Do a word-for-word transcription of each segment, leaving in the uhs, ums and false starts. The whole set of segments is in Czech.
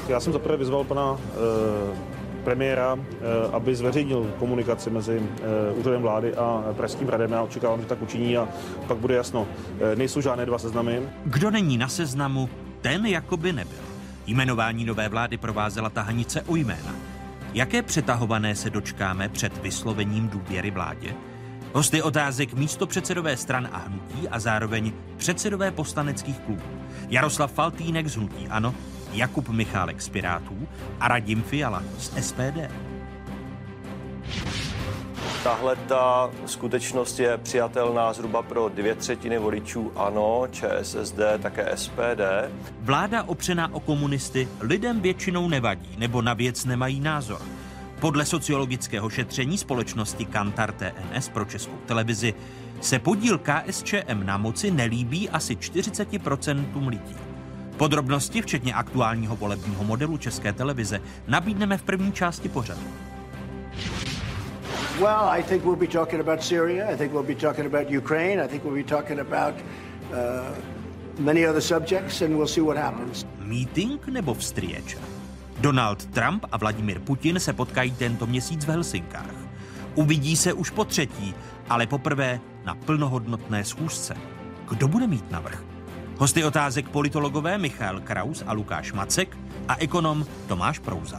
Já jsem zaprvé vyzval pana e, premiéra, e, aby zveřejnil komunikaci mezi e, úřadem vlády a Pražským hradem. Já očekávám, že tak učiní a pak bude jasno. E, nejsou žádné dva seznamy. Kdo není na seznamu, ten jakoby nebyl. Jmenování nové vlády provázela tahanice o jména. Jaké přetahované se dočkáme před vyslovením důvěry vládě? Hosty otázek místopředsedové stran a hnutí a zároveň předsedové poslaneckých klubů. Jaroslav Faltýnek z hnutí ANO, Jakub Michálek z Pirátů a Radim Fiala z S P D. Tahle ta skutečnost je přijatelná zhruba pro dvě třetiny voličů ANO, Č S S D, také S P D. Vláda opřená o komunisty lidem většinou nevadí nebo na věc nemají názor. Podle sociologického šetření společnosti Kantar T N S pro Českou televizi se podíl K S Č M na moci nelíbí asi čtyřicet procent lidí. Podrobnosti, včetně aktuálního volebního modelu České televize, nabídneme v první části pořadu. Well, I think we'll be talking about Syria. I think we'll be talking about Ukraine. I think we'll be talking about uh, many other subjects, and we'll see what happens. Meeting nebo vstříč? Donald Trump a Vladimír Putin se potkají tento měsíc v Helsinkách. Uvidí se už po třetí, ale poprvé na plnohodnotné schůzce. Kdo bude mít navrch? Hosty otázek politologové Michal Kraus a Lukáš Macek a ekonom Tomáš Prouza.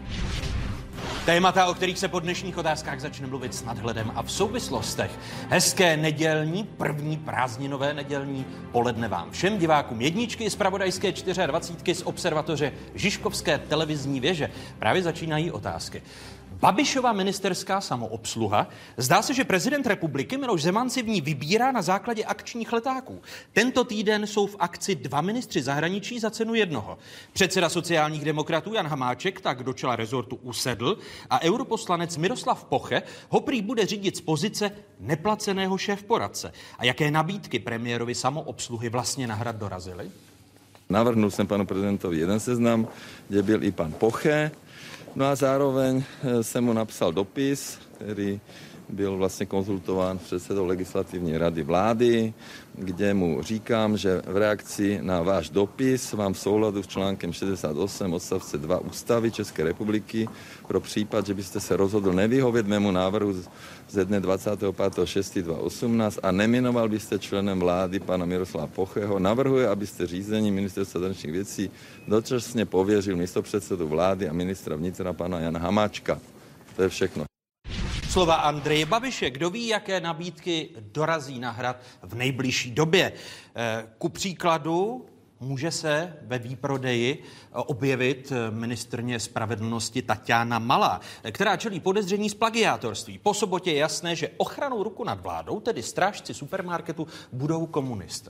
Témata, o kterých se po dnešních otázkách začne mluvit s nadhledem a v souvislostech. Hezké nedělní, první prázdninové nedělní poledne vám všem divákům jedničky z zpravodajské dvacet čtyři z observatoře Žižkovské televizní věže. Právě začínají otázky. Babišova ministerská samoobsluha. Zdá se, že prezident republiky Miloš Zeman si v ní vybírá na základě akčních letáků. Tento týden jsou v akci dva ministři zahraničí za cenu jednoho. Předseda sociálních demokratů Jan Hamáček tak do čela rezortu usedl a europoslanec Miroslav Poche ho prý bude řídit z pozice neplaceného šéfporadce. A jaké nabídky premiérovi samoobsluhy vlastně na hrad dorazily? Navrhnul jsem panu prezidentovi jeden seznam, kde byl i pan Poche. No a zároveň jsem mu napsal dopis, který byl vlastně konzultován s předsedou legislativní rady vlády, kde mu říkám, že v reakci na váš dopis vám v souladu s článkem šedesát osm odstavce dva ústavy České republiky pro případ, že byste se rozhodl nevyhovět mému návrhu ze dne dvacátého pátého šestého dvacet osmnáct a neminoval byste členem vlády pana Miroslava Pocheho, navrhuje, abyste řízení ministerstva zahraničních věcí dočasně pověřil místopředsedu vlády a ministra vnitra pana Jana Hamáčka. To je všechno. Slova Andreje Babiše. Kdo ví, jaké nabídky dorazí na hrad v nejbližší době. Ku příkladu může se ve výprodeji objevit ministryně spravedlnosti Taťána Malá, která čelí podezření z plagiátorství. Po sobotě je jasné, že ochranou ruku nad vládou, tedy strážci supermarketu, budou komunisté.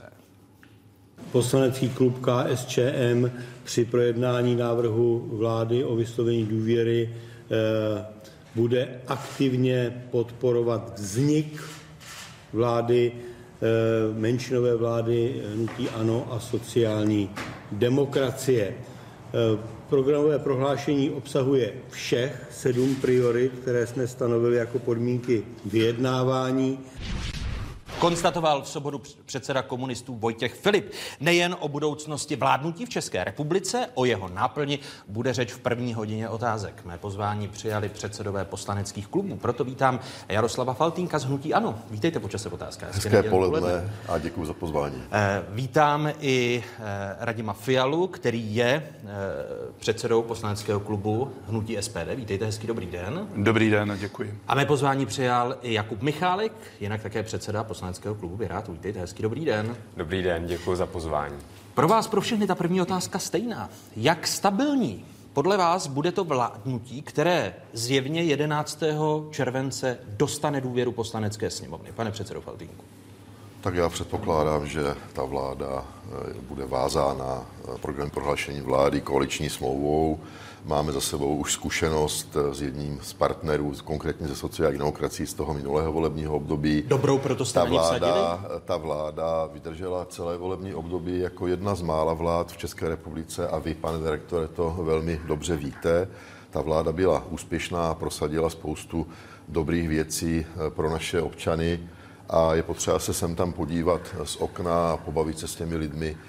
Poslanecký klub K S Č M při projednání návrhu vlády o vyslovení důvěry eh, bude aktivně podporovat vznik vlády, menšinové vlády hnutí ANO a sociální demokracie. Programové prohlášení obsahuje všech sedm priorit, které jsme stanovili jako podmínky vyjednávání. Konstatoval v sobotu předseda komunistů Vojtěch Filip. Nejen o budoucnosti vládnutí v České republice, o jeho náplni bude řeč v první hodině otázek. Mé pozvání přijali předsedové poslaneckých klubů, proto vítám Jaroslava Faltýnka z hnutí ANO. Vítejte po čase v otázkách. Hezké poledne a děkuji za pozvání. Vítám i Radima Fialu, který je předsedou poslaneckého klubu hnutí S P D. Vítejte, hezký dobrý den. Dobrý den a děkuji. A mé pozvání přijal i Jakub Michálek, jinak také předseda poslaneckého klubu Pirátů. Vítejte, hezký dobrý den. Dobrý den, děkuji za pozvání. Pro vás, pro všechny, ta první otázka stejná. Jak stabilní podle vás bude to vládnutí, které zjevně jedenáctého července dostane důvěru poslanecké sněmovny? Pane předsedo Faltýnku. Tak já předpokládám, že ta vláda bude vázána programem prohlášení vlády koaliční smlouvou. Máme za sebou už zkušenost s jedním z partnerů, konkrétně ze sociální demokracií z toho minulého volebního období. Dobrou, proto jste ta na ní vsadili? Ta vláda vydržela celé volební období jako jedna z mála vlád v České republice a vy, pane direktore, to velmi dobře víte. Ta vláda byla úspěšná a prosadila spoustu dobrých věcí pro naše občany a je potřeba se sem tam podívat z okna a pobavit se s těmi lidmi,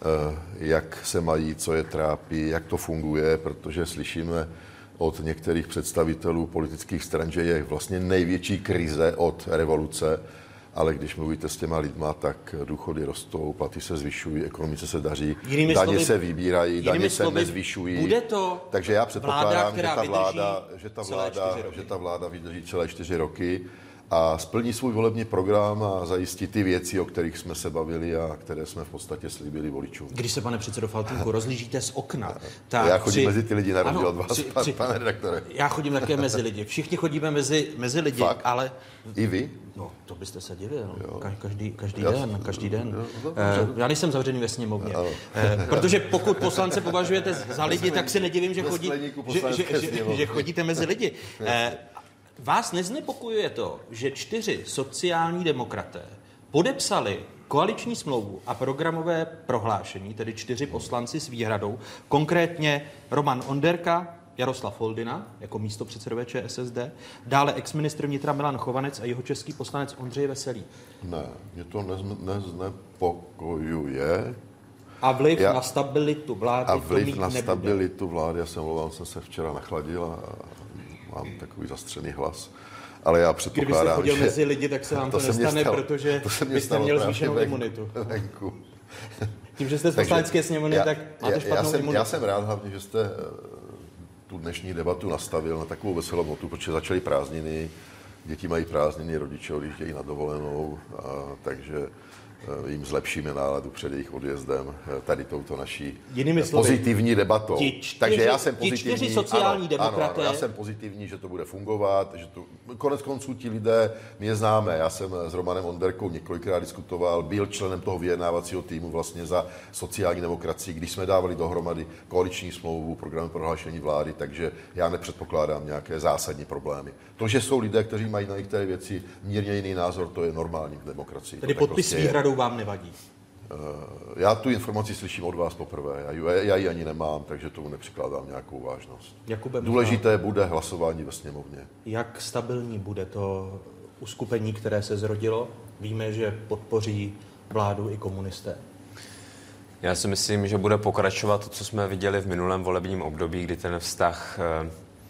jak se mají, co je trápí, jak to funguje, protože slyšíme od některých představitelů politických stran, že je vlastně největší krize od revoluce, ale když mluvíte s těma lidma, tak důchody rostou, platy se zvyšují, ekonomice se daří, jinými daně slovy, se vybírají, daně se slovy, nezvyšují. Bude to Takže já předpokládám, vláda, že ta vláda, že ta vláda, že ta vláda vydrží celé čtyři roky a splní svůj volební program a zajistí ty věci, o kterých jsme se bavili a které jsme v podstatě slíbili voličům. Když se, pane předsedo Faltýnku, rozlížíte z okna, tak já chodím při... mezi ty lidi na rozdíl ano, od vás, při, pan, při... pane redaktore. Já chodím také mezi lidi. Všichni chodíme mezi, mezi lidi, Fakt? ale... I vy? No, to byste se divil. Jo. Každý, každý Já den, jsem- každý den. jo, no, Eh, Já nejsem zavřený ve sněmovně. Eh, Protože pokud poslance považujete za lidi, tak se nedivím, že, Ve chodí, skleníku že, že, poslanecké že, sněmovny. že chodíte mezi lidi. Eh, Vás neznepokojuje to, že čtyři sociální demokraté podepsali koaliční smlouvu a programové prohlášení, tedy čtyři poslanci s výhradou, konkrétně Roman Onderka, Jaroslav Foldyna jako místopředsedové ČSSD, dále exministr vnitra Milan Chovanec a jeho český poslanec Ondřej Veselý. Ne, mě to nez- neznepokojuje. A vliv Já- na stabilitu vlády A to vliv mít na nebude. stabilitu vlády, já jsem mluvám, jsem se včera nachladil a mám takový zastřený hlas. Ale já Kdyby se předpokládám, chodil že... mezi lidi, tak se vám to, se mně nestane, stalo- protože to se mně byste stalo měl právě zvýšenou venku- imunitu. venku. Tím, že jste z Takže poslanecké sněmovny, já- tak máte já, špatnou já jsem, imunitu. já jsem rád hlavně, že jste eh, tu dnešní debatu nastavil na takovou veselou notu, protože začaly prázdniny, děti mají prázdniny, rodiče odjíždějí na dovolenou, a, takže eh, jim zlepšíme náladu před jejich odjezdem eh, tady touto naší Jinými eh, slovy, pozitivní debatou. ti čtyři- Takže já jsem ti pozitivní. čtyři sociální ano, demokraté- Ano, ano, já jsem pozitivní, že to bude fungovat, že to, konec konců ti lidé, my je známe, já jsem s Romanem Onderkou několikrát diskutoval, byl členem toho vyjednávacího týmu vlastně za sociální demokracii, když jsme dávali dohromady koaliční smlouvu, program prohlášení vlády, takže já nepředpokládám nějaké zásadní problémy. To, že jsou lidé, kteří mají na některé věci mírně jiný názor, to je normální v demokracii. Tedy To tak podpis prostě je. výhradou vám nevadí. Eh, Já tu informaci slyším od vás poprvé, já, ji- já ji ani nemám, takže tomu nepřikládám nějakou vážnost. Jakube, Důležité bude hlasování ve sněmovně. Jak stabilní bude to uskupení, které se zrodilo? Víme, že podpoří vládu i komunisté. Já si myslím, že bude pokračovat to, co jsme viděli v minulém volebním období, kdy ten vztah eh,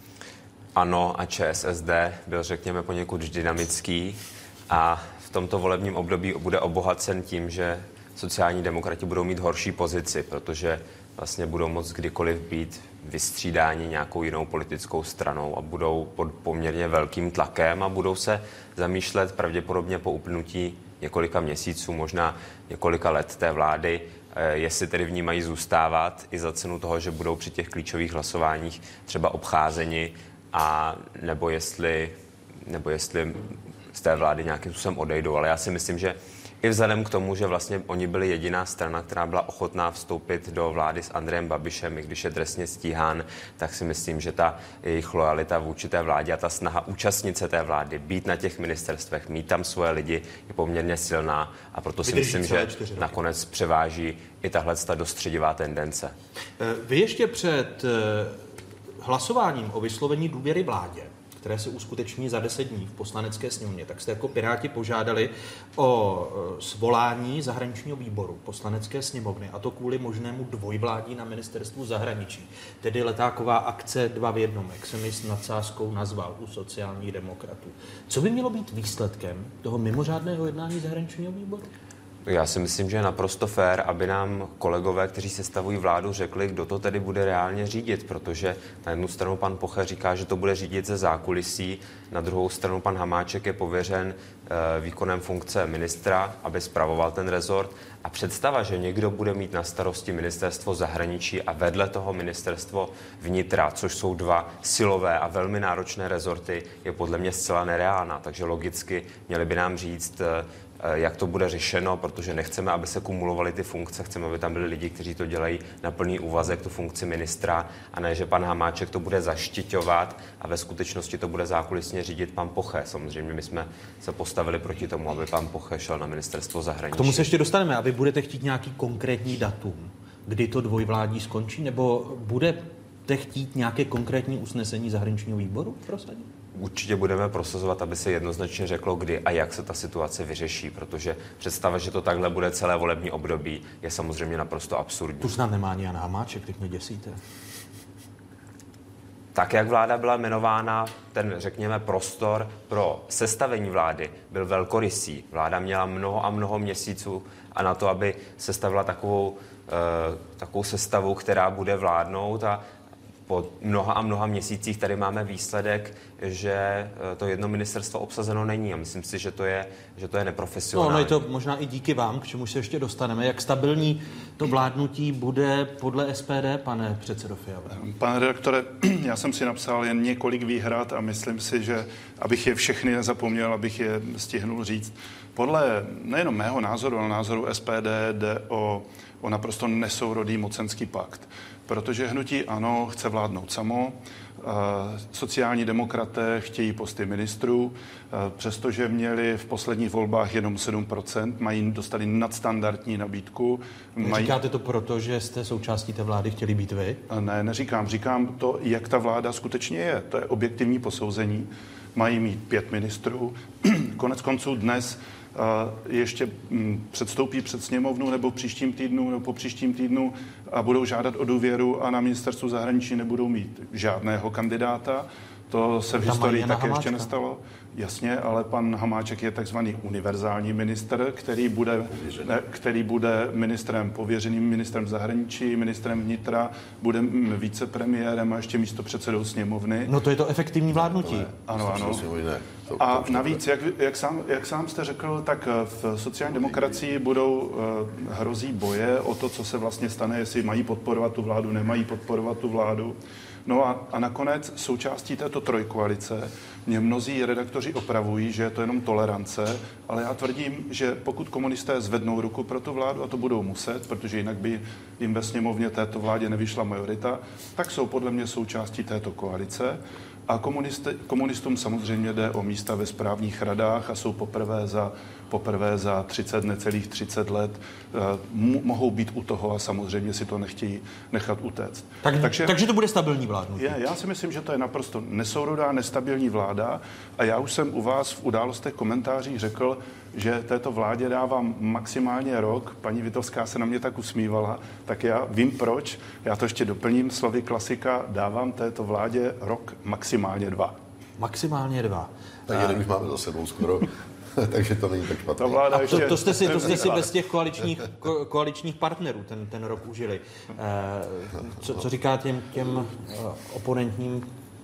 ANO a ČSSD byl, řekněme, poněkud dynamický a v tomto volebním období bude obohacen tím, že sociální demokrati budou mít horší pozici, protože vlastně budou moct kdykoliv být vystřídáni nějakou jinou politickou stranou a budou pod poměrně velkým tlakem a budou se zamýšlet pravděpodobně po uplynutí několika měsíců, možná několika let té vlády, eh, jestli tedy v ní mají zůstávat i za cenu toho, že budou při těch klíčových hlasováních třeba obcházeni, a nebo jestli, nebo jestli z té vlády nějakým způsobem odejdou. Ale já si myslím, že i vzhledem k tomu, že vlastně oni byli jediná strana, která byla ochotná vstoupit do vlády s Andrejem Babišem, i když je trestně stíhán, tak si myslím, že ta jejich lojalita vůči té vládě a ta snaha účastnit se té vlády, být na těch ministerstvech, mít tam svoje lidi, je poměrně silná a proto si Vydrží myslím, celé že čtyři roky. nakonec převáží i tahle ta dostředivá tendence. Vy ještě před hlasováním o vyslovení důvěry vládě, které se uskuteční za deset dní v poslanecké sněmovně, tak jste jako Piráti požádali o svolání zahraničního výboru poslanecké sněmovny, a to kvůli možnému dvojvládí na ministerstvu zahraničí. Tedy letáková akce dva v jednom, jak jsem ji s nadsázkou nazval u sociálních demokratů. Co by mělo být výsledkem toho mimořádného jednání zahraničního výboru? Já si myslím, že je naprosto fér, aby nám kolegové, kteří sestavují vládu, řekli, kdo to tedy bude reálně řídit, protože na jednu stranu pan Poche říká, že to bude řídit ze zákulisí, na druhou stranu pan Hamáček je pověřen e, výkonem funkce ministra, aby spravoval ten rezort, a představa, že někdo bude mít na starosti ministerstvo zahraničí a vedle toho ministerstvo vnitra, což jsou dva silové a velmi náročné rezorty, je podle mě zcela nereálná, takže logicky měli by nám říct, e, jak to bude řešeno, protože nechceme, aby se kumulovaly ty funkce, chceme, aby tam byli lidi, kteří to dělají na plný úvazek, tu funkci ministra, a ne, že pan Hamáček to bude zaštiťovat a ve skutečnosti to bude zákulisně řídit pan Poche. Samozřejmě my jsme se postavili proti tomu, aby pan Poche šel na ministerstvo zahraničí. K tomu se ještě dostaneme. A vy budete chtít nějaký konkrétní datum, kdy to dvojvládí skončí, nebo budete chtít nějaké konkrétní usnesení zahraničního výboru prosadit? určitě budeme prosazovat, aby se jednoznačně řeklo, kdy a jak se ta situace vyřeší, protože představa, že to takhle bude celé volební období, je samozřejmě naprosto absurdní. Tu snad nemá ani Jan Hamáček, teď mě děsíte. Tak, jak vláda byla jmenována, ten, řekněme, prostor pro sestavení vlády byl velkorysý. Vláda měla mnoho a mnoho měsíců a na to, aby sestavila takovou, eh, takovou sestavu, která bude vládnout, a po mnoha a mnoha měsících tady máme výsledek, že to jedno ministerstvo obsazeno není, a myslím si, že to je, že to je neprofesionální. No, no je to možná i díky vám, k čemu se ještě dostaneme. Jak stabilní to vládnutí bude podle S P D, pane předsedo Fialo? Pane redaktore, já jsem si napsal jen několik výhrad a myslím si, že abych je všechny nezapomněl, abych je stihnul říct. Podle nejenom mého názoru, ale názoru S P D jde o, o naprosto nesourodý mocenský pakt. Protože hnutí ANO chce vládnout samo, sociální demokraté chtějí posty ministrů, přestože měli v posledních volbách jenom sedm procent, mají dostali nadstandardní nabídku. Mají... Říkáte to proto, že jste součástí té vlády chtěli být vy? Ne, neříkám. Říkám to, jak ta vláda skutečně je. To je objektivní posouzení. Mají mít pět ministrů. Konec konců dnes ještě předstoupí před sněmovnu nebo v příštím týdnu nebo po příštím týdnu a budou žádat o důvěru a na ministerstvu zahraničí nebudou mít žádného kandidáta. To se v historii také ještě nestalo. Jasně, ale pan Hamáček je takzvaný univerzální minister, který bude, ne, který bude ministrem pověřeným, ministrem zahraničí, ministrem vnitra, bude vicepremiérem a ještě místopředsedou sněmovny. No to je to efektivní vládnutí. Ano, ano. A navíc, jak, jak, sám, jak sám jste řekl, tak v sociální demokracii budou hrozí boje o to, co se vlastně stane, jestli mají podporovat tu vládu, nemají podporovat tu vládu. No a, a nakonec součástí této trojkoalice mě mnozí redaktoři opravují, že je to jenom tolerance, ale já tvrdím, že pokud komunisté zvednou ruku pro tu vládu, a to budou muset, protože jinak by jim ve sněmovně této vládě nevyšla majorita, tak jsou podle mě součástí této koalice. A komunistům samozřejmě jde o místa ve správních radách a jsou poprvé za, poprvé za třicet, necelých třicet let, m- mohou být u toho a samozřejmě si to nechtějí nechat utéct. Tak, takže, takže to bude stabilní vládnutí. Je, já si myslím, že to je naprosto nesourodá, nestabilní vláda a já už jsem u vás v událostech komentářích řekl, že této vládě dávám maximálně rok. Paní Vitovská se na mě tak usmívala, tak já vím proč. Já to ještě doplním slovy klasika, dávám této vládě rok maximálně dva. Maximálně dva. Tak jeden už máme za sebou skoro. Takže to není tak špatné. A to, to jste si, to jste si bez těch koaličních, ko, koaličních partnerů ten, ten rok užili. Co, co říká těm, těm oponentním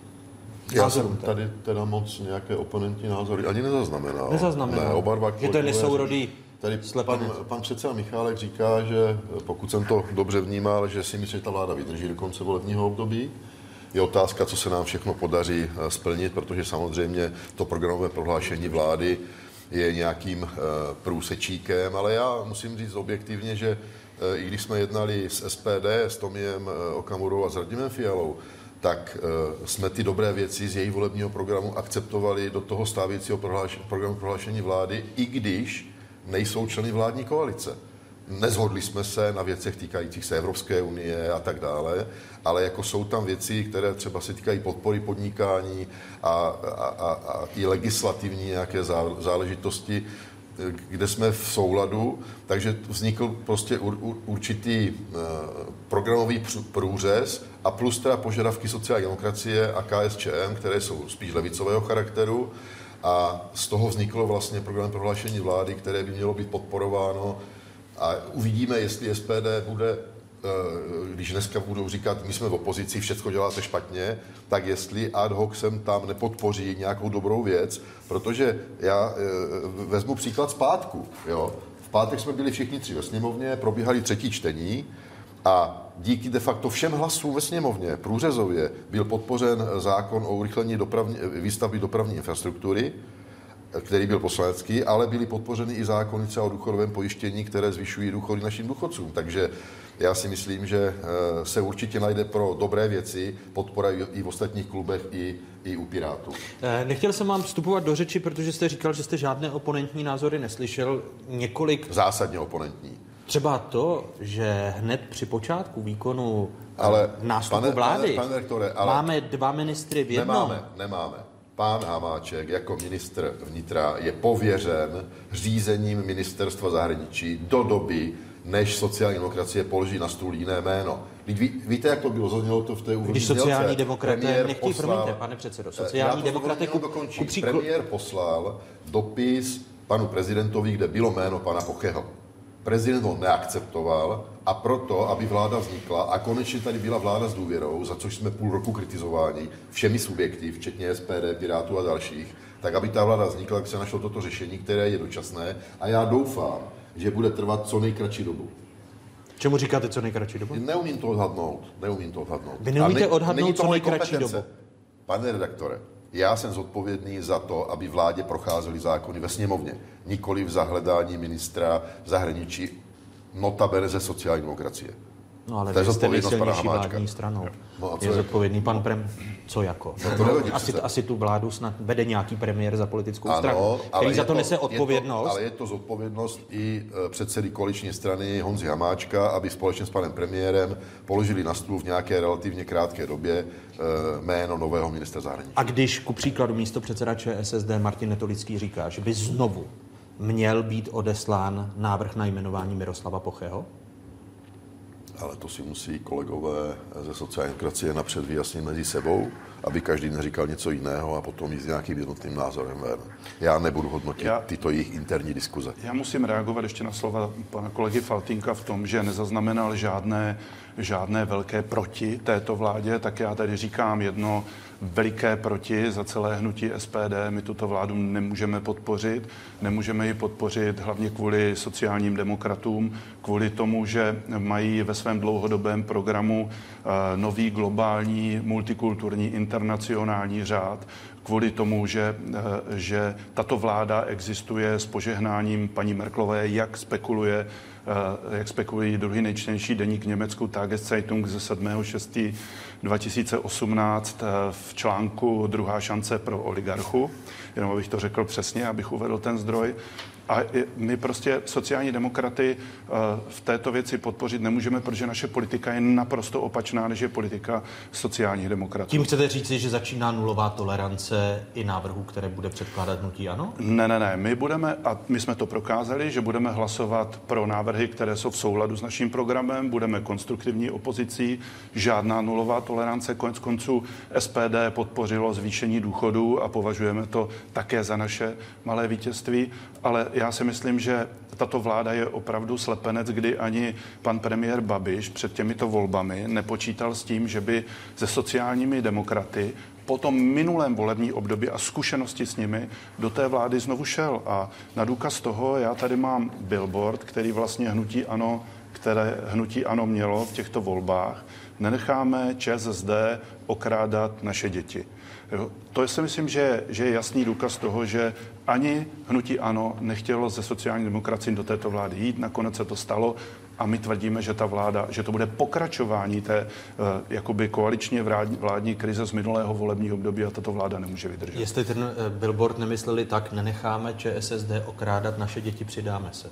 Já jsem tady teda moc nějaké oponentní názory ani nezaznamenal. Nezaznamenal. Ne, oba dva že to je nesourodý tady pan, pan předseda Michálek říká, že pokud jsem to dobře vnímal, že si myslí, že ta vláda vydrží do konce volebního období. Je otázka, co se nám všechno podaří splnit, protože samozřejmě to programové prohlášení vlády je nějakým průsečíkem, ale já musím říct objektivně, že i když jsme jednali s S P D, s Tomiem Okamurou a s Radimem Fialou, tak uh, jsme ty dobré věci z její volebního programu akceptovali do toho stávajícího prohlášení, programu prohlášení vlády, i když nejsou členy vládní koalice. Nezhodli jsme se na věcech týkajících se Evropské unie a tak dále, ale jako jsou tam věci, které třeba se týkají podpory podnikání a, a, a, a i legislativní nějaké záležitosti, kde jsme v souladu, takže vznikl prostě ur, ur, určitý uh, programový průřez a plus teda požadavky sociální demokracie a K S Č M, které jsou spíš levicového charakteru a z toho vzniklo vlastně program prohlášení vlády, které by mělo být podporováno a uvidíme, jestli S P D bude, když dneska budou říkat, my jsme v opozici, všechno děláte špatně, tak jestli ad hoc sem tam nepodpoří nějakou dobrou věc, protože já vezmu příklad z pátku. Jo. V pátek jsme byli všichni tři ve sněmovně, probíhali třetí čtení a díky de facto všem hlasům ve sněmovně průřezově byl podpořen zákon o urychlení dopravní, výstavby dopravní infrastruktury, který byl poslanecký, ale byly podpořeny i zákony třeba o důchodovém pojištění, které zvyšují důchody našim důchodcům. Takže já si myslím, že se určitě najde pro dobré věci podpora i v ostatních klubech, i, i u Pirátů. Nechtěl jsem vám vstupovat do řeči, protože jste říkal, že jste žádné oponentní názory neslyšel. Několik... Zásadně oponentní. Třeba to, že hned při počátku výkonu ale, nástupu pane, vlády pane, pane rektore, ale máme dva ministry v jednom. Nemáme, nemáme. pán Hamáček jako ministr vnitra je pověřen řízením ministerstva zahraničí do doby, než sociální demokracie položí na stůl jiné jméno. Ví, víte, jak to bylo? Zaznělo to v té úvodní Když sociální demokraté, nechtějí, poslal, promiňte, pane předsedo, sociální demokraté ku, ku příkladu... Premiér poslal dopis panu prezidentovi, kde bylo jméno pana Pocheho. Prezident ho neakceptoval a proto, aby vláda vznikla a konečně tady byla vláda s důvěrou, za což jsme půl roku kritizováni všemi subjekty, včetně S P D, Pirátů a dalších, tak aby ta vláda vznikla, tak se našlo toto řešení, které je dočasné a já doufám, že bude trvat co nejkratší dobu. Čemu říkáte co nejkratší dobu? Neumím to odhadnout, neumím to odhadnout. Vy neumíte ne, odhadnout co nejkratší kompetence. dobu? Pane redaktore, já jsem zodpovědný za to, aby vládě procházely zákony ve sněmovně, nikoli v zahledání ministra zahraničí, notabene ze sociální demokracie. No ale vy jste nejsilnější vládní stranou. No je zodpovědný pan Prem, co jako? No to nevadí, asi, asi tu vládu snad vede nějaký premiér za politickou ano, stranu, který za to, to nese odpovědnost. Je to, ale je to zodpovědnost i předsedy koaliční strany Honzy Hamáčka, aby společně s panem premiérem položili na stůl v nějaké relativně krátké době jméno nového ministra zahraničí. A když ku příkladu místo předseda ČSSD Martin Netolický říká, že by znovu měl být odeslán návrh na jmenování Miroslava Pocheho? Ale to si musí kolegové ze sociální demokracie napřed vyjasnit mezi sebou, aby každý neříkal něco jiného a potom jít s nějakým jednotným názorem ven. Já nebudu hodnotit já, tyto jejich interní diskuze. Já musím reagovat ještě na slova pana kolegy Faltýnka v tom, že nezaznamenal žádné, žádné velké proti této vládě, tak já tady říkám jedno veliké proti za celé hnutí S P D. My tuto vládu nemůžeme podpořit. Nemůžeme ji podpořit hlavně kvůli sociálním demokratům, kvůli tomu, že mají ve svém dlouhodobém programu uh, nový globální multikulturní internacionální řád, kvůli tomu, že, uh, že tato vláda existuje s požehnáním paní Merkelové, jak spekuluje Uh, jak spekulují druhý nejčtenější deník Německu Tageszeitung ze sedmého šestého dva tisíce osmnáct uh, v článku Druhá šance pro oligarchu. Jenom abych to řekl přesně, abych uvedl ten zdroj. A my prostě sociální demokraty uh, v této věci podpořit nemůžeme, protože naše politika je naprosto opačná, než je politika sociálních demokratů. Tím chcete říci, že začíná nulová tolerance i návrhu, které bude předkládat hnutí ANO? Ne, ne, ne. My budeme, a my jsme to prokázali, že budeme hlasovat pro návrhy, které jsou v souladu s naším programem, budeme konstruktivní opozicí, žádná nulová tolerance. Konec konců S P D podpořilo zvýšení důchodů a považujeme to také za naše malé vítězství, ale já si myslím, že tato vláda je opravdu slepenec, kdy ani pan premiér Babiš před těmito volbami nepočítal s tím, že by se sociálními demokraty po tom minulém volební období a zkušenosti s nimi do té vlády znovu šel. A na důkaz toho já tady mám billboard, který vlastně hnutí ANO, které hnutí ANO mělo v těchto volbách. Nenecháme ČSSD okrádat naše děti. Jo, to si myslím, že, že je jasný důkaz toho, že ani hnutí ANO nechtělo ze sociální demokracie do této vlády jít. Nakonec se to stalo a my tvrdíme, že ta vláda, že to bude pokračování té uh, jakoby koaličně vládní, vládní krize z minulého volebního období a tato vláda nemůže vydržet. Jestli ten uh, billboard nemysleli tak, nenecháme ČSSD okrádat naše děti, přidáme se.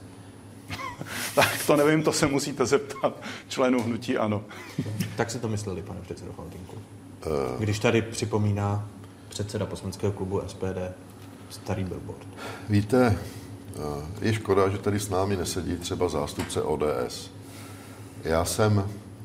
Tak to nevím, to se musíte zeptat členů hnutí ANO. Tak si to mysleli, pane předsedo Faltýnku. Když tady připomíná předseda poslaneckého klubu S P D starý billboard. Víte, je škoda, že tady s námi nesedí třeba zástupce O D S. Já jsem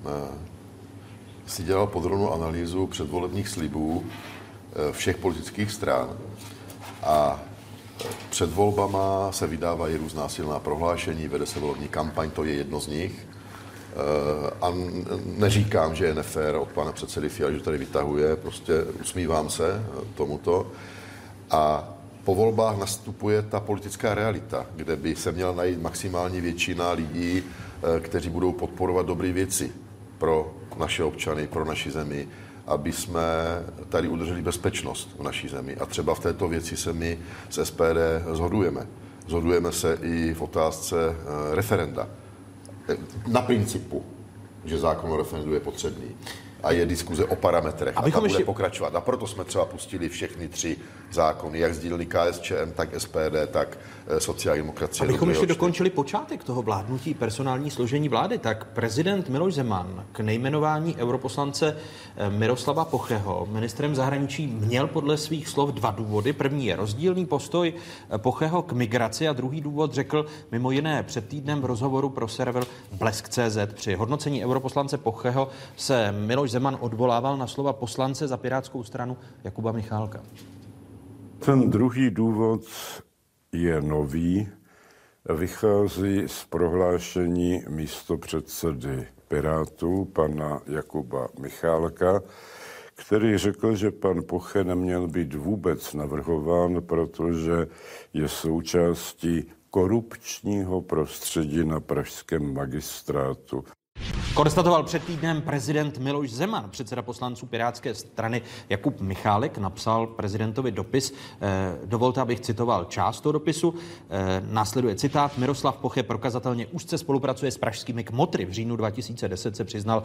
si dělal podrobnou analýzu předvolebních slibů všech politických stran a před volbama se vydávají různá silná prohlášení, vede se volební kampaň, to je jedno z nich. A neříkám, že je nefér od pana předsedy Fialy, že tady vytahuje, prostě usmívám se tomuto. A po volbách nastupuje ta politická realita, kde by se měla najít maximální většina lidí, kteří budou podporovat dobré věci pro naše občany, pro naši zemi, aby jsme tady udrželi bezpečnost v naší zemi. A třeba v této věci se my z S P D shodujeme. Shodujeme se i v otázce referenda. Na principu, že zákon o referendu je potřebný. a je diskuze o parametrech Abychom a ta bude ještě... pokračovat. A proto jsme třeba pustili všechny tři zákony, jak z dílny K S Č M, tak S P D, tak sociální demokracie. Abychom ještě dokončili počátek toho vládnutí, personální složení vlády, tak prezident Miloš Zeman k nejmenování europoslance Miroslava Pocheho ministrem zahraničí měl podle svých slov dva důvody. První je rozdílný postoj Pocheho k migraci a druhý důvod řekl mimo jiné před týdnem v rozhovoru pro server Blesk tečka cé zet. Při hodnocení europoslance Pocheho se Miloš Zeman odvolával na slova poslance za Pirátskou stranu Jakuba Michálka. Ten druhý důvod je nový, vychází z prohlášení místopředsedy Pirátů, pana Jakuba Michálka, který řekl, že pan Poche neměl být vůbec navrhován, protože je součástí korupčního prostředí na pražském magistrátu. Konstatoval před týdnem prezident Miloš Zeman. Předseda poslanců Pirátské strany Jakub Michálek napsal prezidentovi dopis. Eh, dovolte, abych citoval část toho dopisu. Eh, následuje citát. Miroslav Poche prokazatelně úzce spolupracuje s pražskými kmotry. V říjnu dva tisíce deset se přiznal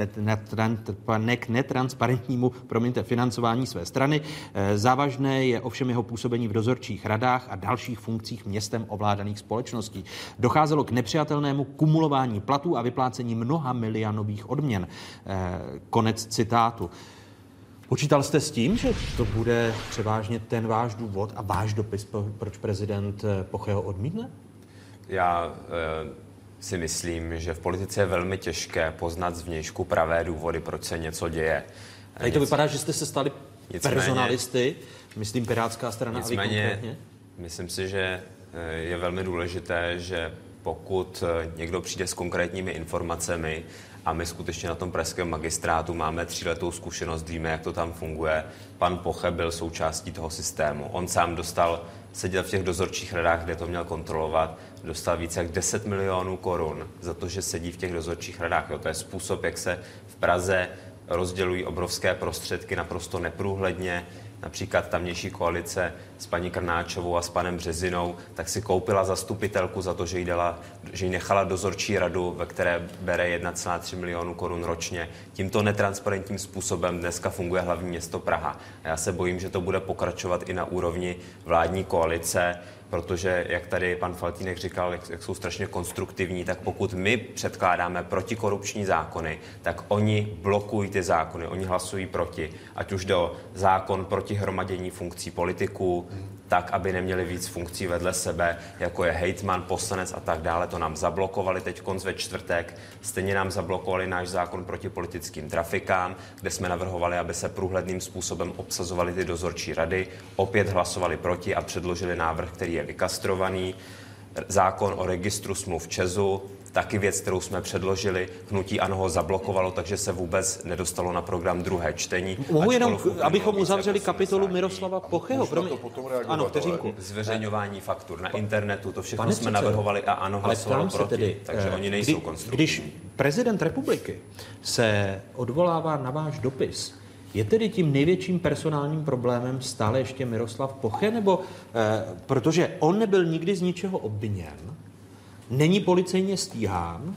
k netransparentnímu promiňte, financování své strany. Eh, závažné je ovšem jeho působení v dozorčích radách a dalších funkcích městem ovládaných společností. Docházelo k nepřijatelnému kumulování platů a vyplácení mnoha milionových odměn. Eh, konec citátu. Počítal jste s tím, že to bude převážně ten váš důvod a váš dopis, proč prezident Pocheho odmítne? Já eh, si myslím, že v politice je velmi těžké poznat zvnějšku pravé důvody, proč se něco děje. Tady to vypadá, že jste se stali nicméně, personalisty, myslím Pirátská strana nicméně, a vy konkrétně. Myslím si, že je velmi důležité, že pokud někdo přijde s konkrétními informacemi a my skutečně na tom pražském magistrátu máme tříletou zkušenost, víme, jak to tam funguje. Pan Poche byl součástí toho systému. On sám dostal, seděl v těch dozorčích radách, kde to měl kontrolovat, dostal více jak deset milionů korun za to, že sedí v těch dozorčích radách. Jo, to je způsob, jak se v Praze rozdělují obrovské prostředky naprosto neprůhledně. Například tamnější koalice s paní Krnáčovou a s panem Březinou, tak si koupila zastupitelku za to, že jí, dala, že jí nechala dozorčí radu, ve které bere jedna celá tři milionu korun ročně. Tímto netransparentním způsobem dneska funguje hlavní město Praha. A já se bojím, že to bude pokračovat i na úrovni vládní koalice, protože, jak tady pan Faltýnek říkal, jak, jak jsou strašně konstruktivní, tak pokud my předkládáme protikorupční zákony, tak oni blokují ty zákony, oni hlasují proti. Ať už jde o zákon proti hromadění funkcí politiků, tak, aby neměli víc funkcí vedle sebe, jako je hejtman, poslanec a tak dále. To nám zablokovali teď konc ve čtvrtek. Stejně nám zablokovali náš zákon proti politickým trafikám, kde jsme navrhovali, aby se průhledným způsobem obsazovaly ty dozorčí rady. Opět hlasovali proti a předložili návrh, který je vykastrovaný. Zákon o registru smluv ČEZu, taky věc, kterou jsme předložili. Hnutí ANO ho zablokovalo, takže se vůbec nedostalo na program druhé čtení. Mohu jenom, abychom uzavřeli kapitolu Miroslava Pocheho. Pro mě... Ano, vteřinku. Zveřejňování faktur na internetu, to všechno Pane jsme předsedo, navrhovali a ANO hlasovalo proti, tedy, takže oni nejsou kdy, konstruktivní. Když prezident republiky se odvolává na váš dopis, je tedy tím největším personálním problémem stále ještě Miroslav Poche, nebo eh, protože on nebyl nikdy z ničeho obviněn, není policejně stíhán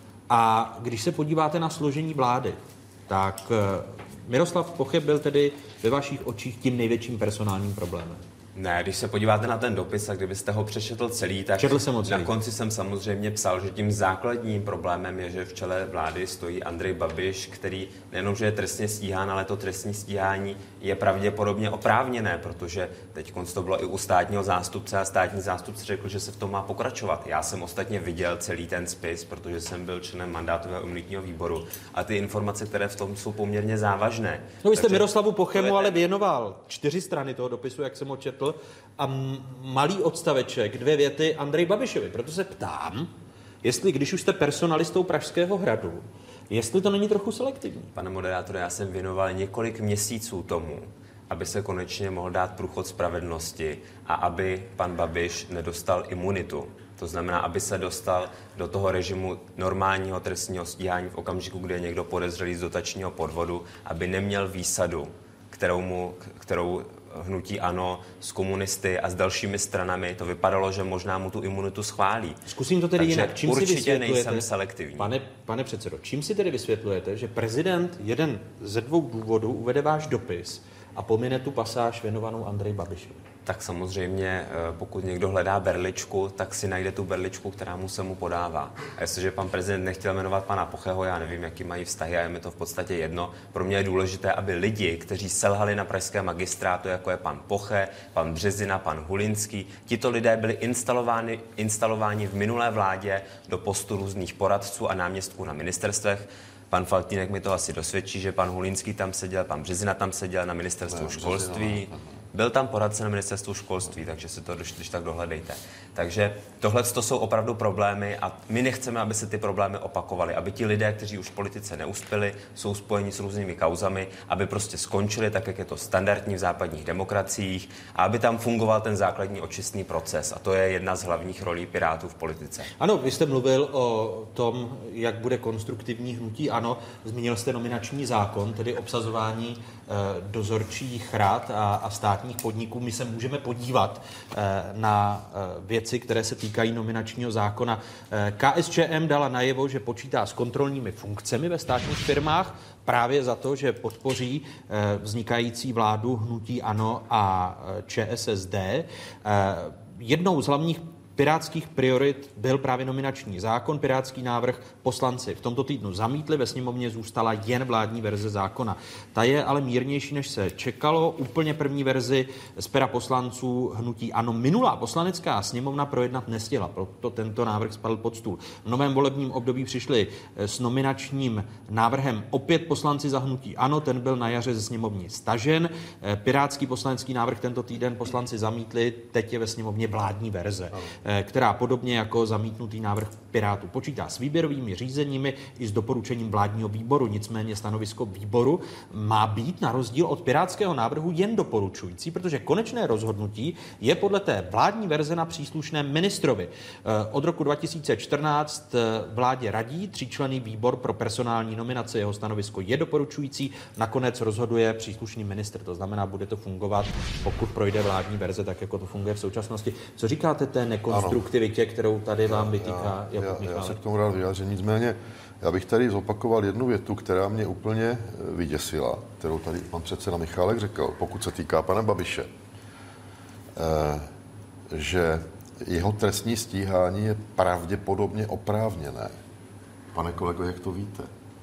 a když se podíváte na složení vlády, tak eh, Miroslav Poche byl tedy ve vašich očích tím největším personálním problémem. Ne, když se podíváte na ten dopis a kdybyste ho přečetl celý, tak na konci jsem samozřejmě psal, že tím základním problémem je, že v čele vlády stojí Andrej Babiš, který nejenom, že je trestně stíhán, ale to trestní stíhání je pravděpodobně oprávněné, protože teď to bylo i u státního zástupce a státní zástupce řekl, že se v tom má pokračovat. Já jsem ostatně viděl celý ten spis, protože jsem byl členem mandátového a imunitního výboru a ty informace, které v tom jsou poměrně závažné. No vy jste Miroslavu Pochemu ale věnoval čtyři strany toho dopisu, jak jsem ho četl, a malý odstaveček, dvě věty Andrej Babišovi. Proto se ptám, jestli, když už jste personalistou Pražského hradu, jestli to není trochu selektivní. Pane moderátore, já jsem věnoval několik měsíců tomu, aby se konečně mohl dát průchod spravedlnosti a aby pan Babiš nedostal imunitu. To znamená, aby se dostal do toho režimu normálního trestního stíhání v okamžiku, kdy je někdo podezřelý z dotačního podvodu, aby neměl výsadu, kterou, mu, kterou hnutí ANO s komunisty a s dalšími stranami, to vypadalo, že možná mu tu imunitu schválí. Zkusím to tedy Takže jinak. Čím určitě si vysvětlujete, nejsem selektivní. Pane, pane předsedo, čím si tedy vysvětlujete, že prezident jeden ze dvou důvodů uvede váš dopis a pomine tu pasáž věnovanou Andreji Babišovi? Tak samozřejmě, pokud někdo hledá berličku, tak si najde tu berličku, která mu se mu podává. A jestliže pan prezident nechtěl jmenovat pana Pocheho, já nevím, jaký mají vztahy a je mi to v podstatě jedno. Pro mě je důležité, aby lidi, kteří selhali na pražském magistrátu, jako je pan Poche, pan Březina, pan Hulinský, tito lidé byli instalováni, instalováni v minulé vládě do postu různých poradců a náměstků na ministerstvech. Pan Faltýnek mi to asi dosvědčí, že pan Hulinský tam seděl, pan Březina tam seděl na ministerstvu školství. Byl tam poradce na ministerstvu školství, takže si to když tak dohledejte. Takže tohle to jsou opravdu problémy a my nechceme, aby se ty problémy opakovaly, aby ti lidé, kteří už v politice neuspěli, jsou spojeni s různými kauzami, aby prostě skončili tak, jak je to standardní v západních demokraciích a aby tam fungoval ten základní očistný proces. A to je jedna z hlavních rolí Pirátů v politice. Ano, vy jste mluvil o tom, jak bude konstruktivní hnutí ANO. Zmínil jste nominační zákon, tedy obsazování eh, dozorčích rad a, a státních podniků. My se můžeme podívat eh, na eh, věci, které se týkají nominačního zákona. Eh, K S Č M dala najevo, že počítá s kontrolními funkcemi ve státních firmách právě za to, že podpoří eh, vznikající vládu hnutí ANO a eh, Č S S D. Eh, jednou z hlavních pirátských priorit byl právě nominační zákon. Pirátský návrh poslanci v tomto týdnu zamítli, ve sněmovně zůstala jen vládní verze zákona. Ta je ale mírnější, než se čekalo. Úplně první verzi z pera poslanců hnutí ANO minulá poslanecká sněmovna projednat nestihla, proto tento návrh spadl pod stůl. V novém volebním období přišli s nominačním návrhem opět poslanci za hnutí ANO, ten byl na jaře ze sněmovny stažen. Pirátský poslanecký návrh tento týden poslanci zamítli, teď je ve sněmovně vládní verze, která podobně jako zamítnutý návrh Pirátů počítá s výběrovými řízeními i s doporučením vládního výboru. Nicméně stanovisko výboru má být na rozdíl od pirátského návrhu jen doporučující, protože konečné rozhodnutí je podle té vládní verze na příslušném ministrovi. Od roku dva tisíce čtrnáct vládě radí tříčlenný výbor pro personální nominace. Jeho stanovisko je doporučující, nakonec rozhoduje příslušný ministr. To znamená, bude to fungovat, pokud projde vládní verze, tak jako to funguje v současnosti. Co říkáte té nekonstruktivitě, kterou tady vám vytýká já, Jakub já, já se Michálek? k tomu rád vyjádřím. Nicméně, já bych tady zopakoval jednu větu, která mě úplně vyděsila, kterou tady pan předseda Michálek řekl, pokud se týká pana Babiše, eh, že jeho trestní stíhání je pravděpodobně oprávněné. Pane kolego, jak to víte?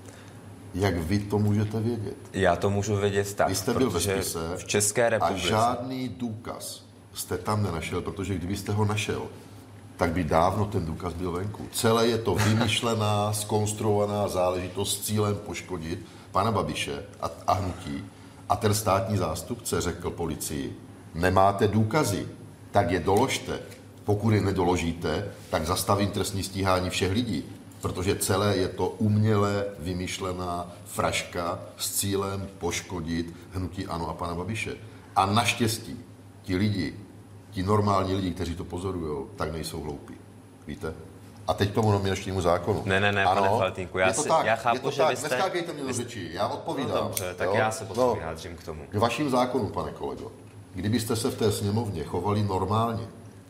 Jak vy to můžete vědět? Já to můžu vědět tak, vy jste byl ve protože spise v České republice a žádný důkaz jste tam nenašel, protože kdybyste ho našel, tak by dávno ten důkaz byl venku. Celé je to vymyšlená, zkonstruovaná záležitost s cílem poškodit pana Babiše a, a hnutí. A ten státní zástupce řekl policii, nemáte důkazy, tak je doložte. Pokud je nedoložíte, tak zastavím trestní stíhání všech lidí. Protože celé je to uměle vymyšlená fraška s cílem poškodit hnutí ANO a pana Babiše. A naštěstí ti lidi, ti normální lidi, kteří to pozorují, tak nejsou hloupí. Víte? A teď k tomu nominačnímu zákonu. Ne, ne, ne, ano, pane Faltýnku, já, si, já chápu, že tak. vy jste... Neskákejte mě do řeči, já odpovídám. No, dobře, tak jo? já se potom no, vyjádřím k tomu. K vašim zákonům, pane kolego. Kdybyste se v té sněmovně chovali normálně,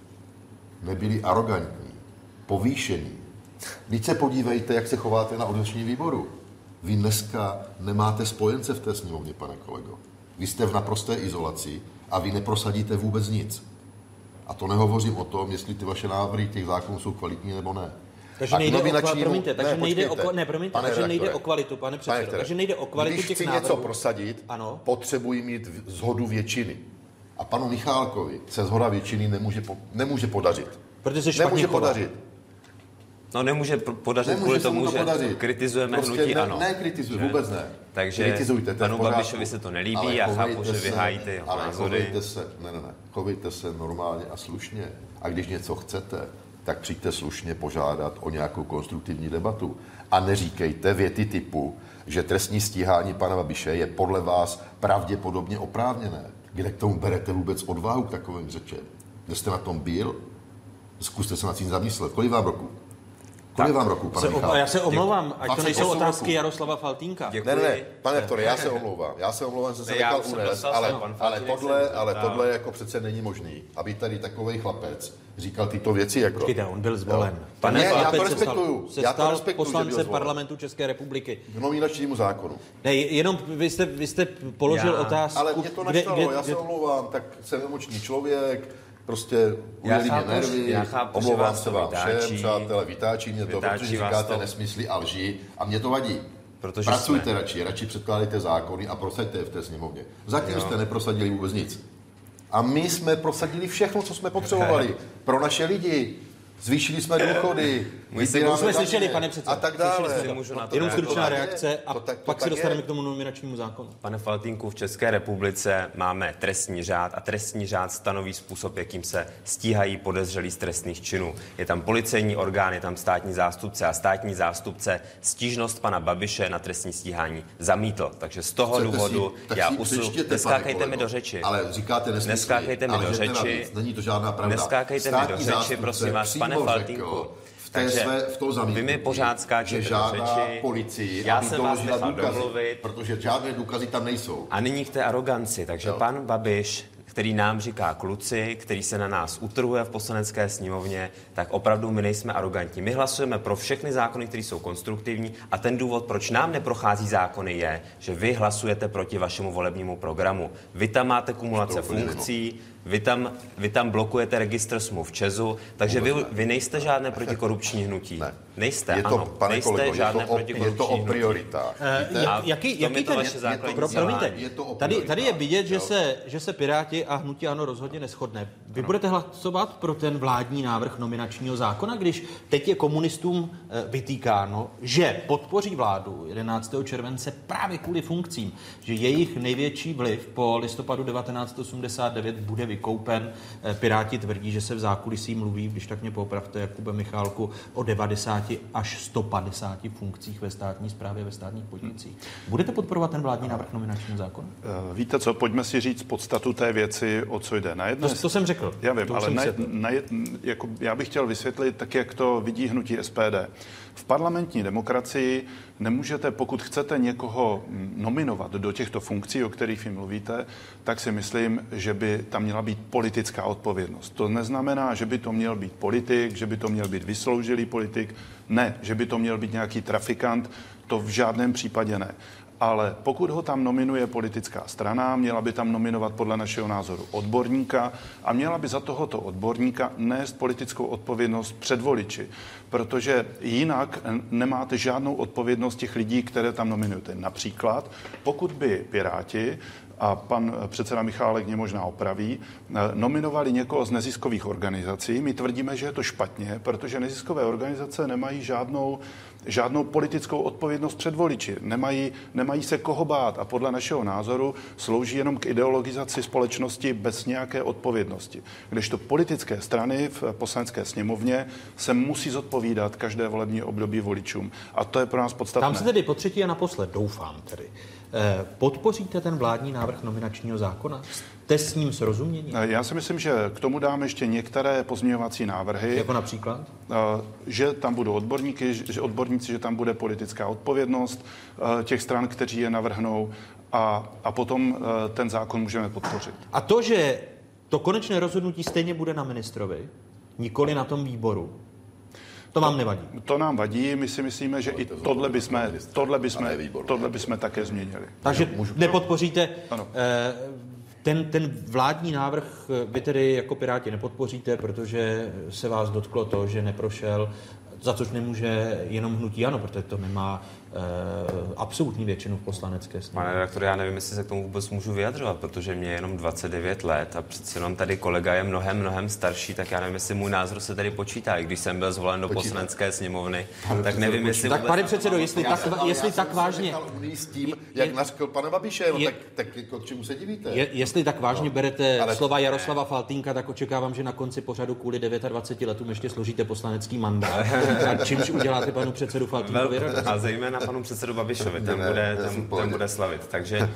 nebyli arrogantní, povýšení, víc se podívejte, jak se chováte na organizačním výboru. Vy dneska nemáte spojence v té sněmovně, pane kolego. Vy jste v naprosté izolaci a vy neprosadíte vůbec nic. A to nehovořím o tom, jestli ty vaše návrhy těch zákonů jsou kvalitní nebo ne. Takže nejde o kvalitu, promiňte, takže ne, nejde o, ne, promiňte, pane takže redaktore, nejde o kvalitu, pane předsedo, pane takže nejde o kvalitu když těch chci návrhů. něco prosadit, ano. Potřebuji mít shodu většiny. A panu Michálkovi se shoda většiny nemůže, po, nemůže podařit. Protože se špatně nemůže chová. podařit. No nemůže podařit Nemůže kvůli se tomu, mu to že podařit. kritizujeme Prostě hnutí ne, ANO. Ne, kritizuji, vůbec ne. Takže Kritizujte, to je panu v pořádku. Babišovi se to nelíbí, Ale já chápu, chovejte že se- vyhájíte jeho ale názory. Chovejte se, ne, ne, ne, chovejte se normálně a slušně. A když něco chcete, tak přijďte slušně požádat o nějakou konstruktivní debatu. A neříkejte věty typu, že trestní stíhání pana Babiše je podle vás pravděpodobně oprávněné. Kde k tomu berete vůbec odvahu k takovým řečem? Kde jste na tom byl? Zkuste se nad tím zamyslet. Kolik vám roku? Kolik vám roku, pane Michálku? Já se omlouvám, ať to nejsou otázky roku. Jaroslava Faltýnka. Děkuji. Ne, ne, pane Doktore, já se omlouvám. Já se omlouvám, že jsem se nechal unést, ale, ale, tohle, ale tohle jako přece není možný, aby tady takovej chlapec říkal tyto věci. Jako. Počkejte, on byl zvolen. No. Pane ne, já to respektuju. respektuju. Já to respektuju, poslance parlamentu České republiky. K nominačnímu zákonu. Ne, jenom vy jste, vy jste položil já. otázku. Ale mě to naštalo, já se omlouvám, tak jsem emoční člověk. Prostě ujeli mě nervy, omlouvám se vám všem, přátelé, vytáčí mě to, protože říkáte to... nesmysly a lži a mě to vadí. Protože Pracujte jsme... radši, radši předkládejte zákony a prosaďte je v té sněmovně. Zatím jo. jste neprosadili vůbec nic. A my jsme prosadili všechno, co jsme potřebovali pro naše lidi. Zvýšili jsme důchody, my jsme slyšeli, pane předsedo, a tak dále. Jenom stručná reakce a to tak, to pak tak se dostaneme je. k tomu nominačnímu zákonu. Pane Faltýnku, v České republice máme trestní řád a trestní řád stanoví způsob, jakým se stíhají podezřelí z trestných činů. Je tam policejní orgán, je tam státní zástupce a státní zástupce stížnost pana Babiše na trestní stíhání zamítl. Takže z toho Chcete důvodu si, já usiluji. Neskákejte mi do řeči. Ale říkáte nesmysly. Neskákejte mi do řeči. Není to žádná pravda. Neskákejte mi do řeči, prosím vás, pane Faltýnku. Takže své, v tom zamítnutí, vy mi pořád skáčete do řeči. Policii, já aby jsem vás nechal důkazy, domluvit. Protože žádné důkazy tam nejsou. A nyní k té aroganci. Takže jo. pan Babiš, který nám říká kluci, který se na nás utrhuje v poslanecké sněmovně, tak opravdu my nejsme arrogantní. My hlasujeme pro všechny zákony, které jsou konstruktivní a ten důvod, proč nám neprochází zákony, je, že vy hlasujete proti vašemu volebnímu programu. Vy tam máte kumulace funkcí, vy tam, vy tam blokujete registr smluv ČEZu, takže vy, vy nejste žádné protikorupční hnutí. Ne. Nejste, je to, ano. Pane nejste kolego, žádné je to, o, je to o prioritách. Uh, jaký jaký ten, promiňte, tady, tady je vidět, že se, že se Piráti a hnutí ANO rozhodně neshodne. Vy ano. budete hlasovat pro ten vládní návrh nominačního zákona, když teď je komunistům vytýkáno, že podpoří vládu jedenáctého července právě kvůli funkcím, že jejich největší vliv po listopadu devatenáct osmdesát devět bude vykoupen. Piráti tvrdí, že se v zákulisí mluví, když tak mě popravte, Jakube Michálku, o devadesát až sto padesát funkcích ve státní správě, ve státních podnicích. Budete podporovat ten vládní návrh nominačního zákona? Víte co, pojďme si říct podstatu té věci, o co jde. Na jedné... to, to jsem řekl. Já vím, ale na, na, jako, já bych chtěl vysvětlit tak, jak to vidí hnutí S P D. V parlamentní demokracii nemůžete, pokud chcete někoho nominovat do těchto funkcí, o kterých vy mluvíte, tak si myslím, že by tam měla být politická odpovědnost. To neznamená, že by to měl být politik, že by to měl být vysloužilý politik, ne, že by to měl být nějaký trafikant, to v žádném případě ne. Ale pokud ho tam nominuje politická strana, měla by tam nominovat podle našeho názoru odborníka a měla by za tohoto odborníka nést politickou odpovědnost před voliči, protože jinak nemáte žádnou odpovědnost těch lidí, které tam nominujete. Například, pokud by Piráti, a pan předseda Michálek mě možná opraví, nominovali někoho z neziskových organizací, my tvrdíme, že je to špatně, protože neziskové organizace nemají žádnou žádnou politickou odpovědnost před voliči. Nemají, nemají se koho bát a podle našeho názoru slouží jenom k ideologizaci společnosti bez nějaké odpovědnosti. Kdežto politické strany v poslanecké sněmovně se musí zodpovídat každé volební období voličům. A to je pro nás podstatné. Tam se tedy po třetí a naposled, doufám tedy. Podpoříte ten vládní návrh nominačního zákona? Jste s ním srozumění? Já si myslím, že k tomu dáme ještě některé pozměňovací návrhy. Jako například? Že tam budou odborníky, že odborníci, že tam bude politická odpovědnost těch stran, kteří je navrhnou a, a potom ten zákon můžeme podpořit. A to, že to konečné rozhodnutí stejně bude na ministrovi, nikoli na tom výboru, to vám nevadí? To nám vadí, my si myslíme, že i tohle bychom, tohle bychom, tohle bychom také změnili. Takže nepodpoříte ten, ten vládní návrh, vy tedy jako Piráti nepodpoříte, protože se vás dotklo to, že neprošel, za což nemůže jenom hnutí ANO, protože to nemá e, absolutní většinu v poslanecké sněmovně. Pane redaktor, já nevím, jestli se k tomu vůbec můžu vyjadřovat, protože mě je jenom dvacet devět let a přece jenom tady kolega je mnohem, mnohem starší, tak já nevím, jestli můj názor se tady počítá. I když jsem byl zvolen do počítá. poslanecké sněmovny, pane tak nevím, jestli tak pane předsedo, jestli tak, jsem, jestli tak vážně... s tím, jak nařkl pane Babiše, no, tak, tak jako, čemu se divíte? Je, jestli tak vážně no, berete ale slova Jaroslava Faltýnka, tak očekávám, že na konci pořadu kvůli dvaceti devíti letům ještě složíte poslanecký mandát. A čímž uděláte panu předsedu Faltýnkovi radost? A zejména panu předsedu Babišovi, ten, ne, bude, ten, ten bude slavit. Takže uh,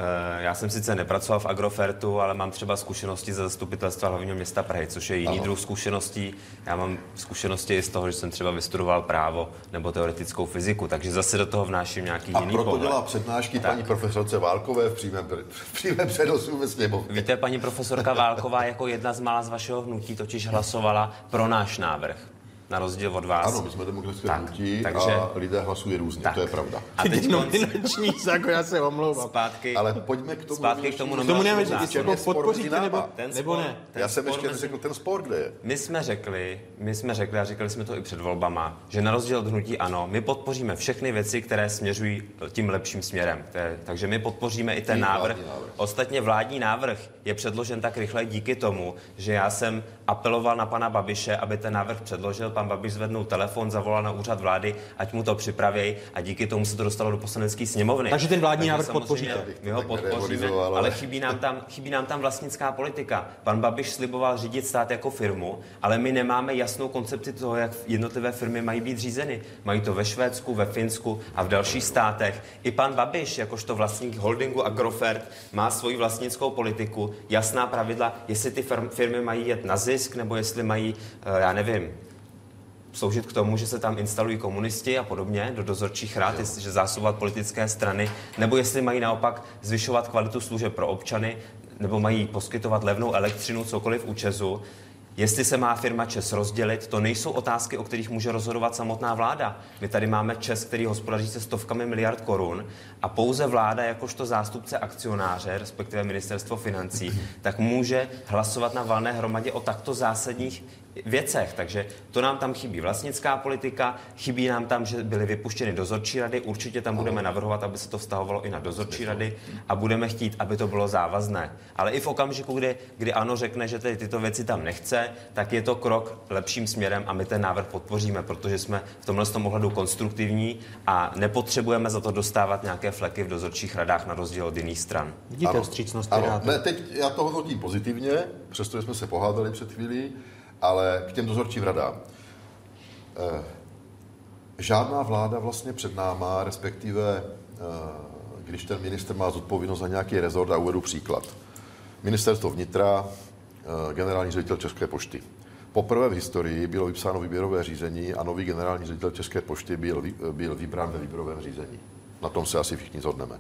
já jsem sice nepracoval v Agrofertu, ale mám třeba zkušenosti ze zastupitelstva hlavního města Prahy, což je jiný ano. druh zkušeností. Já mám zkušenosti i z toho, že jsem třeba vystudoval právo nebo teoretickou fyziku, takže zase do toho vnáším nějaký a jiný pohled. A proto dělá přednášky tak. paní profesorce Válkové v přímém, v přímém přenosu ve sněmovně. Víte, paní profesorka Válková jako jedna z mála z vašeho hnutí totiž hlasovala pro náš návrh. Na rozdíl od vás. Ano, my jsme demokratické hnutí takže... a lidé hlasují různě, tak. To je pravda. A teď nominační zákon, já se omlouvám. Zpátky, ale pojďme k tomu. Zpátky k tomu nominačnímu zákonu. Podpoříte nebo, nebo ne? Já jsem ještě neřekl ten spor, kde je. My jsme řekli, my jsme řekli a říkali jsme to i před volbama, že na rozdíl od hnutí ANO, my podpoříme všechny věci, které směřují tím lepším směrem. Takže my podpoříme i ten návrh. návrh. Ostatně vládní návrh je předložen tak rychle díky tomu, že já jsem apeloval na pana Babiše, aby ten návrh předložil. Pan Babiš zvednul telefon, zavolal na úřad vlády, ať mu to připraví a díky tomu se to dostalo do poslanecké sněmovny. Takže ten vládní návrh podpoříte. My ho podpoříme, ale chybí nám, tam, chybí nám tam vlastnická politika. Pan Babiš sliboval řídit stát jako firmu, ale my nemáme jasnou koncepci toho, jak jednotlivé firmy mají být řízeny. Mají to ve Švédsku, ve Finsku a v dalších státech. I pan Babiš, jakožto vlastník holdingu Agrofert, má svoji vlastnickou politiku, jasná pravidla, jestli ty firmy mají jet na zisk, nebo jestli mají, já nevím, sloužit k tomu, že se tam instalují komunisti a podobně do dozorčích rad, jestliže zásobovat politické strany, nebo jestli mají naopak zvyšovat kvalitu služeb pro občany, nebo mají poskytovat levnou elektřinu, cokoliv u ČEZu. Jestli se má firma ČEZ rozdělit, to nejsou otázky, o kterých může rozhodovat samotná vláda. My tady máme ČEZ, který hospodaří se stovkami miliard korun a pouze vláda, jakožto zástupce akcionáře, respektive ministerstvo financí, tak může hlasovat na valné hromadě o takto zásadních věcech. Takže to nám tam chybí vlastnická politika, chybí nám tam, že byly vypuštěny dozorčí rady, určitě tam budeme navrhovat, aby se to vztahovalo i na dozorčí rady a budeme chtít, aby to bylo závazné. Ale i v okamžiku, kdy, kdy ANO řekne, že tady tyto věci tam nechce, tak je to krok lepším směrem a my ten návrh podpoříme, protože jsme v tomhle tom ohledu konstruktivní a nepotřebujeme za to dostávat nějaké fleky v dozorčích radách na rozdíl od jiných stran. Vidíte vstřícnost Pirátů? Ne, teď já to hodnotím pozitivně, přestože jsme se pohádali před chvílí, ale k těm dozorčím radám. Eh, žádná vláda vlastně před náma, respektive eh, když ten ministr má zodpovědnost za nějaký rezort, a uvedu příklad. Ministerstvo vnitra, eh, generální ředitel České pošty. Poprvé v historii bylo vypsáno výběrové řízení a nový generální ředitel České pošty byl, byl vybrán ve výběrovém řízení. Na tom se asi všichni shodneme.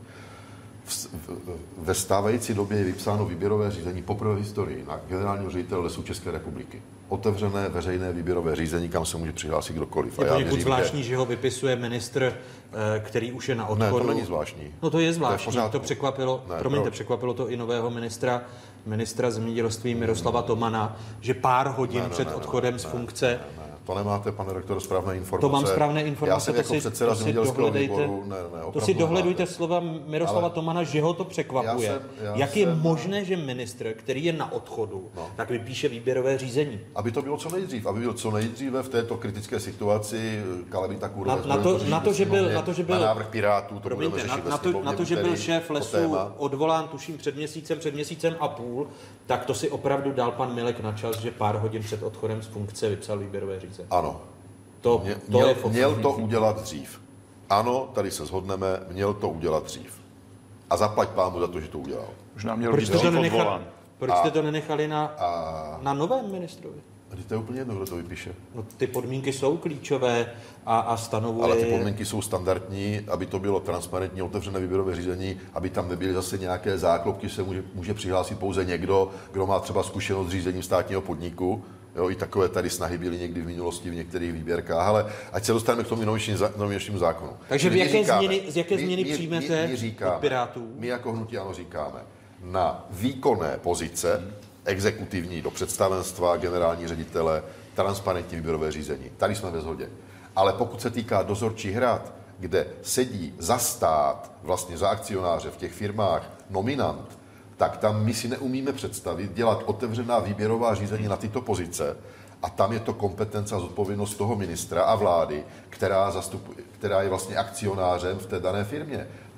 V, v, ve stávající době je vypsáno výběrové řízení poprvé v historii na generálního ředitele Lesů České republiky. Otevřené veřejné výběrové řízení, kam se může přihlásit kdokoliv. Je to někud zvláštní, že... že ho vypisuje ministr, který už je na odchodu. Ne, to není zvláštní. No to je zvláštní, to, je to překvapilo, ne, promiňte, pro... překvapilo to i nového ministra, ministra zemědělství Miroslava Tomana, že pár hodin ne, ne, před ne, odchodem ne, z funkce... Ne, ne, ne. To nemáte, pane rektor, správné informace. To mám správné informace. Já jsem jako předseda zemědělského výboru. Ne, ne, to si dohledujte slova Miroslava ale Tomana, že ho to překvapuje. Já jsem, já Jak jsem, je možné, že ministr, který je na odchodu, no. tak vypíše výběrové řízení? Aby to bylo co nejdřív. Aby bylo co nejdříve v této kritické situaci kalamita kůrové. Na, na, to, na, to, že byl, na to, že byl... Na návrh Pirátů, to promiňte, budeme řešit na, na, to, na to, že byl šéf Lesů odvolán, tuším, před měsícem, před měsícem a půl, tak to si opravdu dal pan Milek na čas, že pár hodin před odchodem z funkce vypsal výběrové řízení. Ano. To, Mě, to měl, je měl to udělat dřív. Ano, tady se shodneme, měl to udělat dřív. A zaplať pámu za to, že to udělal. Možná měl proč být jste to odvolán. Proč a, jste to nenechali na, a, na novém ministrovi? A to je úplně jedno, kdo to vypíše. No, ty podmínky jsou klíčové a, a stanovuje... Ale ty podmínky jsou standardní, aby to bylo transparentní, otevřené výběrové řízení, aby tam nebyly zase nějaké záklopky, že se může, může přihlásit pouze někdo, kdo má třeba zkušenost s řízením státního podniku. Jo, i takové tady snahy byly někdy v minulosti v některých výběrkách, ale ať se dostaneme k tomu nominačnímu zákonu. Takže v jaké říkáme, změny, z jaké změny my, přijmete my, my říkáme, od Pirátů? My jako hnutí ANO říkáme, na výkonné pozice, hmm. exekutivní do představenstva, generální ředitele, transparentní výběrové řízení. Tady jsme ve shodě. Ale pokud se týká dozorčích rad, kde sedí za stát, vlastně za akcionáře v těch firmách nominant, tak tam my si neumíme představit dělat otevřená výběrová řízení na tyto pozice a tam je to kompetence a zodpovědnost toho ministra a vlády, která, zastupuje, která je vlastně akcionářem v té dané firmě.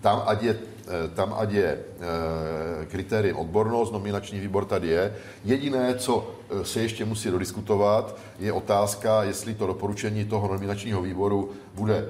tam ať je, tam, ať je kritérium odbornost, nominační výbor tady je. Jediné, co se ještě musí dodiskutovat, je otázka, jestli to doporučení toho nominačního výboru bude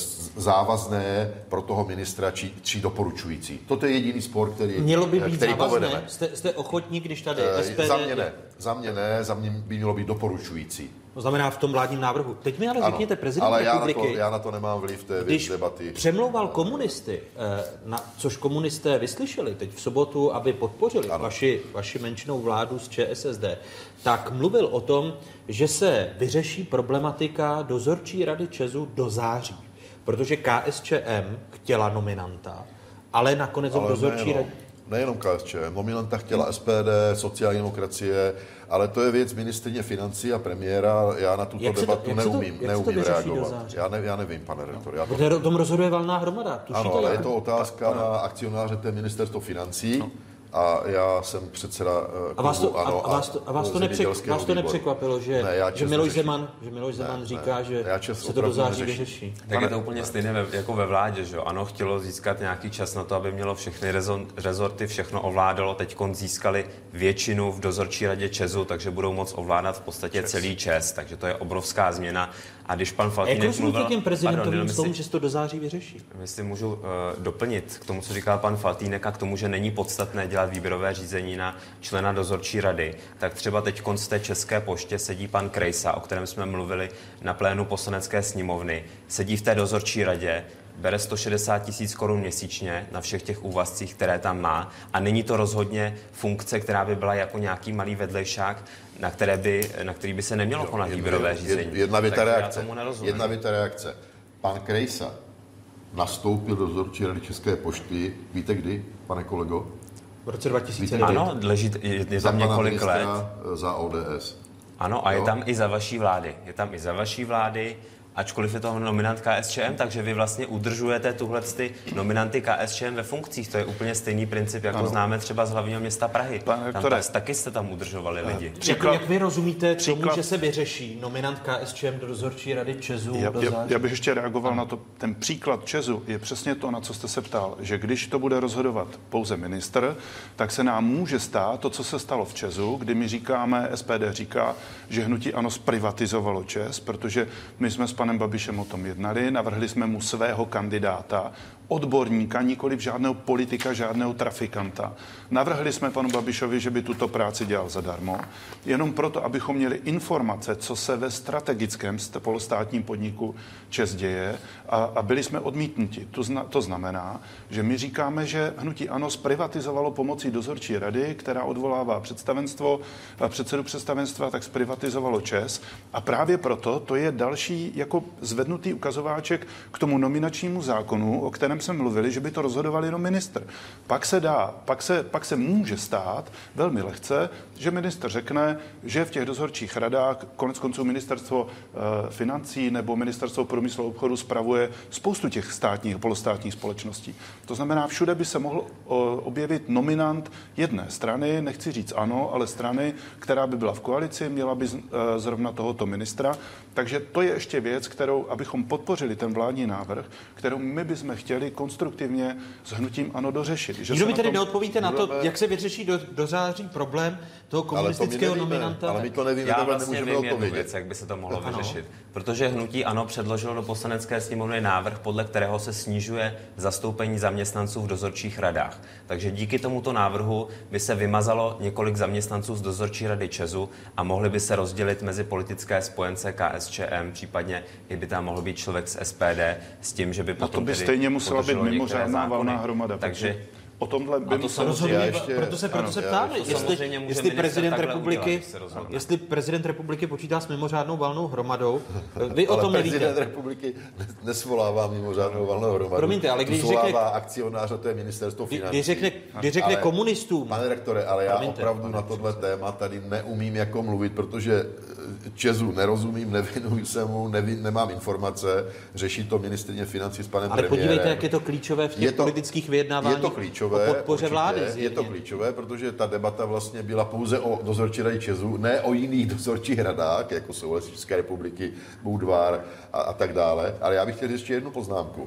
závazné pro toho ministra či, či doporučující. Toto je jediný spor, který, mělo by být který závazné? povedeme. Jste, jste ochotní, když tady S P D... Za mě ne. Za mě ne, za mě by mělo být doporučující. To znamená v tom vládním návrhu. Teď mi ale ano, řekněte, prezident ale republiky... Ale já na to nemám vliv té když debaty. přemlouval komunisty, na, což komunisté vyslyšeli teď v sobotu, aby podpořili vaši, vaši menšinou vládu z Č S S D, tak mluvil o tom, že se vyřeší problematika dozorčí rady ČEZu do září. Protože K S Č M chtěla nominanta, ale nakonec ale dozorčí rady... Nejenom K S Č M, nominanta chtěla S P D, sociální demokracie, ale to je věc ministryně financí a premiéra. Já na tuto jak debatu to, neumím, to, neumím reagovat. Já, ne, já nevím, pane rektor. No. Protože o tom rozhoduje valná hromada. Tušíte, ano, ale je to otázka na akcionáře, to je ministerstvo financí. No. A já jsem předseda a vás to, ano, a vás to, a vás to, nepřek, vás to nepřekvapilo, že, ne, že Miloš Zeman, že Miloš Zeman ne, říká, ne, že se to do září vyřeší? Tak je to úplně stejné jako ve vládě, že ano, chtělo získat nějaký čas na to, aby mělo všechny rezorty, všechno ovládalo, teď získali většinu v dozorčí radě ČEZu, takže budou moct ovládat v podstatě Čes. celý ČEZ, takže to je obrovská změna. A když pan Faltýnek jak mluvil... Jak těm prezidentovým s tomu, že se to do září vyřeší? Myslím, můžu uh, doplnit k tomu, co říkal pan Faltýnek a k tomu, že není podstatné dělat výběrové řízení na člena dozorčí rady, tak třeba teď z té České poště sedí pan Krejsa, o kterém jsme mluvili na plénu Poslanecké sněmovny, sedí v té dozorčí radě, bere sto šedesát tisíc korun měsíčně na všech těch úvazcích, které tam má a není to rozhodně funkce, která by byla jako nějaký malý vedlejšák, na, které by, na který by se nemělo konat výběrové řízení. Jedna věta reakce. Jedna věta reakce. Pan Krejsa nastoupil do dozorčí rady České pošty, víte kdy, pane kolego? V roce dva tisíce devět. Ano, leží, je, je tam několik let. Za O D S. Ano, a jo? Je tam i za vaší vlády. Je tam i za vaší vlády, ačkoliv je to nominant K S Č M, takže vy vlastně udržujete tuhle ty nominanty K S Č M ve funkcích. To je úplně stejný princip, jako ano. známe třeba z hlavního města Prahy. Pane tam ta, taky jste tam udržovali lidi. Příklad, jak vy rozumíte příklad, tomu, že se vyřeší nominant K S Č M do dozorčí rady ČEZu já, do já, já bych ještě reagoval ano. na to. Ten příklad ČEZu je přesně to, na co jste se ptal, že když to bude rozhodovat pouze ministr, tak se nám může stát to, co se stalo v ČEZu, kdy my říkáme, S P D říká, že hnutí ANO zprivatizovalo ČEZ, protože my jsme s panem Babišem o tom jednali, navrhli jsme mu svého kandidáta, odborníka, nikoliv žádného politika, žádného trafikanta. Navrhli jsme panu Babišovi, že by tuto práci dělal zadarmo, jenom proto, abychom měli informace, co se ve strategickém polostátním podniku ČEZ děje a, a byli jsme odmítnuti. To, zna, to znamená, že my říkáme, že hnutí ANO zprivatizovalo pomocí dozorčí rady, která odvolává představenstvo, předsedu představenstva, tak zprivatizovalo ČEZ a právě proto to je další jako zvednutý ukazováček k tomu nominačnímu zákonu, o kterém jsme mluvili, že by to rozhodoval jenom ministr. Pak se dá, pak se, pak se může stát velmi lehce, že ministr řekne, že v těch dozorčích radách konec konců ministerstvo e, financí nebo ministerstvo průmyslu a obchodu spravuje spoustu těch státních, polostátních společností. To znamená, všude by se mohl o, objevit nominant jedné strany, nechci říct ano, ale strany, která by byla v koalici, měla by z, e, zrovna tohoto ministra. Takže to je ještě věc, kterou, abychom podpořili ten vládní návrh, kterou my bychom chtěli konstruktivně s hnutím ANO dořešit. Nikdo mi tedy neodpovíte na to, jak se vyřeší do, do září problém toho komunistického ale nominanta. Ale my to nevíme, já to vlastně nemůžeme vím jednu věc, jak by se to mohlo ano. vyřešit. Protože hnutí ANO předložilo do Poslanecké sněmovny návrh, podle kterého se snižuje zastoupení zaměstnanců v dozorčích radách. Takže díky tomuto návrhu by se vymazalo několik zaměstnanců z dozorčí rady ČEZu a mohli by se rozdělit mezi politické spojence K S Č M, případně i by tam mohl být člověk z S P D s tím, že by potom to by stejně musela být mimořádná valná hromada. Takže o tomhle by to samozřejmě, ještě, proto se, proto ano, se ptáme, jestli, jestli prezident republiky, udělat, jestli prezident republiky počítá s mimořádnou valnou hromadou. Vy o tom nevíte. Prezident republiky nesvolává mimořádnou valnou hromadu. Promiňte, ale když řekne akcionář, to je ministerstvo financí. Když řekne, když řekne ale, komunistům. Pane rektore, ale já promiňte, opravdu promiňte, na tohle téma tady neumím jako mluvit, protože ČEZu nerozumím, nevinuji se mu, neví, nemám informace, řeší to ministryně financí s panem ale premiérem. Ale podívejte, jak je to klíčové v těch to, politických vyjednáváních. Je to klíčové, o podpoře vlády. Je to klíčové, protože ta debata vlastně byla pouze o dozorčí radě ČEZu, ne o jiných dozorčích radách, jako jsou Lesy České republiky, Budvar a, a tak dále. Ale já bych chtěl říct ještě jednu poznámku.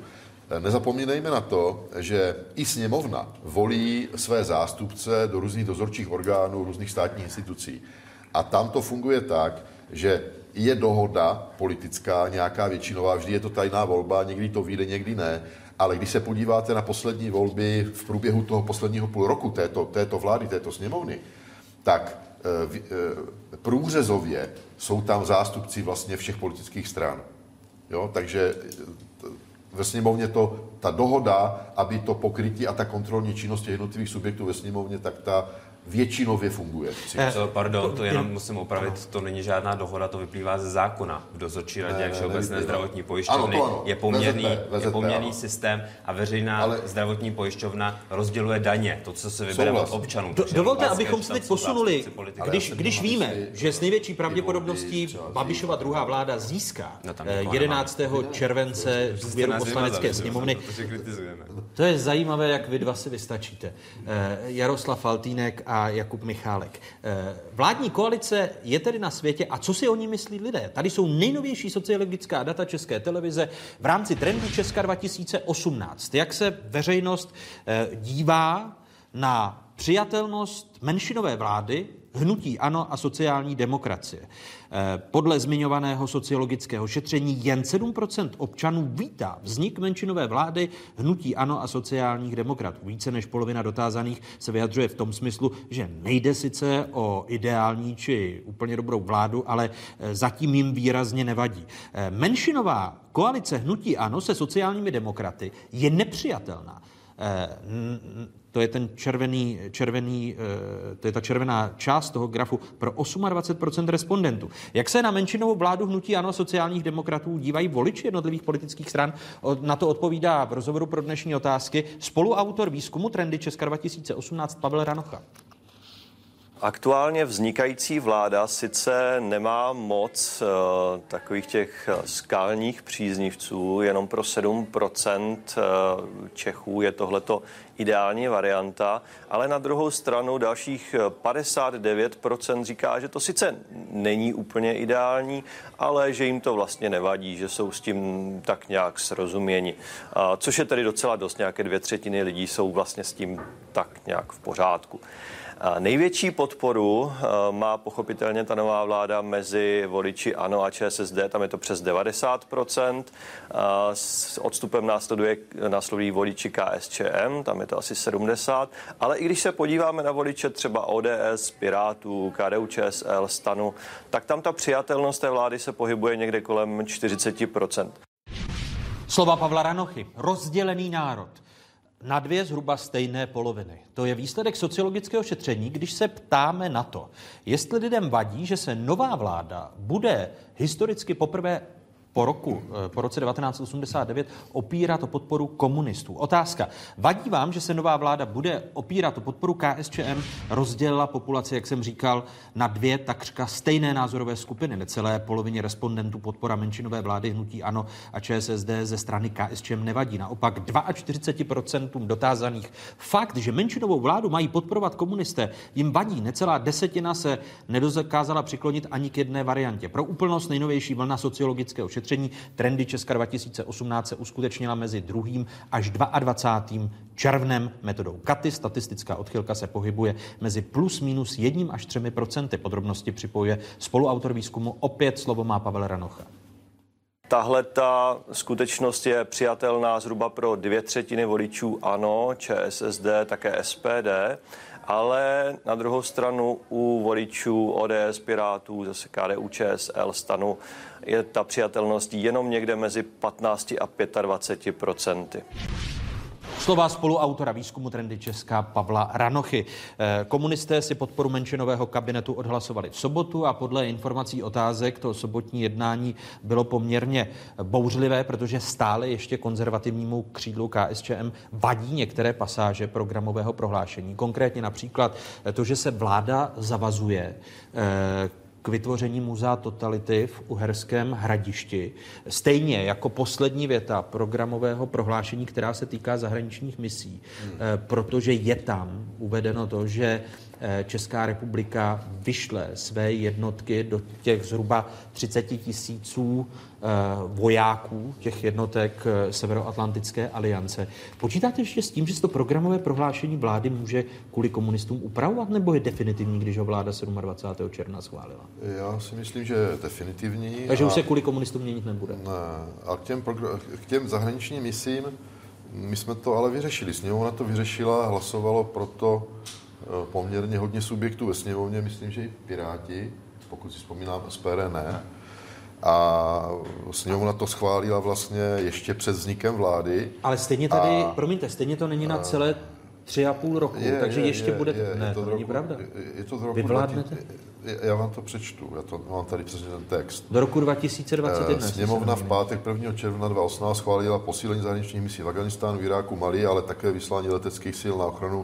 Nezapomínejme na to, že i sněmovna volí své zástupce do různých dozorčích orgánů, různých státních institucí. A tam to funguje tak, že je dohoda politická, nějaká většinová, vždy je to tajná volba, někdy to vyjde, někdy ne, ale když se podíváte na poslední volby v průběhu toho posledního půl roku této, této vlády, této sněmovny, tak e, e, průřezově jsou tam zástupci vlastně všech politických stran. Jo? Takže ve sněmovně to, ta dohoda, aby to pokrytí a ta kontrolní činnost jednotlivých subjektů ve sněmovně, tak ta většinově funguje. Eh, Pardon, to jenom musím opravit, to není žádná dohoda, to vyplývá ze zákona. V dozorčí radě ne, Všeobecné zdravotní pojišťovny ano, ano. je poměrný, V Z P, V Z P, je poměrný systém a veřejná ale... zdravotní pojišťovna rozděluje daně, to, co se vybere od občanů. Do, dovolte, abychom se teď posunuli, když, když víme, že s největší pravděpodobností Babišova druhá vláda získá no, jedenáctého července důvěru poslanecké sněmovny. To je zajímavé, jak vy dva si vystačíte. Jaroslav Faltýnek a Jakub Michálek. Vládní koalice je tedy na světě a co si o ní myslí lidé? Tady jsou nejnovější sociologická data České televize v rámci trendu Česka dva tisíce osmnáct. Jak se veřejnost dívá na přijatelnost menšinové vlády, hnutí ANO a sociální demokracie. Podle zmiňovaného sociologického šetření jen sedm procent občanů vítá vznik menšinové vlády hnutí ANO a sociálních demokratů. Více než polovina dotázaných se vyjadřuje v tom smyslu, že nejde sice o ideální či úplně dobrou vládu, ale zatím jim výrazně nevadí. Menšinová koalice hnutí ANO se sociálními demokraty je nepřijatelná. To je ten červený, červený, to je ta červená část toho grafu pro dvacet osm procent respondentů. Jak se na menšinovou vládu hnutí ANO sociálních demokratů dívají voliči jednotlivých politických stran? Na to odpovídá v rozhovoru pro dnešní otázky spoluautor výzkumu Trendy Česka dva tisíce osmnáct Pavel Ranocha. Aktuálně vznikající vláda sice nemá moc uh, takových těch skalních příznivců, jenom pro sedm procent Čechů je tohleto ideální varianta, ale na druhou stranu dalších padesát devět procent říká, že to sice není úplně ideální, ale že jim to vlastně nevadí, že jsou s tím tak nějak srozuměni. Uh, což je tedy docela dost, nějaké dvě třetiny lidí jsou vlastně s tím tak nějak v pořádku. Největší podporu má pochopitelně ta nová vláda mezi voliči ANO a ČSSD, tam je to přes devadesát procent. S odstupem následuje, následují voliči KSČM, tam je to asi sedmdesát procent. Ale i když se podíváme na voliče třeba O D S, Pirátů, K D U Č S L, STANu, tak tam ta přijatelnost té vlády se pohybuje někde kolem čtyřicet procent. Slova Pavla Ranochy. Rozdělený národ na dvě zhruba stejné poloviny. To je výsledek sociologického šetření, když se ptáme na to, jestli lidem vadí, že se nová vláda bude historicky poprvé po roku, po roce devatenáct osmdesát devět opírat o podporu komunistů. Otázka. Vadí vám, že se nová vláda bude opírat o podporu K S Č M? Rozdělila populaci, jak jsem říkal, na dvě takřka stejné názorové skupiny. Necelé polovině respondentů podpora menšinové vlády hnutí ANO a Č S S D ze strany K S Č M nevadí. Naopak čtyřicet dva procent dotázaných fakt, že menšinovou vládu mají podporovat komunisté, jim vadí. Necelá desetina se nedokázala přiklonit ani k jedné variantě. Pro úplnost nejnovější vlna sociologického šetření Trendy Česka dva tisíce osmnáct se uskutečnila mezi druhým až dvacátým druhým červnem metodou Katy. Statistická odchylka se pohybuje mezi plus minus jedním až třemi procenty. Podrobnosti připojuje spoluautor výzkumu. Opět slovo má Pavel Ranocha. Tahle ta skutečnost je přijatelná zhruba pro dvě třetiny voličů ANO, Č S S D, také S P D, ale na druhou stranu u voličů O D S, Pirátů, zase K D U Č S L, STANu je ta přijatelnost jenom někde mezi patnáct a dvacet pět procenty. Slova spoluautora výzkumu Trendy Česka Pavla Ranochy. Komunisté si podporu menšinového kabinetu odhlasovali v sobotu a podle informací otázek to sobotní jednání bylo poměrně bouřlivé, protože stále ještě konzervativnímu křídlu K S Č M vadí některé pasáže programového prohlášení. Konkrétně například to, že se vláda zavazuje k vytvoření muzea totality v Uherském Hradišti. Stejně jako poslední věta programového prohlášení, která se týká zahraničních misí, hmm. protože je tam uvedeno to, že Česká republika vyšle své jednotky do těch zhruba třicet tisíců vojáků těch jednotek Severoatlantické aliance. Počítáte ještě s tím, že se to programové prohlášení vlády může kvůli komunistům upravovat, nebo je definitivní, když ho vláda dvacátého sedmého června schválila? Já si myslím, že je definitivní. Takže a... už se kvůli komunistům měnit nebude. Ne. A k těm, progr- k těm zahraničním misím, my jsme to ale vyřešili. Sněmovna to vyřešila, hlasovalo proto poměrně hodně subjektů ve sněmovně, myslím, že i Piráti, pokud si vzpomínám, S P D ne. A sněmovna to schválila vlastně ještě před vznikem vlády. Ale stejně tady, a, promiňte, stejně to není na celé tři a půl roku, je, takže je, ještě je, bude... Je, ne, je to, to není pravda. Je, je to z roku Vyvládnete? Já vám to přečtu, já to mám tady přesně ten text. Do roku dva tisíce dvacet jedna. Sněmovna v pátek prvního června dva tisíce osmnáct schválila posílení zahraničních misí v Afghánistánu, Iráku, Mali, ale také vyslání leteckých sil na ochranu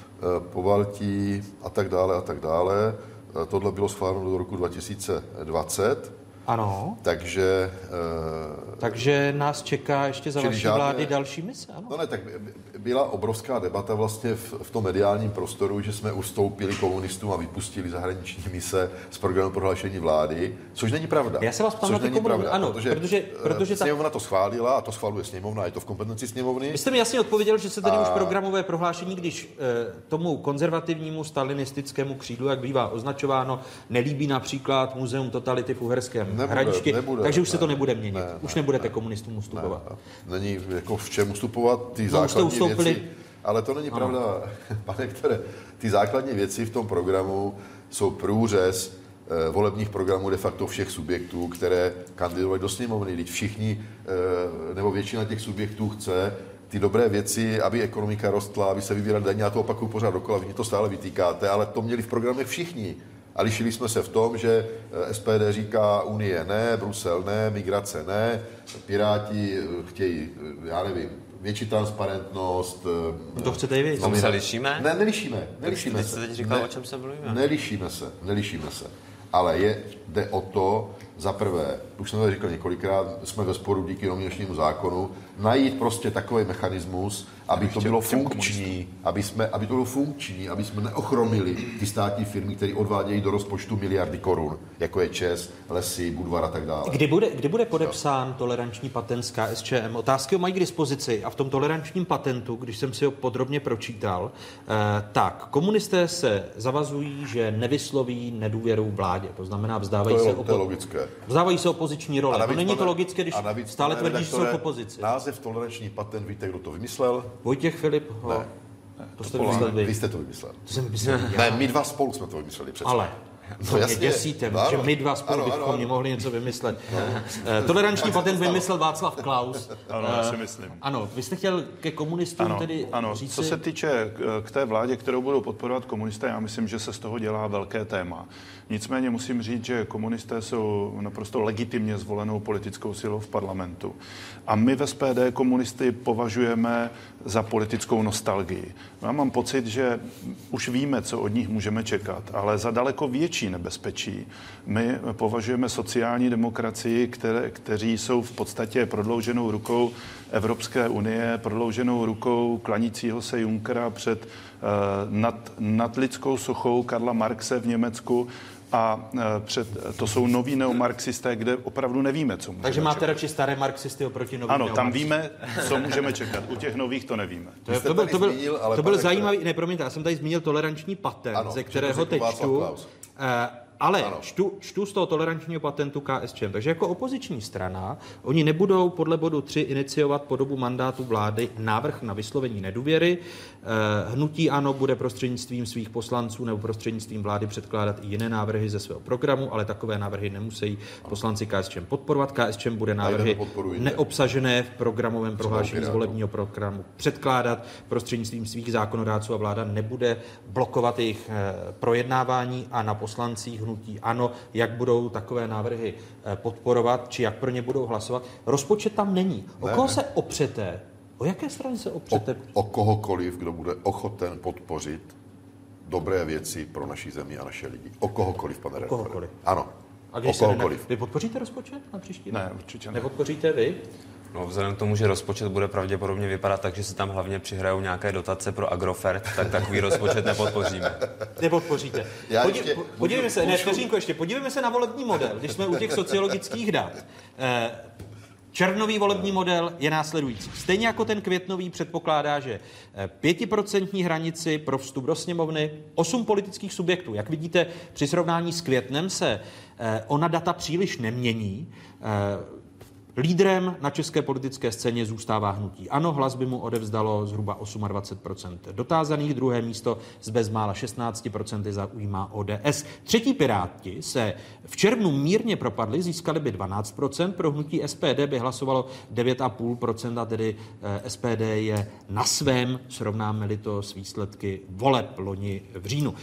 Pobaltí a tak dále a tak dále. Tohle bylo schváleno do roku dva tisíce dvacet. Ano. Takže... Uh, Takže nás čeká ještě za vaší žádné, vlády další mise, ano? No ne, tak byla obrovská debata vlastně v, v tom mediálním prostoru, že jsme ustoupili komunistům a vypustili zahraniční mise z programu prohlášení vlády, což není pravda. Já se vás ptám na ty komunisty, ano, protože, protože, protože sněmovna ta... to schválila a to schváluje sněmovna, je to v kompetenci sněmovny. Vy jste mi jasně odpověděl, že se tady a... už programové prohlášení, když eh, tomu konzervativnímu stalinistickému křídlu, jak bývá označováno, nelíbí například Muzeum totality v Uherském Nebude, Hradišti, nebude, takže už ne, se to nebude měnit. Ne, už ne, nebudete ne, komunistům ustupovat. Ne, není jako v čem ustupovat, ty no, základní věci. Ale to není ano. pravda, pane Ktore. Ty základní věci v tom programu jsou průřez eh, volebních programů de facto všech subjektů, které kandidovali do sněmovny. Teď všichni, eh, nebo většina těch subjektů chce ty dobré věci, aby ekonomika rostla, aby se vybíraly daně, já to opakuju pořád dokola, vy mi to stále vytýkáte, ale to měli v programech všichni. A lišili jsme se v tom, že S P D říká Unie ne, Brusel ne, migrace ne, Piráti chtějí, já nevím, větší transparentnost. To chcete i vy? No, my se lišíme? Ne, nelišíme. Nelišíme teď se. jste teď říkal, ne, o čem se mluvíme. Nelišíme se, nelišíme se. Ale je, jde o to, za prvé, už jsem to říkal několikrát, jsme ve sporu díky nominačnímu zákonu, najít prostě takový mechanismus, aby to bylo funkční, aby, jsme, aby to bylo funkční, aby jsme neochromili ty státní firmy, které odvádějí do rozpočtu miliardy korun, jako je ČEZ, Lesy, Budvar a tak dále. Kdy bude, kdy bude podepsán toleranční patent z K S Č M? Otázky ho mají k dispozici a v tom tolerančním patentu, když jsem si ho podrobně pročítal, eh, tak komunisté se zavazují, že nevysloví nedůvěru vládě. To znamená, vzdávají to je, se opo- to je logické. Vzdávají se opoziční role. Navíc, to není pane, to logické, když stále tvrdí, že jsou v opozici. Název toleranční patent, víte, kdo to vymyslel? Vojtěch Filip. Ho. Ne. To jste vymyslel vy. Vy jste to vymyslel. To jsem vymyslel Ne, my dva spolu jsme to vymysleli přece. Ale no, jasně. Mě děsíte, no, že my dva spolu ano, bychom ano, mohli něco vymyslet. No. Toleranční patent vymyslel Václav Klaus. Ano, já si myslím. Ano, vy jste chtěl ke komunistům ano, tedy ano. říci... Co se týče k té vládě, kterou budou podporovat komunisté, já myslím, že se z toho dělá velké téma. Nicméně musím říct, že komunisté jsou naprosto legitimně zvolenou politickou silou v parlamentu. A my v S P D komunisty považujeme za politickou nostalgii. Já mám pocit, že už víme, co od nich můžeme čekat, ale za daleko větší nebezpečí my považujeme sociální demokracii, které, kteří jsou v podstatě prodlouženou rukou Evropské unie, prodlouženou rukou klanícího se Junckera před uh, nad, nad lidskou sochou Karla Marxe v Německu. A před, to jsou noví neomarxisté, kde opravdu nevíme, co můžeme Takže máte čekat. radši staré marxisty oproti novým Ano, tam víme, co můžeme čekat. U těch nových to nevíme. To, je, to byl, to byl, zmínil, to byl zajímavý, ne, promiňte, já jsem tady zmínil toleranční patent, ano, ze kterého teď čtu. Ale čtu, čtu z toho tolerančního patentu K S Č M. Takže jako opoziční strana, oni nebudou podle bodu tři iniciovat po dobu mandátu vlády návrh na vyslovení nedůvěry. Hnutí ANO bude prostřednictvím svých poslanců nebo prostřednictvím vlády předkládat i jiné návrhy ze svého programu, ale takové návrhy nemusí poslanci K S Č M podporovat. K S Č M bude návrhy neobsažené v programovém prohlášení z volebního programu předkládat prostřednictvím svých zákonodárců a vláda nebude blokovat jejich projednávání a na poslancích hnutí ANO, jak budou takové návrhy podporovat, či jak pro ně budou hlasovat. Rozpočet tam není. O ne, koho ne. se opřete? O jaké straně se opřete? O, o kohokoliv, kdo bude ochoten podpořit dobré věci pro naši zemi a naše lidi. O kohokoliv, pane rektore. Kohokoliv. Ano. A když o kohokoliv. Ne, vy podpoříte rozpočet na příští rok? Ne, určitě ne. Nepodpoříte vy? No, vzhledem k tomu, že rozpočet bude pravděpodobně vypadat tak, že se tam hlavně přihrajou nějaké dotace pro Agrofert, tak takový rozpočet nepodpoříme. Nepodpoříte. Já Podí, ještě, podívejme můžu, se, ne, můžu. vteřínko ještě, podívejme se na volební model, když jsme u těch sociologických dat. Eh, Červnový volební model je následující. Stejně jako ten květnový předpokládá, že pětiprocentní hranici pro vstup do sněmovny, osm politických subjektů. Jak vidíte, při srovnání s květnem se eh, ona data příliš nemění. Eh, Lídrem na české politické scéně zůstává hnutí ANO, hlas by mu odevzdalo zhruba dvacet osm procent dotázaných, druhé místo z bezmála šestnáct procent zaujímá O D S. Třetí Piráti se v červnu mírně propadli, získali by dvanáct procent, pro hnutí S P D by hlasovalo devět celá pět procenta, tedy S P D je na svém, srovnáme-li to s výsledky voleb loni v říjnu.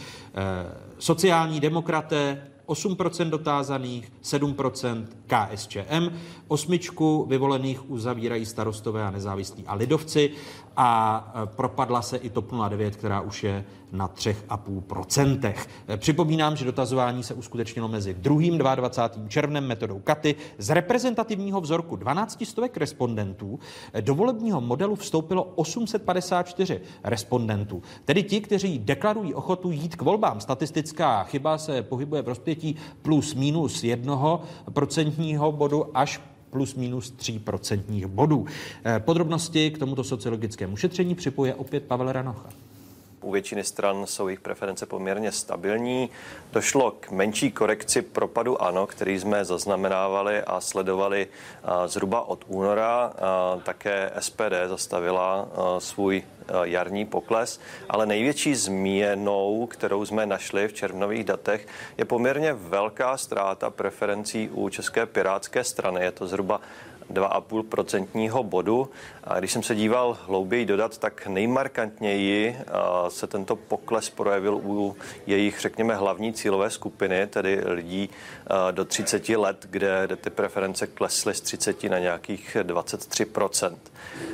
Sociální demokraté osm procent dotázaných, sedm procent K S Č M, osmičku vyvolených uzavírají Starostové a nezávislí a lidovci a propadla se i T O P nula devět, která už je na tři celá pět procenta. Připomínám, že dotazování se uskutečnilo mezi druhým dvacátým druhým červnem metodou Katy. Z reprezentativního vzorku dvanáct stovek respondentů do volebního modelu vstoupilo osm set padesát čtyři respondentů. Tedy ti, kteří deklarují ochotu jít k volbám. Statistická chyba se pohybuje v rozpětí plus minus jednoho procentního bodu až plus minus tří procentních bodů. Podrobnosti k tomuto sociologickému šetření připoje opět Pavel Ranocha. U většiny stran jsou jejich preference poměrně stabilní. Došlo k menší korekci propadu ANO, který jsme zaznamenávali a sledovali zhruba od února. Také S P D zastavila svůj jarní pokles, ale největší změnou, kterou jsme našli v červnových datech, je poměrně velká ztráta preferencí u České pirátské strany. Je to zhruba dva celá pět procentního bodu. A když jsem se díval hlouběji do dat, tak nejmarkantněji se tento pokles projevil u jejich, řekněme, hlavní cílové skupiny, tedy lidí do třiceti let, kde ty preference klesly z třiceti na nějakých dvacet tři procent.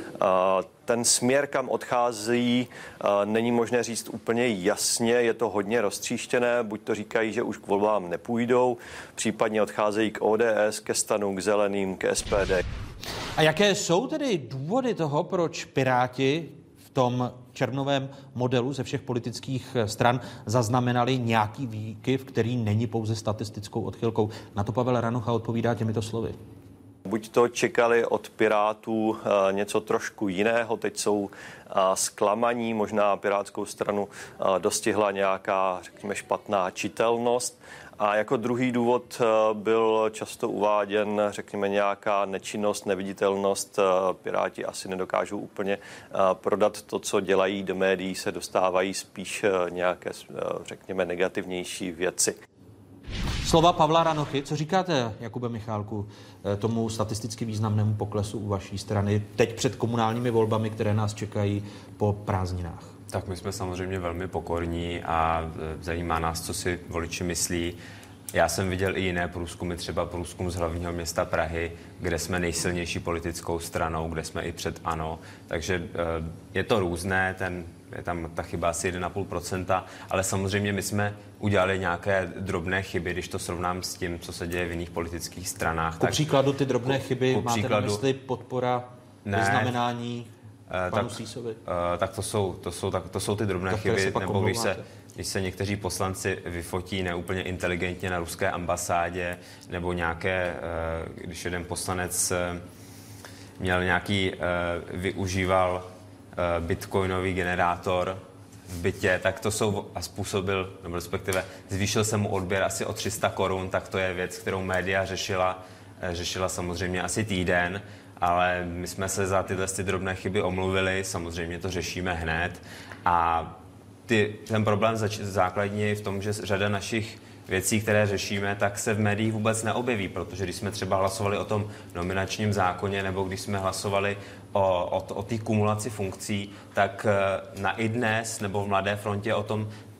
Ten směr, kam odchází, není možné říct úplně jasně, je to hodně roztříštěné, buď to říkají, že už k volbám nepůjdou, případně odcházejí k O D S, ke STANu, k Zeleným, k S P D. A jaké jsou tedy důvody toho, proč Piráti v tom červnovém modelu ze všech politických stran zaznamenali nějaký výkyv, který není pouze statistickou odchylkou? Na to Pavel Ranocha odpovídá těmito slovy. Buď to čekali od Pirátů něco trošku jiného, teď jsou zklamaní, možná Pirátskou stranu dostihla nějaká, řekněme, špatná čitelnost. A jako druhý důvod byl často uváděn, řekněme, nějaká nečinnost, neviditelnost. Piráti asi nedokážou úplně prodat to, co dělají, do médií se dostávají spíš nějaké, řekněme, negativnější věci. Slova Pavla Ranochy. Co říkáte, Jakube Michálku, tomu statisticky významnému poklesu u vaší strany teď před komunálními volbami, které nás čekají po prázdninách? Tak my jsme samozřejmě velmi pokorní a zajímá nás, co si voliči myslí. Já jsem viděl i jiné průzkumy, třeba průzkum z hlavního města Prahy, kde jsme nejsilnější politickou stranou, kde jsme i před ANO. Takže je to různé, ten, je tam ta chyba asi jedna celá pět procenta, ale samozřejmě my jsme udělali nějaké drobné chyby, když to srovnám s tím, co se děje v jiných politických stranách. Ku tak, příkladu ty drobné ku, chyby, ku máte příkladu, na mysli podpora, ne, vyznamenání panu tak, Sísovi? tak, to jsou, to, jsou, tak to jsou ty drobné tak chyby, nebo když se, když se někteří poslanci vyfotí neúplně inteligentně na ruské ambasádě, nebo nějaké, když jeden poslanec měl nějaký, využíval bitcoinový generátor v bytě, tak to jsou a způsobil, nebo respektive zvýšil se mu odběr asi o tři sta korun, tak to je věc, kterou média řešila, řešila samozřejmě asi týden, ale my jsme se za tyhle ty drobné chyby omluvili, samozřejmě to řešíme hned a ty, ten problém zač- základní je v tom, že řada našich věcí, které řešíme, tak se v médiích vůbec neobjeví, protože když jsme třeba hlasovali o tom nominačním zákoně nebo když jsme hlasovali o, o, o té kumulaci funkcí, tak na iDnes nebo v Mladé frontě o tom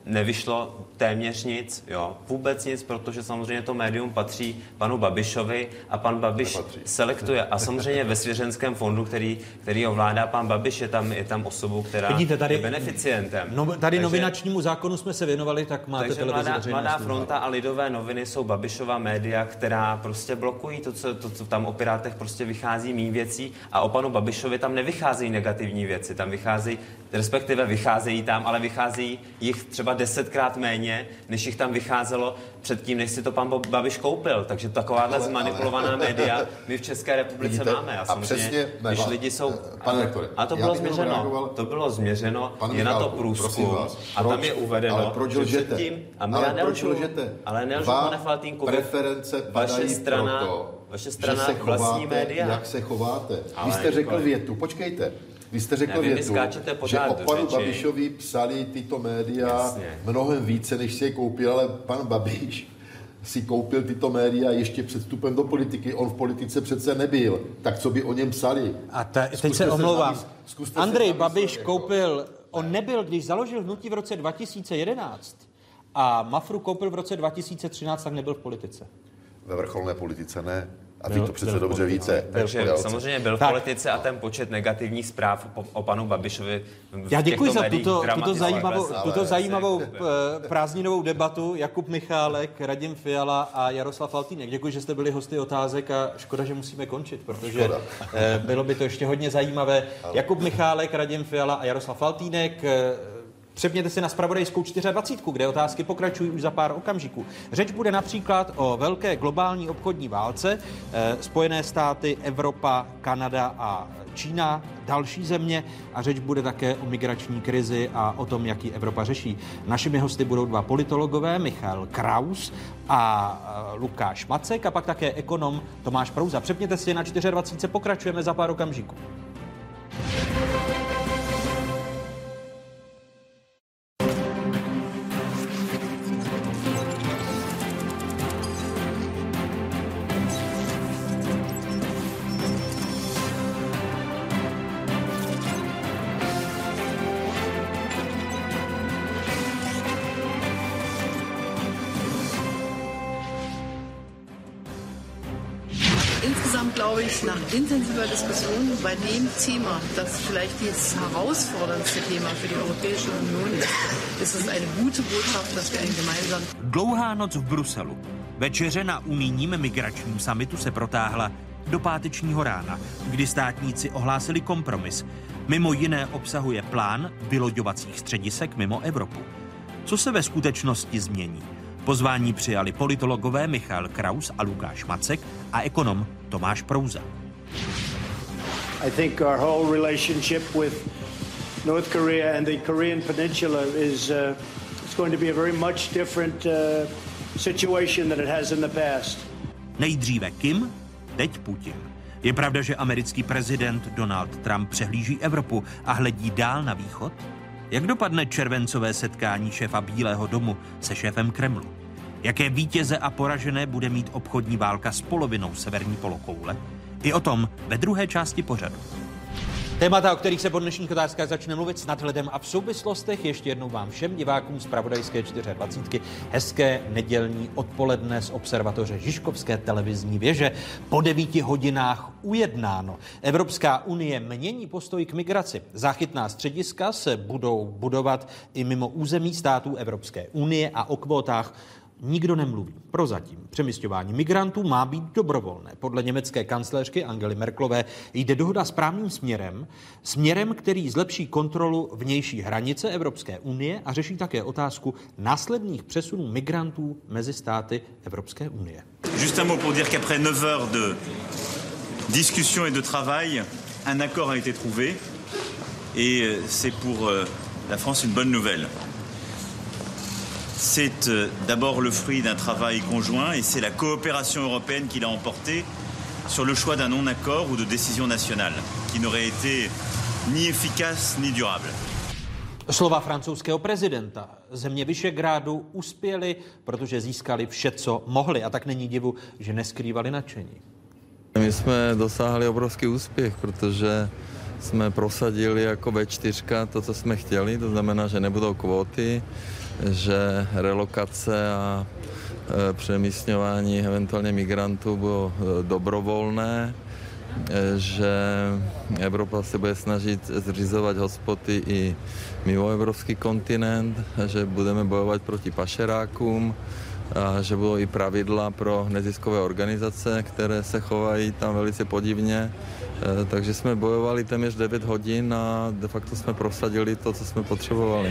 nevyšlo téměř nic, jo, vůbec nic, protože samozřejmě to médium patří panu Babišovi a pan Babiš nepatří. Selektuje. A samozřejmě ve svěřenském fondu, který, který ovládá pan Babiš, je tam, je tam osobou, která Vidíte, tady, je beneficientem. No, tady takže, novinačnímu zákonu jsme se věnovali, tak máte takže televizi mladá, mladá fronta a Lidové noviny jsou Babišova média, která prostě blokují to, co, to, co tam o Pirátech prostě vychází mý věcí a o panu Babišovi tam nevycházejí negativní věci, tam vycházejí, respektive vycházejí tam, ale vychází jich třeba desetkrát méně, než jich tam vycházelo předtím, než si to pan Babiš koupil. Takže takováhle zmanipulovaná média my v České republice Vidíte? máme. A, a přesně, ne, když lidi jsou... Pane rektore, a to bylo změřeno, reagoval... to bylo změřeno, je na to průzkum vás, a tam je uvedeno, ale proč lžete? Předtím, a my ale proč lžete? Ale nelžu, pane Faltýnku, preference vaše strana, proto, vaše strana že se chováte, vlastní média. Jak se chováte. Vy jste řekl větu, počkejte. Vy jste řekl Nevím, větu, že o panu Babišovi psali tyto média Jasně. mnohem více, než si je koupil, ale pan Babiš si koupil tyto média ještě před vstupem do politiky. On v politice přece nebyl. Tak co by o něm psali? A te, teď se omlouvám. Andrej Babiš jako. koupil, on nebyl, když založil hnutí v roce dva tisíce jedenáct a Mafru koupil v roce dva tisíce třináct, tak nebyl v politice. Ve vrcholné politice ne. A vy to přece dobře víte. Takže samozřejmě byl v politice a ten počet negativních zpráv o, o panu Babišovi v Já děkuji za tuto, tuto zajímavou, tuto zajímavou prázdninovou debatu. Jakub Michálek, Radim Fiala a Jaroslav Faltýnek. Děkuji, že jste byli hosty Otázek a škoda, že musíme končit, protože škoda. bylo by to ještě hodně zajímavé. Jakub Michálek, Radim Fiala a Jaroslav Faltýnek. Přepněte si na Zpravodajskou dvacet čtyři, kde otázky pokračují už za pár okamžiků. Řeč bude například o velké globální obchodní válce. Spojené státy, Evropa, Kanada a Čína, další země. A řeč bude také o migrační krizi a o tom, jak ji Evropa řeší. Našimi hosty budou dva politologové, Michal Kraus a Lukáš Macek, a pak také ekonom Tomáš Prouza. Přepněte si na dvacet čtyři, pokračujeme za pár okamžiků. Glaube ich, nach intensiver Diskussion bei dem Thema, das vielleicht das herausforderndste Thema für die Europäische Union ist, ist es eine gute Botschaft, dass wir ein gemeinsam... Dlouhá noc v Bruselu. Večeře na unijním migračním summitu se protáhla do pátečního rána, kdy státníci ohlásili kompromis. Mimo jiné obsahuje plán vyloďovacích středisek mimo Evropu. Co se ve skutečnosti změní? Pozvání přijali politologové Michal Kraus a Lukáš Macek a ekonom Tomáš Prouza. I think our whole relationship with North Korea and the Korean Peninsula is uh, it's going to be a very much different uh, situation than it has in the past. Nejdříve Kim, teď Putin. Je pravda, že americký prezident Donald Trump přehlíží Evropu a hledí dál na východ? Jak dopadne červencové setkání šéfa Bílého domu se šéfem Kremlu? Jaké vítěze a poražené bude mít obchodní válka s polovinou severní polokoule? I o tom ve druhé části pořadu. Témata, o kterých se po dnešních otázkách začne mluvit s nadhledem a v souvislostech. Ještě jednou vám všem divákům Zpravodajské dvacet čtyři hezké nedělní odpoledne z observatoře Žižkovské televizní věže. Po devíti hodinách ujednáno. Evropská unie mění postoj k migraci. Záchytná střediska se budou budovat i mimo území států Evropské unie a o kvótách nikdo nemluví. Prozatím přemisťování migrantů má být dobrovolné. Podle německé kancléřky Angely Merkelové jde dohoda správným směrem, směrem, který zlepší kontrolu vnější hranice Evropské unie a řeší také otázku následných přesunů migrantů mezi státy Evropské unie. Juste un mot pour dire qu'après neuf heures de discussion et de travail, un accord a été trouvé et c'est pour la France une bonne nouvelle. C'est d'abord le fruit d'un travail conjoint et c'est la coopération européenne qui l'a emporté sur le choix d'un non-accord ou de décision nationale qui n'aurait été ni efficace ni durable. Slova francouzského prezidenta. Země Visegrádu uspěly, protože získali vše, co mohli, a tak není divu, že neskrývali nadšení. My jsme dosáhli obrovský úspěch, protože jsme prosadili jako vé čtyři to, co jsme chtěli, to znamená, že nebudou kvóty, že relokace a přemísťování eventuálně migrantů bylo dobrovolné, že Evropa se bude snažit zřizovat hotspoty i mimo evropský kontinent, že budeme bojovat proti pašerákům, a že budou i pravidla pro neziskové organizace, které se chovají tam velice podivně. Takže jsme bojovali téměř devět hodin a de facto jsme prosadili to, co jsme potřebovali.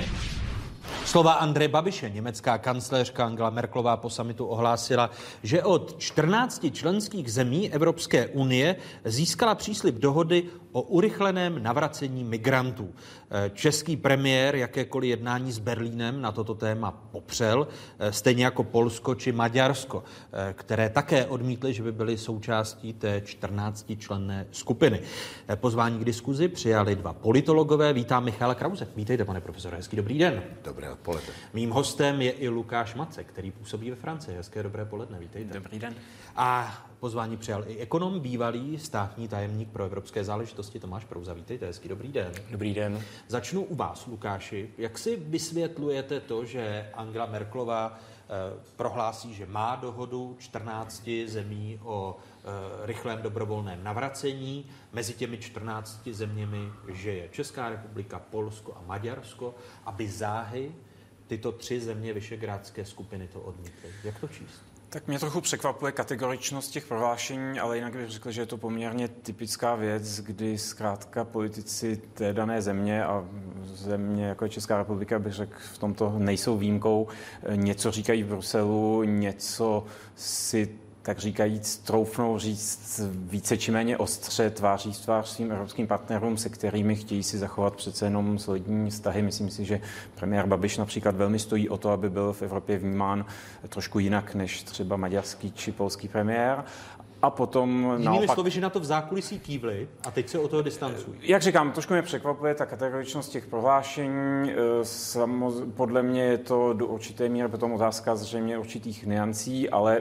Slova Andreje Babiše. Německá kancléřka Angela Merkelová po summitu ohlásila, že od čtrnácti členských zemí Evropské unie získala příslib dohody o urychleném navracení migrantů. Český premiér jakékoliv jednání s Berlínem na toto téma popřel, stejně jako Polsko či Maďarsko, které také odmítly, že by byly součástí té čtrnáctičlenné skupiny. Pozvání k diskuzi přijali dva politologové. Vítám Michala Krause. Vítejte, pane profesore, hezký dobrý den. Dobré odpoledne. Mým hostem je i Lukáš Macek, který působí ve Francii. Hezké dobré poledne, vítejte. Dobrý den. A pozvání přijal i ekonom, bývalý státní tajemník pro evropské záležitosti Tomáš Prouza. Vítejte, hezký dobrý den. Dobrý den. Začnu u vás, Lukáši. Jak si vysvětlujete to, že Angela Merkelová eh, prohlásí, že má dohodu čtrnácti zemí o eh, rychlém dobrovolném navracení, mezi těmi čtrnácti zeměmi, že je Česká republika, Polsko a Maďarsko, aby záhy tyto tři země visegrádské skupiny to odmítly. Jak to číst? Tak mě trochu překvapuje kategoričnost těch prohlášení, ale jinak bych řekl, že je to poměrně typická věc, kdy zkrátka politici té dané země a země jako je Česká republika, bych řekl, v tomto nejsou výjimkou, něco říkají v Bruselu, něco si tak říkajíc troufnou říct více či méně ostře tváří v tvář svým evropským partnerům, se kterými chtějí si zachovat přece jenom solidní vztahy. Myslím si, že premiér Babiš například velmi stojí o to, aby byl v Evropě vnímán trošku jinak než třeba maďarský či polský premiér. A potom Jinými naopak... slovy, že na to v zákulisí kývli a teď se o toho distancují. Jak říkám, trošku mě překvapuje ta kategoričnost těch prohlášení. Samozřejmě, podle mě je to do určité míry potom otázka zřejmě určitých nuancí, ale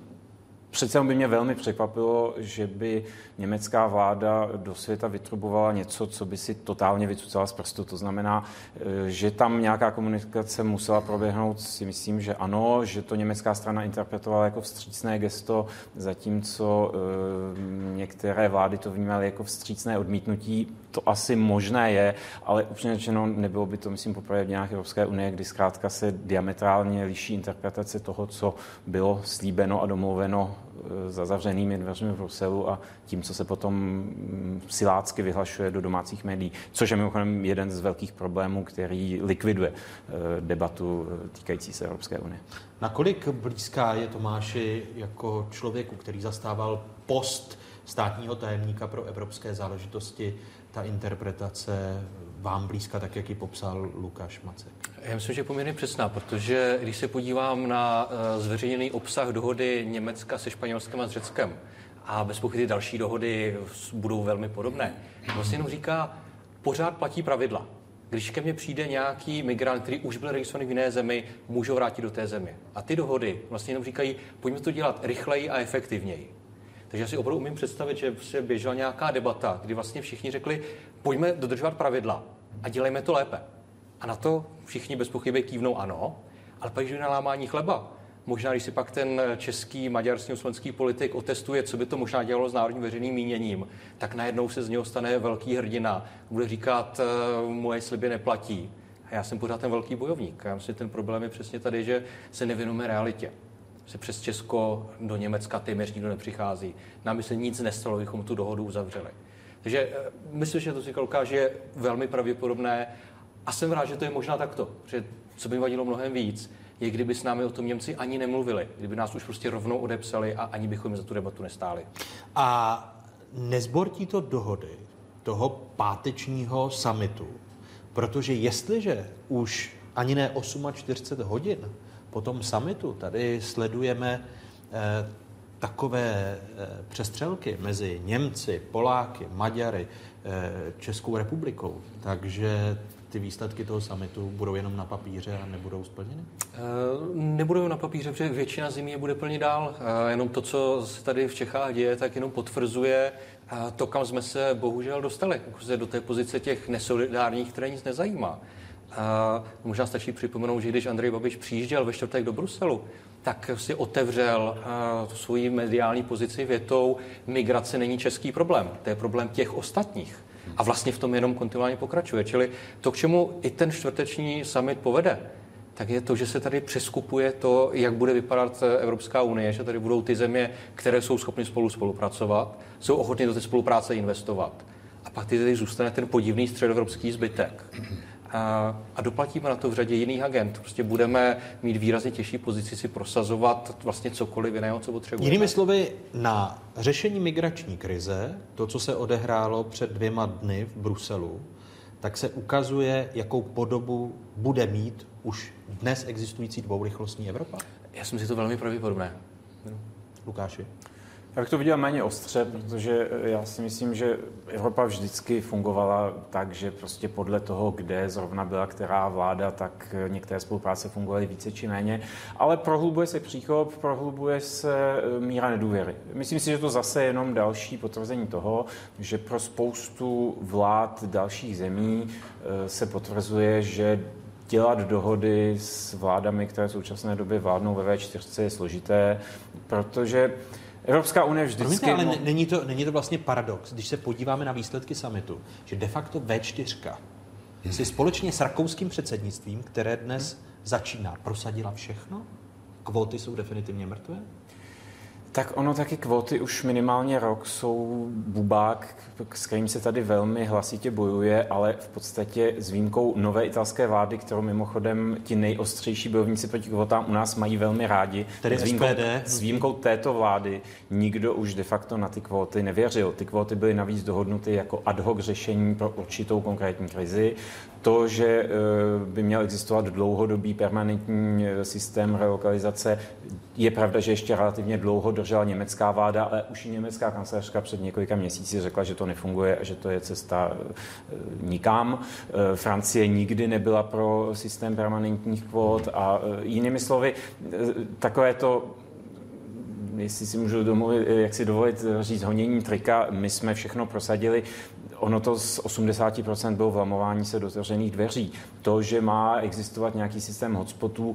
přece by mě velmi překvapilo, že by německá vláda do světa vytrubovala něco, co by si totálně vycucala z prstu. To znamená, že tam nějaká komunikace musela proběhnout, si myslím, že ano, že to německá strana interpretovala jako vstřícné gesto, zatímco e, některé vlády to vnímaly jako vstřícné odmítnutí. To asi možné je, ale upřímně řečeno nebylo by to, myslím, poprvé v dějinách Evropské unie, kdy zkrátka se diametrálně liší interpretace toho, co bylo slíbeno a domluveno za zavřenými dveřmi v Bruselu a tím, co se potom silácky vyhlašuje do domácích médií, což je mimochodem jeden z velkých problémů, který likviduje debatu týkající se Evropské unie. Nakolik blízká je Tomáši jako člověku, který zastával post státního tajemníka pro evropské záležitosti, ta interpretace vám blízka, tak jak ji popsal Lukáš Macek? Já myslím, že je poměrně přesná, protože když se podívám na uh, zveřejněný obsah dohody Německa se Španělskem a s Řeckem a bez pochyby další dohody budou velmi podobné, vlastně jenom říká, pořád platí pravidla. Když ke mně přijde nějaký migrant, který už byl registrovaný v jiné zemi, můžou vrátit do té země. A ty dohody vlastně jenom říkají, pojďme to dělat rychleji a efektivněji. Takže já si opravdu umím představit, že se běžela nějaká debata, kdy vlastně všichni řekli, pojďme dodržovat pravidla a dělejme to lépe. A na to všichni bez pochyby kývnou ano, ale pak jde na lámání chleba. Možná, když si pak ten český, maďarský, slovenský politik otestuje, co by to možná dělalo s národním veřejným míněním, tak najednou se z něho stane velký hrdina. Bude říkat, moje sliby neplatí. A já jsem pořád ten velký bojovník. Já myslím, že ten problém je přesně tady, že se nevěnujeme realitě. Se přes Česko do Německa téměř nikdo nepřichází. Nám by se nic nestalo, bychom tu dohodu uzavřeli. Takže myslím, že to si ukáže je velmi pravděpodobné a jsem rád, že to je možná takto. Protože co by vadilo mnohem víc, je kdyby s námi o tom Němci ani nemluvili. Kdyby nás už prostě rovnou odepsali a ani bychom za tu debatu nestáli. A nezbortí to dohody toho pátečního summitu, protože jestliže už ani ne čtyřicet osm hodin po tom summitu tady sledujeme eh, takové eh, přestřelky mezi Němci, Poláky, Maďary, eh, Českou republikou, takže ty výsledky toho summitu budou jenom na papíře a nebudou splněny? E, nebudou na papíře, protože většina zemí je bude plnit dál. E, jenom to, co se tady v Čechách děje, tak jenom potvrzuje to, kam jsme se bohužel dostali. Do té pozice těch nesolidárních, které nic nezajímá. A možná stačí připomenout, že když Andrej Babiš přijížděl ve čtvrtek do Bruselu, tak si otevřel uh, svoji mediální pozici větou: migrace není český problém, to je problém těch ostatních. A vlastně v tom jenom kontinuálně pokračuje. Čili to, k čemu i ten čtvrteční summit povede, tak je to, že se tady přeskupuje to, jak bude vypadat Evropská unie, že tady budou ty země, které jsou schopny spolu spolupracovat, jsou ochotny do té spolupráce investovat. A pak tady zůstane ten podivný středoevropský zbytek. A, a doplatíme na to v řadě jiných agent. Prostě budeme mít výrazně těžší pozici si prosazovat vlastně cokoliv jiného, co potřebujeme. Jinými slovy, na řešení migrační krize, to, co se odehrálo před dvěma dny v Bruselu, tak se ukazuje, jakou podobu bude mít už dnes existující dvourychlostní Evropa? Já si myslím, že to velmi pravděpodobné. Lukáši? Já bych to viděl méně ostře, protože já si myslím, že Evropa vždycky fungovala tak, že prostě podle toho, kde zrovna byla která vláda, tak některé spolupráce fungovaly více či méně, ale prohlubuje se příchod, prohlubuje se míra nedůvěry. Myslím si, že to zase je jenom další potvrzení toho, že pro spoustu vlád dalších zemí se potvrzuje, že dělat dohody s vládami, které v současné době vládnou ve vé čtyři, je složité, protože Evropská unie vždycky... Promiňte, ale není to, není to vlastně paradox, když se podíváme na výsledky summitu, že de facto vé čtyři hmm. si společně s rakouským předsednictvím, které dnes hmm. začíná, prosadila všechno? Kvóty jsou definitivně mrtvé? Tak ono taky kvóty už minimálně rok jsou bubák, s kterým se tady velmi hlasitě bojuje, ale v podstatě s výjimkou nové italské vlády, kterou mimochodem ti nejostřejší bojovníci proti kvótám u nás mají velmi rádi. Tedy s výjimkou, S P D. S výjimkou této vlády nikdo už de facto na ty kvóty nevěřil. Ty kvóty byly navíc dohodnuty jako ad hoc řešení pro určitou konkrétní krizi. To, že by měl existovat dlouhodobý permanentní systém relokalizace, je pravda, že ještě relativně dlouho držela německá vláda, ale už i německá kancelářka před několika měsíci řekla, že to nefunguje a že to je cesta nikam. Francie nikdy nebyla pro systém permanentních kvót a jinými slovy, takové to, jestli si můžu domluvit, jak si dovolit říct, honění trika, my jsme všechno prosadili. Ono to z osmdesát procent bylo vlamování se do otevřených dveří. To, že má existovat nějaký systém hotspotů,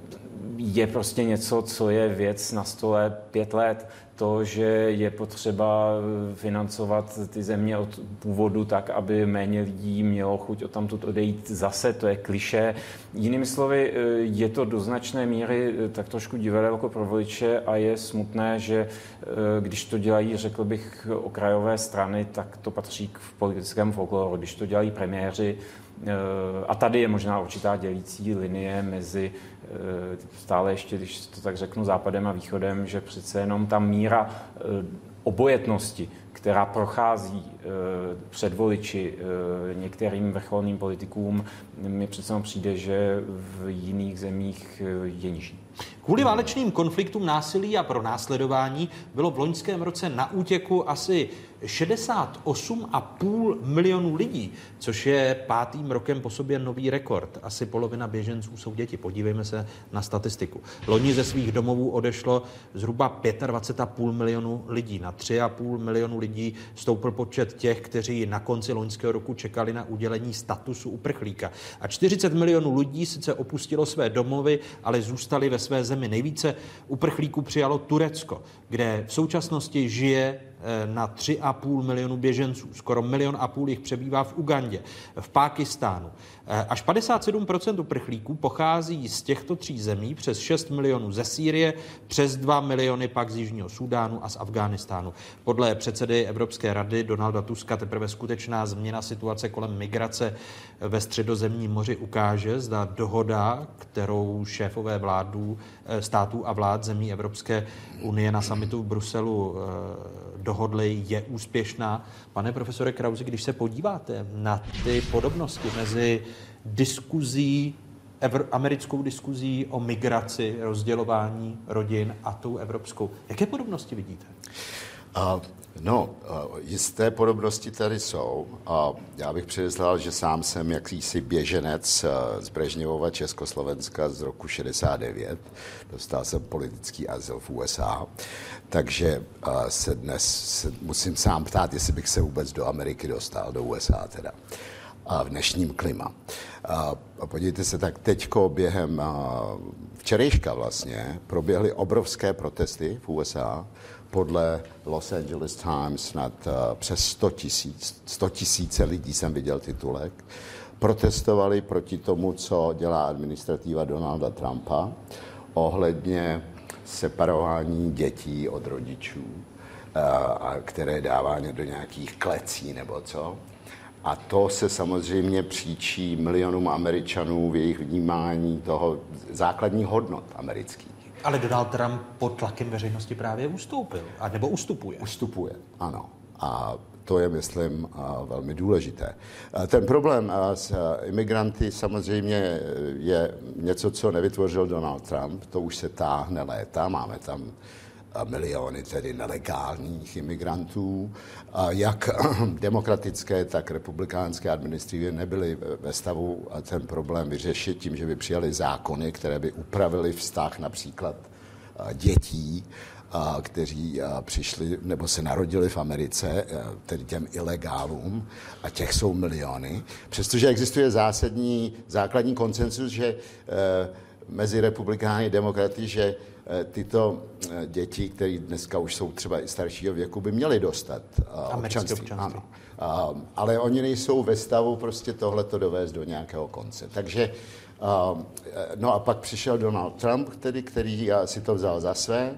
je prostě něco, co je věc na stole pět let. To, že je potřeba financovat ty země od původu tak, aby méně lidí mělo chuť odtamtud odejít, zase to je klišé. Jinými slovy, je to do značné míry tak trošku divadelko pro voliče a je smutné, že když to dělají, řekl bych, okrajové strany, tak to patří k politickému folkloru. Když to dělají premiéři, a tady je možná určitá dělící linie mezi stále ještě, když to tak řeknu, západem a východem, že přece jenom ta míra obojetnosti, která prochází před voliči některým vrcholným politikům, mi přece jenom přijde, že v jiných zemích je nižší. Kvůli válečným konfliktům, násilí a pronásledování bylo v loňském roce na útěku asi šedesát osm a půl milionů lidí, což je pátým rokem po sobě nový rekord. Asi polovina běženců jsou děti. Podívejme se na statistiku. Loni ze svých domovů odešlo zhruba dvacet pět a půl milionu lidí. Na tři a půl milionu lidí stoupl počet těch, kteří na konci loňského roku čekali na udělení statusu uprchlíka. A čtyřicet milionů lidí sice opustilo své domovy, ale zůstali ve své zemi. Nejvíce uprchlíků přijalo Turecko, kde v současnosti žije na tři a půl milionu běženců. Skoro milion a půl jich přebývá v Ugandě, v Pákistánu. Až padesát sedm procent uprchlíků pochází z těchto tří zemí, přes šest milionů ze Sýrie, přes dva miliony pak z Jižního Súdánu a z Afghánistánu. Podle předsedy Evropské rady Donalda Tuska teprve skutečná změna situace kolem migrace ve Středozemním moři ukáže, zda dohoda, kterou šéfové vládů, států a vlád zemí Evropské unie na summitu v Bruselu dohodli, je úspěšná. Pane profesore Krausi, když se podíváte na ty podobnosti mezi diskuzí, evr, americkou diskuzí o migraci, rozdělování rodin a tou evropskou, jaké podobnosti vidíte? Uh, no, uh, jisté podobnosti tady jsou. A já bych předeslal, že sám jsem jakýsi běženec uh, z Brežněvova Československa z roku šedesát devět. Dostal jsem politický azyl v U S A. Takže uh, se dnes se musím sám ptát, jestli bych se vůbec do Ameriky dostal, do U S A teda. v dnešním klima. A podívejte se, tak teďko během včerejška vlastně proběhly obrovské protesty v U S A. Podle Los Angeles Times snad přes sto tisíce lidí jsem viděl titulek. Protestovali proti tomu, co dělá administrativa Donalda Trumpa ohledně separování dětí od rodičů, a které dává do nějakých klecí nebo co. A to se samozřejmě příčí milionům Američanů v jejich vnímání toho základních hodnot amerických. Ale Donald Trump pod tlakem veřejnosti právě ustoupil, a nebo ustupuje. Ustupuje, ano. A to je, myslím, velmi důležité. Ten problém s imigranty samozřejmě je něco, co nevytvořil Donald Trump. To už se táhne léta. Máme tam miliony tedy nelegálních imigrantů. Jak demokratické, tak republikánské administrativy nebyly ve stavu ten problém vyřešit tím, že by přijali zákony, které by upravily vztah například dětí, kteří přišli nebo se narodili v Americe, tedy těm ilegálům, a těch jsou miliony. Přestože existuje zásadní, základní konsensus, že mezi republikány a demokraty, že tyto děti, které dneska už jsou třeba i staršího věku, by měly dostat občanství. občanství. Ano. Ale oni nejsou ve stavu prostě tohleto dovést do nějakého konce. Takže no a pak přišel Donald Trump, který, který si to vzal za své,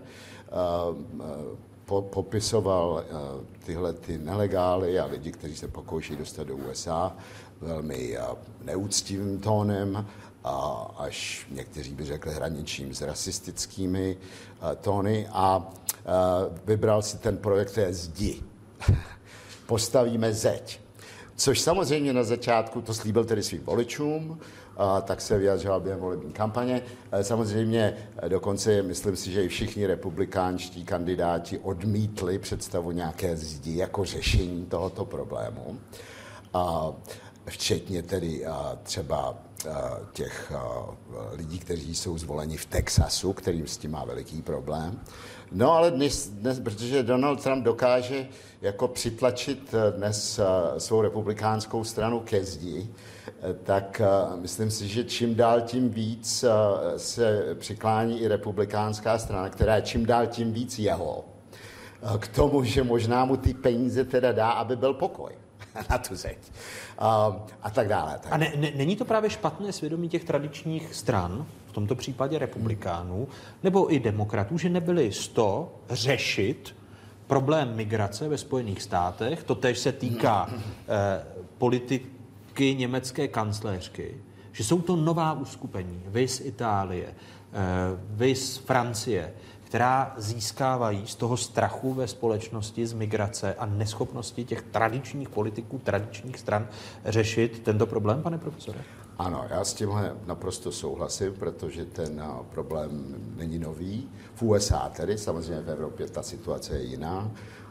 po, popisoval tyhle ty nelegály a lidi, kteří se pokouší dostat do U S A velmi neúctivým tónem, a až někteří by řekli hraničím s rasistickými tóny, a vybral si ten projekt té zdi. Postavíme zeď. Což samozřejmě na začátku to slíbil tedy svým voličům, a tak se vyjadřoval během volební kampaně. Samozřejmě dokonce myslím si, že i všichni republikánští kandidáti odmítli představu nějaké zdi jako řešení tohoto problému. A včetně tedy třeba těch lidí, kteří jsou zvoleni v Texasu, kterým s tím má veliký problém. No ale dnes, dnes, protože Donald Trump dokáže jako přitlačit dnes svou republikánskou stranu ke zdi, tak myslím si, že čím dál tím víc se přiklání i republikánská strana, která je čím dál tím víc jeho, k tomu, že možná mu ty peníze teda dá, aby byl pokoj na tu zeď. A, a tak dále. Tak. A ne, ne, není to právě špatné svědomí těch tradičních stran, v tomto případě republikánů, nebo i demokratů, že nebyli z to řešit problém migrace ve Spojených státech? To též se týká eh, politiky německé kancléřky, že jsou to nová uskupení, viz Itálie, eh, viz Francie, která získávají z toho strachu ve společnosti z migrace a neschopnosti těch tradičních politiků, tradičních stran řešit tento problém, pane profesore? Ano, já s tímhle naprosto souhlasím, protože ten problém není nový. V U S A tedy, samozřejmě v Evropě ta situace je jiná.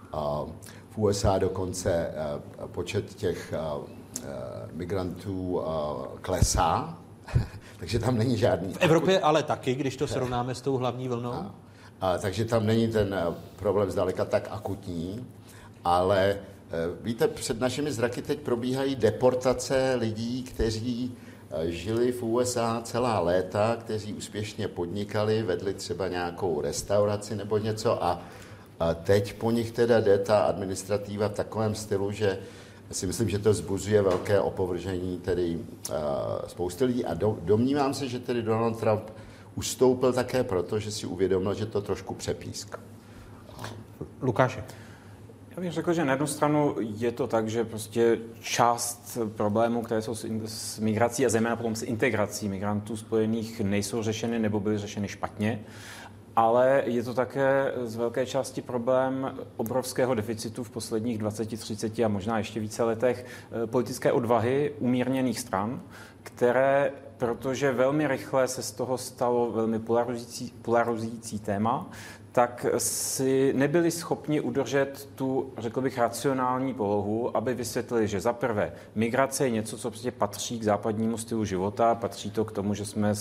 V U S A dokonce počet těch migrantů klesá, takže tam není žádný... V Evropě ale taky, když to srovnáme s tou hlavní vlnou? A, a, takže tam není ten problém zdaleka tak akutní, ale víte, před našimi zraky teď probíhají deportace lidí, kteří žili v U S A celá léta, kteří úspěšně podnikali, vedli třeba nějakou restauraci nebo něco, a, a teď po nich teda jde ta administrativa v takovém stylu, že si myslím, že to vzbuzuje velké opovržení tedy uh, spousty lidí, a do, domnívám se, že tedy Donald Trump ustoupil také proto, že si uvědomil, že to trošku přepísk. Lukáši. Já bych řekl, že na jednu stranu je to tak, že prostě část problémů, které jsou s migrací a zejména potom s integrací migrantů spojených, nejsou řešeny nebo byly řešeny špatně, ale je to také z velké části problém obrovského deficitu v posledních dvaceti, třiceti a možná ještě více letech politické odvahy umírněných stran, které, protože velmi rychle se z toho stalo velmi polarizující, polarizující téma, tak si nebyli schopni udržet tu, řekl bych, racionální polohu, aby vysvětlili, že za prvé migrace je něco, co prostě patří k západnímu stylu života, patří to k tomu, že jsme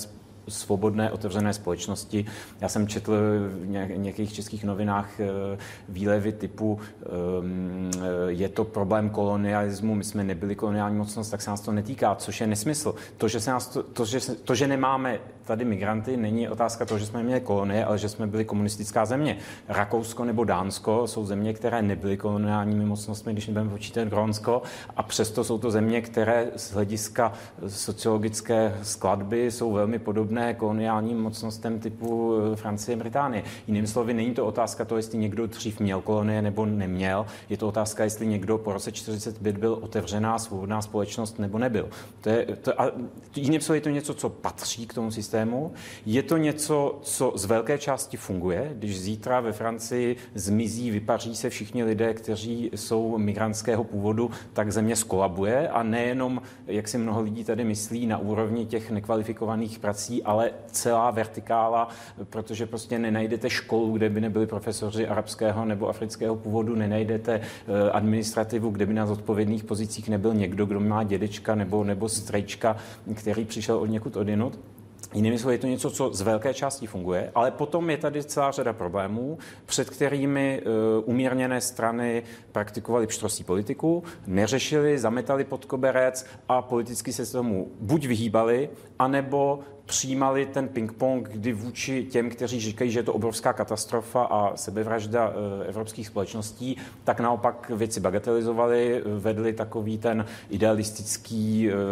svobodné, otevřené společnosti. Já jsem četl v nějakých českých novinách výlevy typu je to problém kolonialismu, my jsme nebyli koloniální mocnost, tak se nás to netýká, což je nesmysl. To, že, se nás to, to, že, to, že nemáme tady migranty, není otázka toho, že jsme měli kolonie, ale že jsme byli komunistická země. Rakousko nebo Dánsko jsou země, které nebyly koloniálními mocnostmi, když nebudeme počítat Grónsko, a přesto jsou to země, které z hlediska sociologické skladby jsou velmi podobné koloniálním mocnostem typu Francie a Británie. Jinými slovy, není to otázka toho, jestli někdo dřív měl kolonie nebo neměl, je to otázka, jestli někdo po roce čtyřicet pět byl otevřená svobodná společnost nebo nebyl. To je, to, a jinými slovy, je to něco, co patří k tomu systému, je to něco, co z velké části funguje. Když zítra ve Francii zmizí, vypaří se všichni lidé, kteří jsou migrantského původu, tak země skolabuje a nejenom, jak si mnoho lidí tady myslí, na úrovni těch nekvalifikovaných prací, ale celá vertikála, protože prostě nenajdete školu, kde by nebyli profesoři arabského nebo afrického původu, nenajdete administrativu, kde by na zodpovědných pozicích nebyl někdo, kdo má dědečka nebo, nebo strejčka, který přišel od někud odinut. Jinými slovy, je to něco, co z velké části funguje, ale potom je tady celá řada problémů, před kterými uh, umírněné strany praktikovaly pštrosí politiku, neřešili, zametali pod koberec a politicky se tomu buď vyhýbali, anebo přijímali ten ping-pong, kdy vůči těm, kteří říkají, že je to obrovská katastrofa a sebevražda e, evropských společností, tak naopak věci bagatelizovali, vedli takový ten idealistický e, e,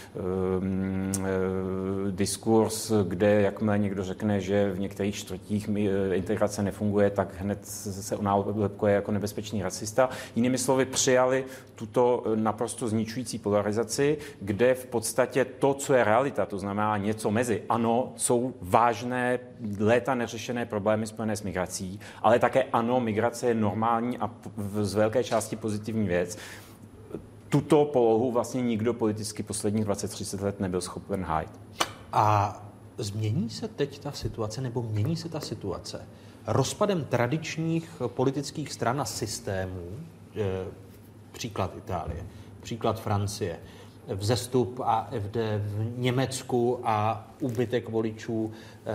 e, diskurs, kde jakmile někdo řekne, že v některých čtvrtích integrace nefunguje, tak hned se onálepkuje jako nebezpečný rasista. Jinými slovy, přijali tuto naprosto zničující polarizaci, kde v podstatě to, co je realita, to znamená něco mezi. Ano, jsou vážné, léta neřešené problémy spojené s migrací, ale také ano, migrace je normální a z velké části pozitivní věc. Tuto polohu vlastně nikdo politicky posledních dvacet třicet let nebyl schopen hájit. A změní se teď ta situace, nebo mění se ta situace rozpadem tradičních politických stran a systémů, příklad Itálie, příklad Francie, vzestup A F D v Německu a úbytek voličů eh,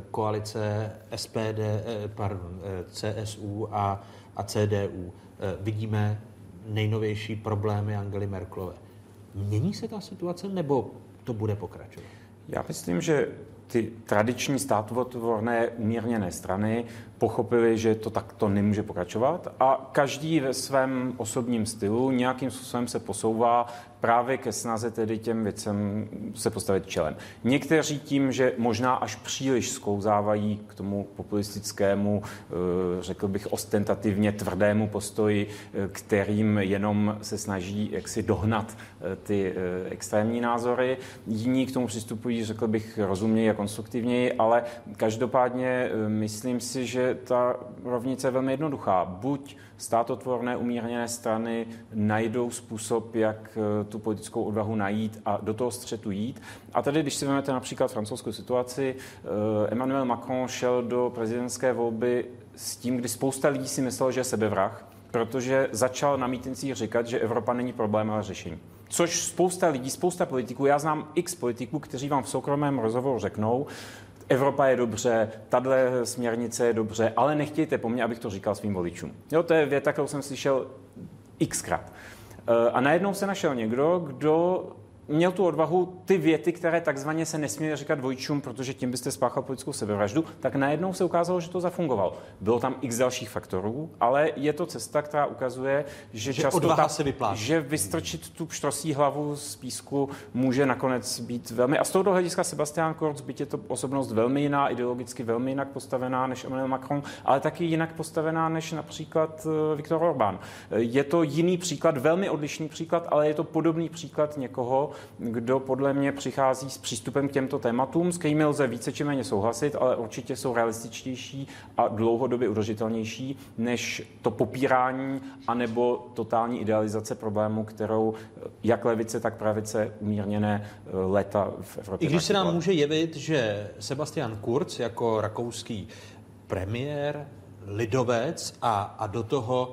koalice S P D, eh, pardon, eh, C S U a, a C D U. Eh, vidíme nejnovější problémy Angely Merkelové. Mění se ta situace, nebo to bude pokračovat? Já myslím, že ty tradiční státotvorné umírněné strany pochopili, že to takto nemůže pokračovat a každý ve svém osobním stylu nějakým způsobem se posouvá právě ke snaze tedy těm věcem se postavit čelem. Někteří tím, že možná až příliš sklouzávají k tomu populistickému, řekl bych ostentativně tvrdému postoji, kterým jenom se snaží jaksi dohnat ty extrémní názory. Jiní k tomu přistupují, řekl bych, rozumněji a konstruktivněji, ale každopádně myslím si, že ta rovnice je velmi jednoduchá. Buď státotvorné umírněné strany najdou způsob, jak tu politickou odvahu najít a do toho střetu jít. A tady, když si vezmete například francouzskou situaci, Emmanuel Macron šel do prezidentské volby s tím, kdy spousta lidí si myslelo, že je sebevrah, protože začal na mítincích říkat, že Evropa není problém, ale řešení. Což spousta lidí, spousta politiků, já znám x politiků, kteří vám v soukromém rozhovoru řeknou, Evropa je dobře, tahle směrnice je dobře, ale nechtějte po mně, abych to říkal svým voličům. Jo, to je věta, kterou jsem slyšel xkrát. A najednou se našel někdo, kdo měl tu odvahu ty věty, které takzvaně se nesměly říkat voličům, protože tím byste spáchal politickou sebevraždu, tak najednou se ukázalo, že to zafungovalo. Bylo tam x dalších faktorů, ale je to cesta, která ukazuje, že, že často ta, se že vystrčit tu pštrosí hlavu z písku může nakonec být velmi... A z tohoto hlediska Sebastian Kurz, byť je to osobnost velmi jiná, ideologicky velmi jinak postavená než Emmanuel Macron, ale taky jinak postavená než například Viktor Orbán. Je to jiný příklad, velmi odlišný příklad, ale je to podobný příklad někoho, kdo podle mě přichází s přístupem k těmto tématům, s kterými lze více či méně souhlasit, ale určitě jsou realističtější a dlouhodobě udržitelnější než to popírání anebo totální idealizace problému, kterou jak levice, tak pravice umírněné léta v Evropě. I když se nám může jevit, že Sebastian Kurz jako rakouský premiér, lidovec a, a do toho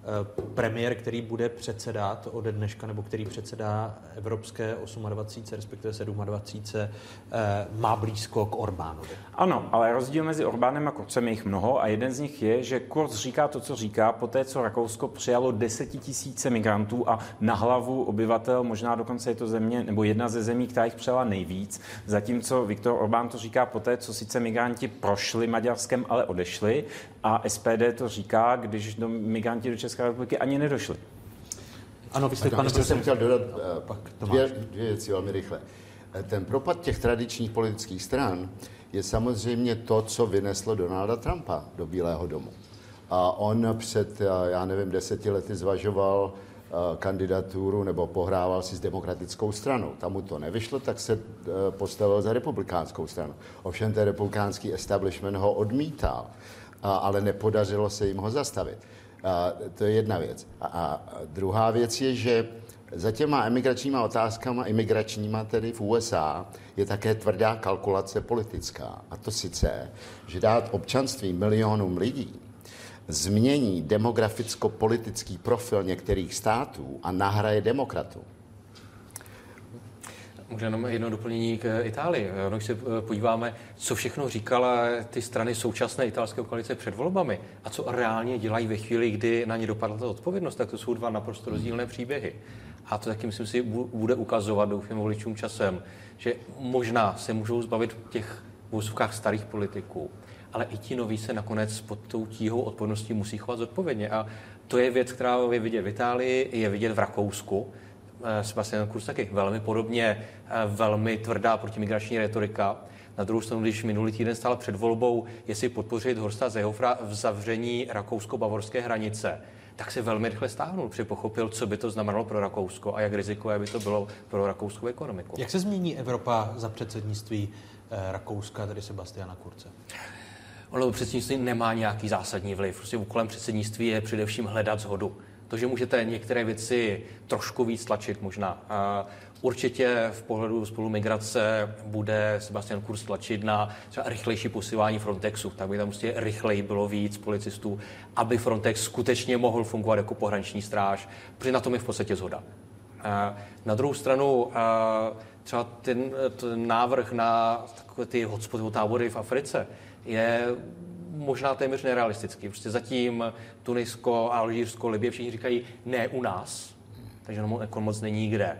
premiér, který bude předsedat ode dneška, nebo který předsedá Evropské dvacet osm, respektive dvacet sedm, má blízko k Orbánovi. Ano, ale rozdíl mezi Orbánem a Kurzem je jich mnoho a jeden z nich je, že Kurz říká to, co říká, poté, co Rakousko přijalo desetitisíce migrantů a na hlavu obyvatel, možná dokonce je to země, nebo jedna ze zemí, která jich přijala nejvíc, zatímco Viktor Orbán to říká poté, co sice migranti prošli Maďarskem, ale odešli, a S P D to říká, když do migranti do České republiky ani nedošli. Ano, vy jste, pane Ještě jsem chtěl dodat uh, dvě, dvě věci velmi rychle. Ten propad těch tradičních politických stran je samozřejmě to, co vyneslo Donalda Trumpa do Bílého domu. A on před, já nevím, deseti lety zvažoval kandidaturu nebo pohrával si s demokratickou stranou. Tam mu to nevyšlo, tak se postavil za republikánskou stranu. Ovšem ten republikánský establishment ho odmítal, ale nepodařilo se jim ho zastavit. A to je jedna věc. A druhá věc je, že za těma emigračníma otázkama, imigračníma tedy v U S A, je také tvrdá kalkulace politická. A to sice, že dát občanství milionům lidí změní demograficko-politický profil některých států a nahraje demokratů. Možná jenom jedno doplnění k Itálii. Když se podíváme, co všechno říkala ty strany současné italské koalice před volbami a co reálně dělají ve chvíli, kdy na ně dopadla ta odpovědnost, tak to jsou dva naprosto rozdílné příběhy. A to taky, myslím si, bude ukazovat, doufám, voličům časem, že možná se můžou zbavit těch v úzovkách starých politiků, ale i ti noví se nakonec pod tou tíhou odpovědností musí chovat zodpovědně. A to je věc, která je vidět v Itálii, je vidět v Rakousku. Sebastian Kurz taky velmi podobně, velmi tvrdá protimigrační retorika. Na druhou stranu, když minulý týden stál před volbou, jestli podpořit Horsta Seehofera v zavření rakousko-bavorské hranice, tak se velmi rychle stáhnul, protože pochopil, co by to znamenalo pro Rakousko a jak rizikové by to bylo pro rakouskou ekonomiku. Jak se změní Evropa za předsednictví Rakouska, tedy Sebastiana Kurze? Ono předsednictví nemá nějaký zásadní vliv. Prostě úkolem předsednictví je především hledat shodu. To, že můžete některé věci trošku víc tlačit možná. Určitě v pohledu spolu migrace bude Sebastian Kurz tlačit na třeba rychlejší posilování Frontexu, tak by tam prostě rychleji bylo víc policistů, aby Frontex skutečně mohl fungovat jako pohraniční stráž, protože na tom je v podstatě shoda. Na druhou stranu třeba ten, ten návrh na takové ty hotspotové tábory v Africe je možná téměř nerealistický. Prostě zatím Tunisko, Alžírsko, Libye všichni říkají ne u nás, takže jako moc není kde.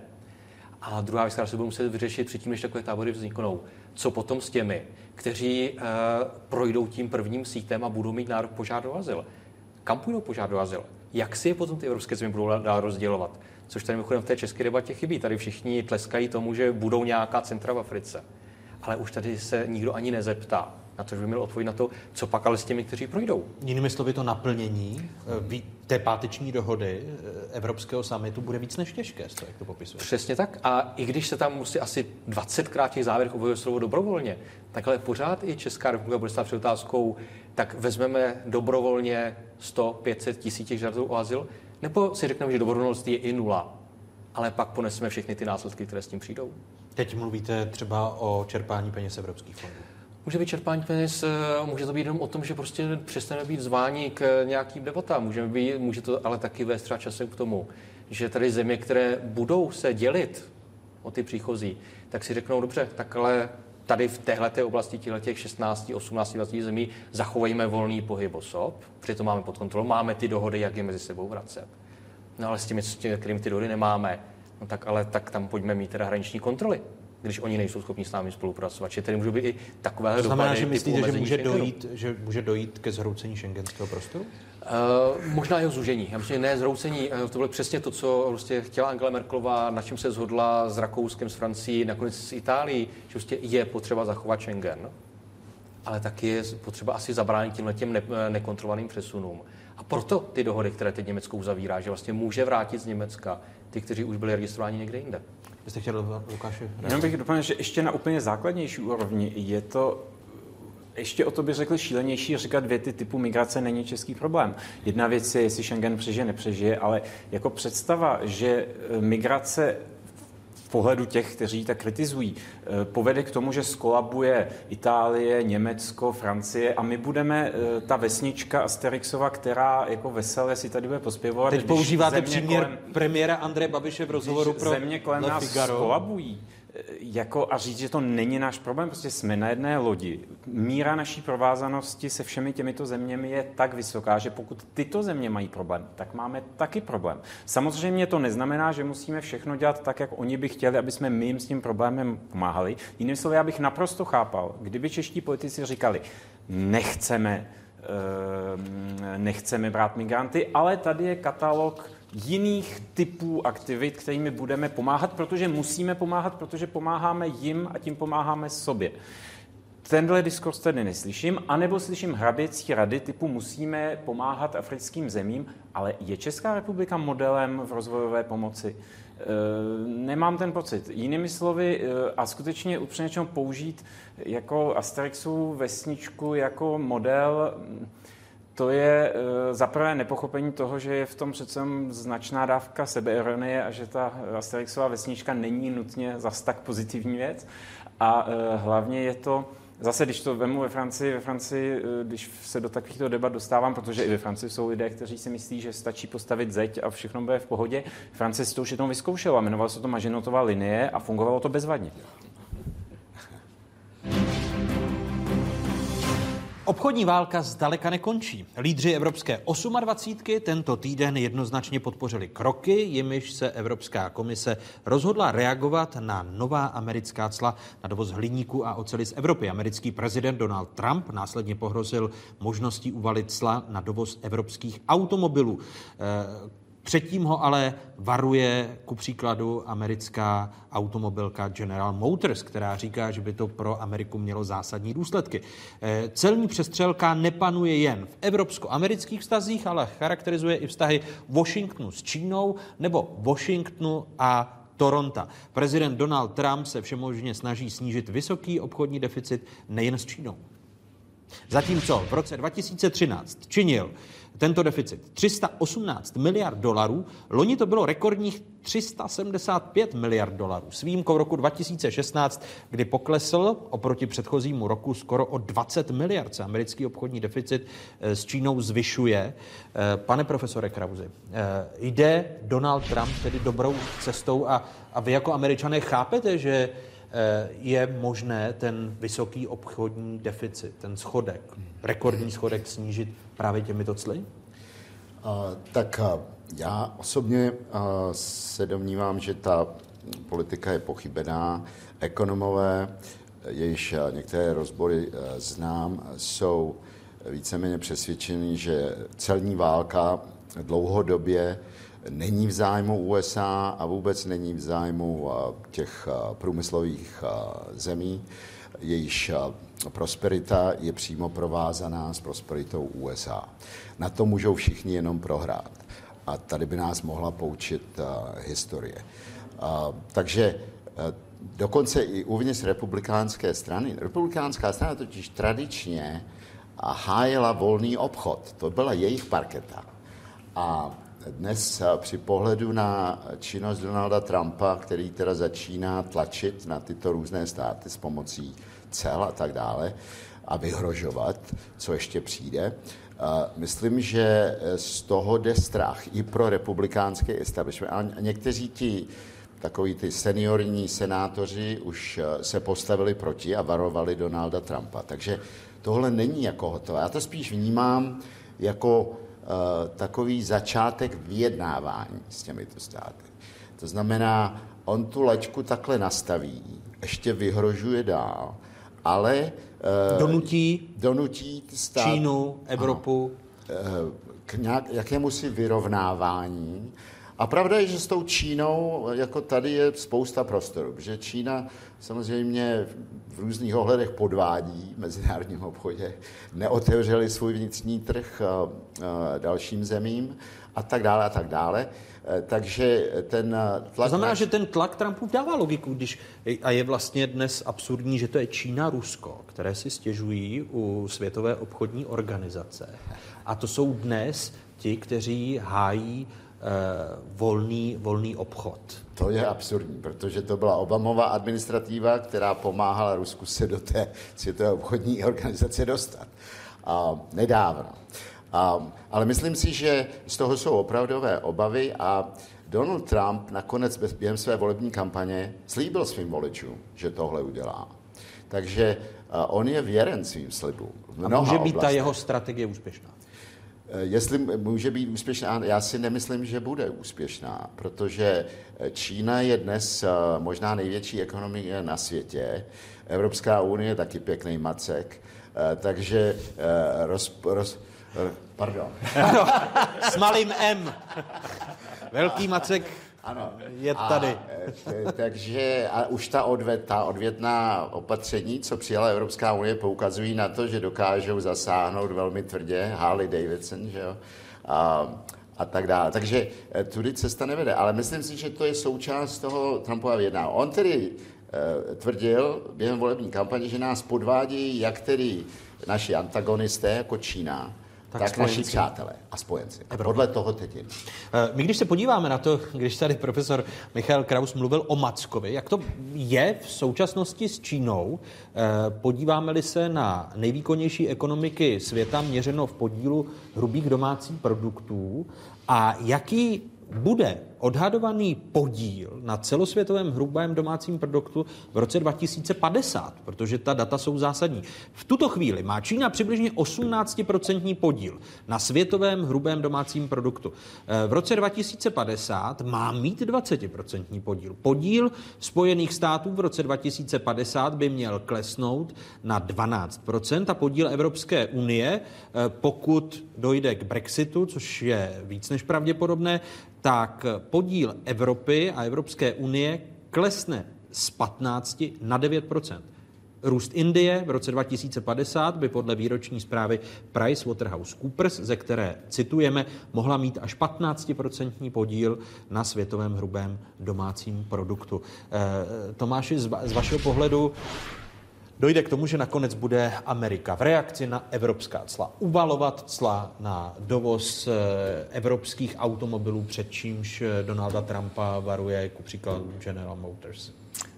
A druhá věc, která se bude muset vyřešit předtím, než takové tábory vzniknou. Co potom s těmi, kteří uh, projdou tím prvním sítem a budou mít nárok požádat o azyl? Kam půjdou požádat o azyl? Jak si je potom ty evropské země budou dál rozdělovat? Což tady mimochodem v té české debatě chybí. Tady všichni tleskají tomu, že budou nějaká centra v Africe. Ale už tady se nikdo ani nezeptá na to, že by měl odpovědět na to, co pak ale s těmi, kteří projdou. Jinými slovy, to naplnění té páteční dohody Evropského summitu bude víc než těžké, jak to popisuje. Přesně tak. A i když se tam musí asi dvacetkrát těch závěrech objevuje slovo dobrovolně, tak ale pořád i Česká republika bude stát před otázkou, tak vezmeme dobrovolně sto, pět set tisíc těch žadatelů o azyl, nebo si řekneme, že dobrovolnost je i nula, ale pak poneseme všechny ty následky, které s tím přijdou. Teď mluvíte třeba o čerpání peněz evropských fondů. Může být čerpání peněz, může to být jenom o tom, že prostě přestaneme být zváni k nějakým debatám. Může, být, může to ale taky vést třeba časem k tomu, že tady země, které budou se dělit o ty příchozí, tak si řeknou, dobře, tak ale tady v téhleté oblasti těch šestnáct, osmnáct, dvacet zemí zachovejme volný pohyb osob, přitom máme pod kontrolou, máme ty dohody, jak je mezi sebou vracet. No ale s těmi, kterými ty dohody nemáme, no tak ale tak tam pojďme mít teda hraniční kontroly, když oni nejsou schopni s námi spolupracovat. Že tedy můžou být i takové dopady. To znamená, že myslíte, že může, dojít, že může dojít ke zhroucení šengenského prostoru? Uh, možná jeho zúžení. Já myslím, že ne zhroucení. Uh, to bylo přesně to, co vlastně chtěla Angela Merkelová, na čem se shodla s Rakouskem, s Francií, nakonec s Itálií, že prostě je potřeba zachovat Schengen, ale taky je potřeba asi zabránit těmhletěm ne- nekontrolovaným přesunům. A proto ty dohody, které teď Německo uzavírá, že vlastně může vrátit z Německa ty, kteří už byli registrováni někde jinde. Vy jste chtěl, Lukáši? Jenom bych doplnil, že ještě na úplně základnější úrovni je to ještě o to by řekl šílenější říkat věty typu migrace není český problém. Jedna věc je, jestli Schengen přežije, nepřežije, ale jako představa, že migrace v pohledu těch, kteří tak kritizují, povede k tomu, že skolabuje Itálie, Německo, Francie a my budeme ta vesnička Asterixova, která jako veselé si tady bude pospěvovat. Teď používáte příměr kolem, premiéra Andreje Babiše v rozhovoru pro země kolem Le nás Figaro. skolabují. Jako a říct, že to není náš problém, prostě jsme na jedné lodi. Míra naší provázanosti se všemi těmito zeměmi je tak vysoká, že pokud tyto země mají problém, tak máme taky problém. Samozřejmě to neznamená, že musíme všechno dělat tak, jak oni by chtěli, aby jsme my jim s tím problémem pomáhali. Jinými slovy, já bych naprosto chápal, kdyby čeští politici říkali, nechceme, nechceme brát migranty, ale tady je katalog jiných typů aktivit, kterými budeme pomáhat, protože musíme pomáhat, protože pomáháme jim a tím pomáháme sobě. Tenhle diskurs tedy neslyším, anebo slyším hraběcí rady typu musíme pomáhat africkým zemím, ale je Česká republika modelem v rozvojové pomoci? E, nemám ten pocit. Jinými slovy, e, a skutečně upřímně použít jako Asterixovu vesničku jako model, to je e, zaprvé nepochopení toho, že je v tom přece značná dávka sebeironie a že ta Asterixova vesnička není nutně zas tak pozitivní věc. A e, hlavně je to, zase když to vemu ve Francii, ve Francii, když se do takovýchto debat dostávám, protože i ve Francii jsou lidé, kteří si myslí, že stačí postavit zeď a všechno bude v pohodě. Francie si to už jednou vyzkoušela, jmenovalo se to Maginotova linie a fungovalo to bezvadně. Obchodní válka zdaleka nekončí. Lídři Evropské osmadvacítky tento týden jednoznačně podpořili kroky, jimiž se Evropská komise rozhodla reagovat na nová americká cla na dovoz hliníku a oceli z Evropy. Americký prezident Donald Trump následně pohrozil možností uvalit cla na dovoz evropských automobilů. Předtím ho ale varuje ku příkladu americká automobilka General Motors, která říká, že by to pro Ameriku mělo zásadní důsledky. Celní přestřelka nepanuje jen v evropsko-amerických vztazích, ale charakterizuje i vztahy Washingtonu s Čínou nebo Washingtonu a Toronto. Prezident Donald Trump se všemožně snaží snížit vysoký obchodní deficit nejen s Čínou. Zatímco v roce dva tisíce třináct činil tento deficit tři sta osmnáct miliard dolarů, loni to bylo rekordních tři sta sedmdesát pět miliard dolarů. S výjimkou roku dva tisíce šestnáct, kdy poklesl oproti předchozímu roku skoro o dvacet miliard. Se americký obchodní deficit s Čínou zvyšuje. Pane profesore Krausi, jde Donald Trump tedy dobrou cestou a, a vy jako Američané chápete, že je možné ten vysoký obchodní deficit, ten schodek, rekordní schodek snížit právě těmito cly? Uh, tak uh, já osobně uh, se domnívám, že ta politika je pochybená. Ekonomové, jejichž uh, některé rozbory uh, znám, jsou víceméně přesvědčeni, že celní válka dlouhodobě není v zájmu U S A a vůbec není v zájmu těch průmyslových zemí, jejíž prosperita je přímo provázaná s prosperitou U S A. Na to můžou všichni jenom prohrát. A tady by nás mohla poučit historie. Takže dokonce i uvnitř republikánské strany. Republikánská strana totiž tradičně hájila volný obchod. To byla jejich parketa. A dnes při pohledu na činnost Donalda Trumpa, který teda začíná tlačit na tyto různé státy s pomocí cel a tak dále a vyhrožovat, co ještě přijde, myslím, že z toho jde strach i pro republikánské establishment. A někteří ti takoví ty seniorní senátoři už se postavili proti a varovali Donalda Trumpa. Takže tohle není jako hotové. Já to spíš vnímám jako takový začátek vyjednávání s těmito státy. To znamená, on tu laťku takhle nastaví, ještě vyhrožuje dál, ale donutí, donutí stát, Čínu, Evropu ano, k nějak, jakémusi vyrovnávání. A pravda je, že s tou Čínou, jako tady je spousta prostoru, protože Čína samozřejmě v různých ohledech podvádí v mezinárodním obchodě, neotevřeli svůj vnitřní trh dalším zemím a tak dále a tak dále. Takže ten tlak... To znamená, že ten tlak Trumpův dává logiku, když, a je vlastně dnes absurdní, že to je Čína, Rusko, které si stěžují u Světové obchodní organizace. A to jsou dnes ti, kteří hájí volný, volný obchod. To je absurdní, protože to byla Obamova administrativa, která pomáhala Rusku se do té světové obchodní organizace dostat. A nedávno. A, ale myslím si, že z toho jsou opravdové obavy a Donald Trump nakonec během své volební kampaně slíbil svým voličům, že tohle udělá. Takže on je věren svým slibům. A může být ta jeho strategie úspěšná? Jestli může být úspěšná, já si nemyslím, že bude úspěšná, protože Čína je dnes možná největší ekonomie na světě, Evropská unie je taky pěkný macek, takže roz, roz, pardon. Ano, s malým M. Velký macek ano. je tady. A, takže a už ta, odvět, ta odvětná opatření, co přijala Evropská unie, poukazují na to, že dokážou zasáhnout velmi tvrdě Harley Davidson, že jo, a, a tak dále. Takže tudy cesta nevede. Ale myslím si, že to je součást toho Trumpova vyjednání. On tedy e, tvrdil během volební kampaně, že nás podvádí jak tedy naši antagonisté, jako Čína, tak, tak naši přátelé a spojenci. A podle toho teď je. My, když se podíváme na to, když tady profesor Michal Kraus mluvil o Mackovi, jak to je v současnosti s Čínou, podíváme-li se na nejvýkonnější ekonomiky světa měřeno v podílu hrubých domácích produktů a jaký bude odhadovaný podíl na celosvětovém hrubém domácím produktu v roce dva tisíce padesát, protože ta data jsou zásadní. V tuto chvíli má Čína přibližně osmnáct procent podíl na světovém hrubém domácím produktu. V roce dva tisíce padesát má mít dvacet procent podíl. Podíl Spojených států v roce dva tisíce padesát by měl klesnout na dvanáct procent a podíl Evropské unie, pokud dojde k Brexitu, což je víc než pravděpodobné, tak podíl Evropy a Evropské unie klesne z patnácti na devět procent. Růst Indie v roce dva tisíce padesát by podle výroční zprávy PricewaterhouseCoopers, ze které citujeme, mohla mít až patnáct procent podíl na světovém hrubém domácím produktu. E, Tomáši, z, va- z vašeho pohledu dojde k tomu, že nakonec bude Amerika v reakci na evropská cla uvalovat cla na dovoz evropských automobilů, před čímž Donalda Trumpa varuje ku příkladu General Motors.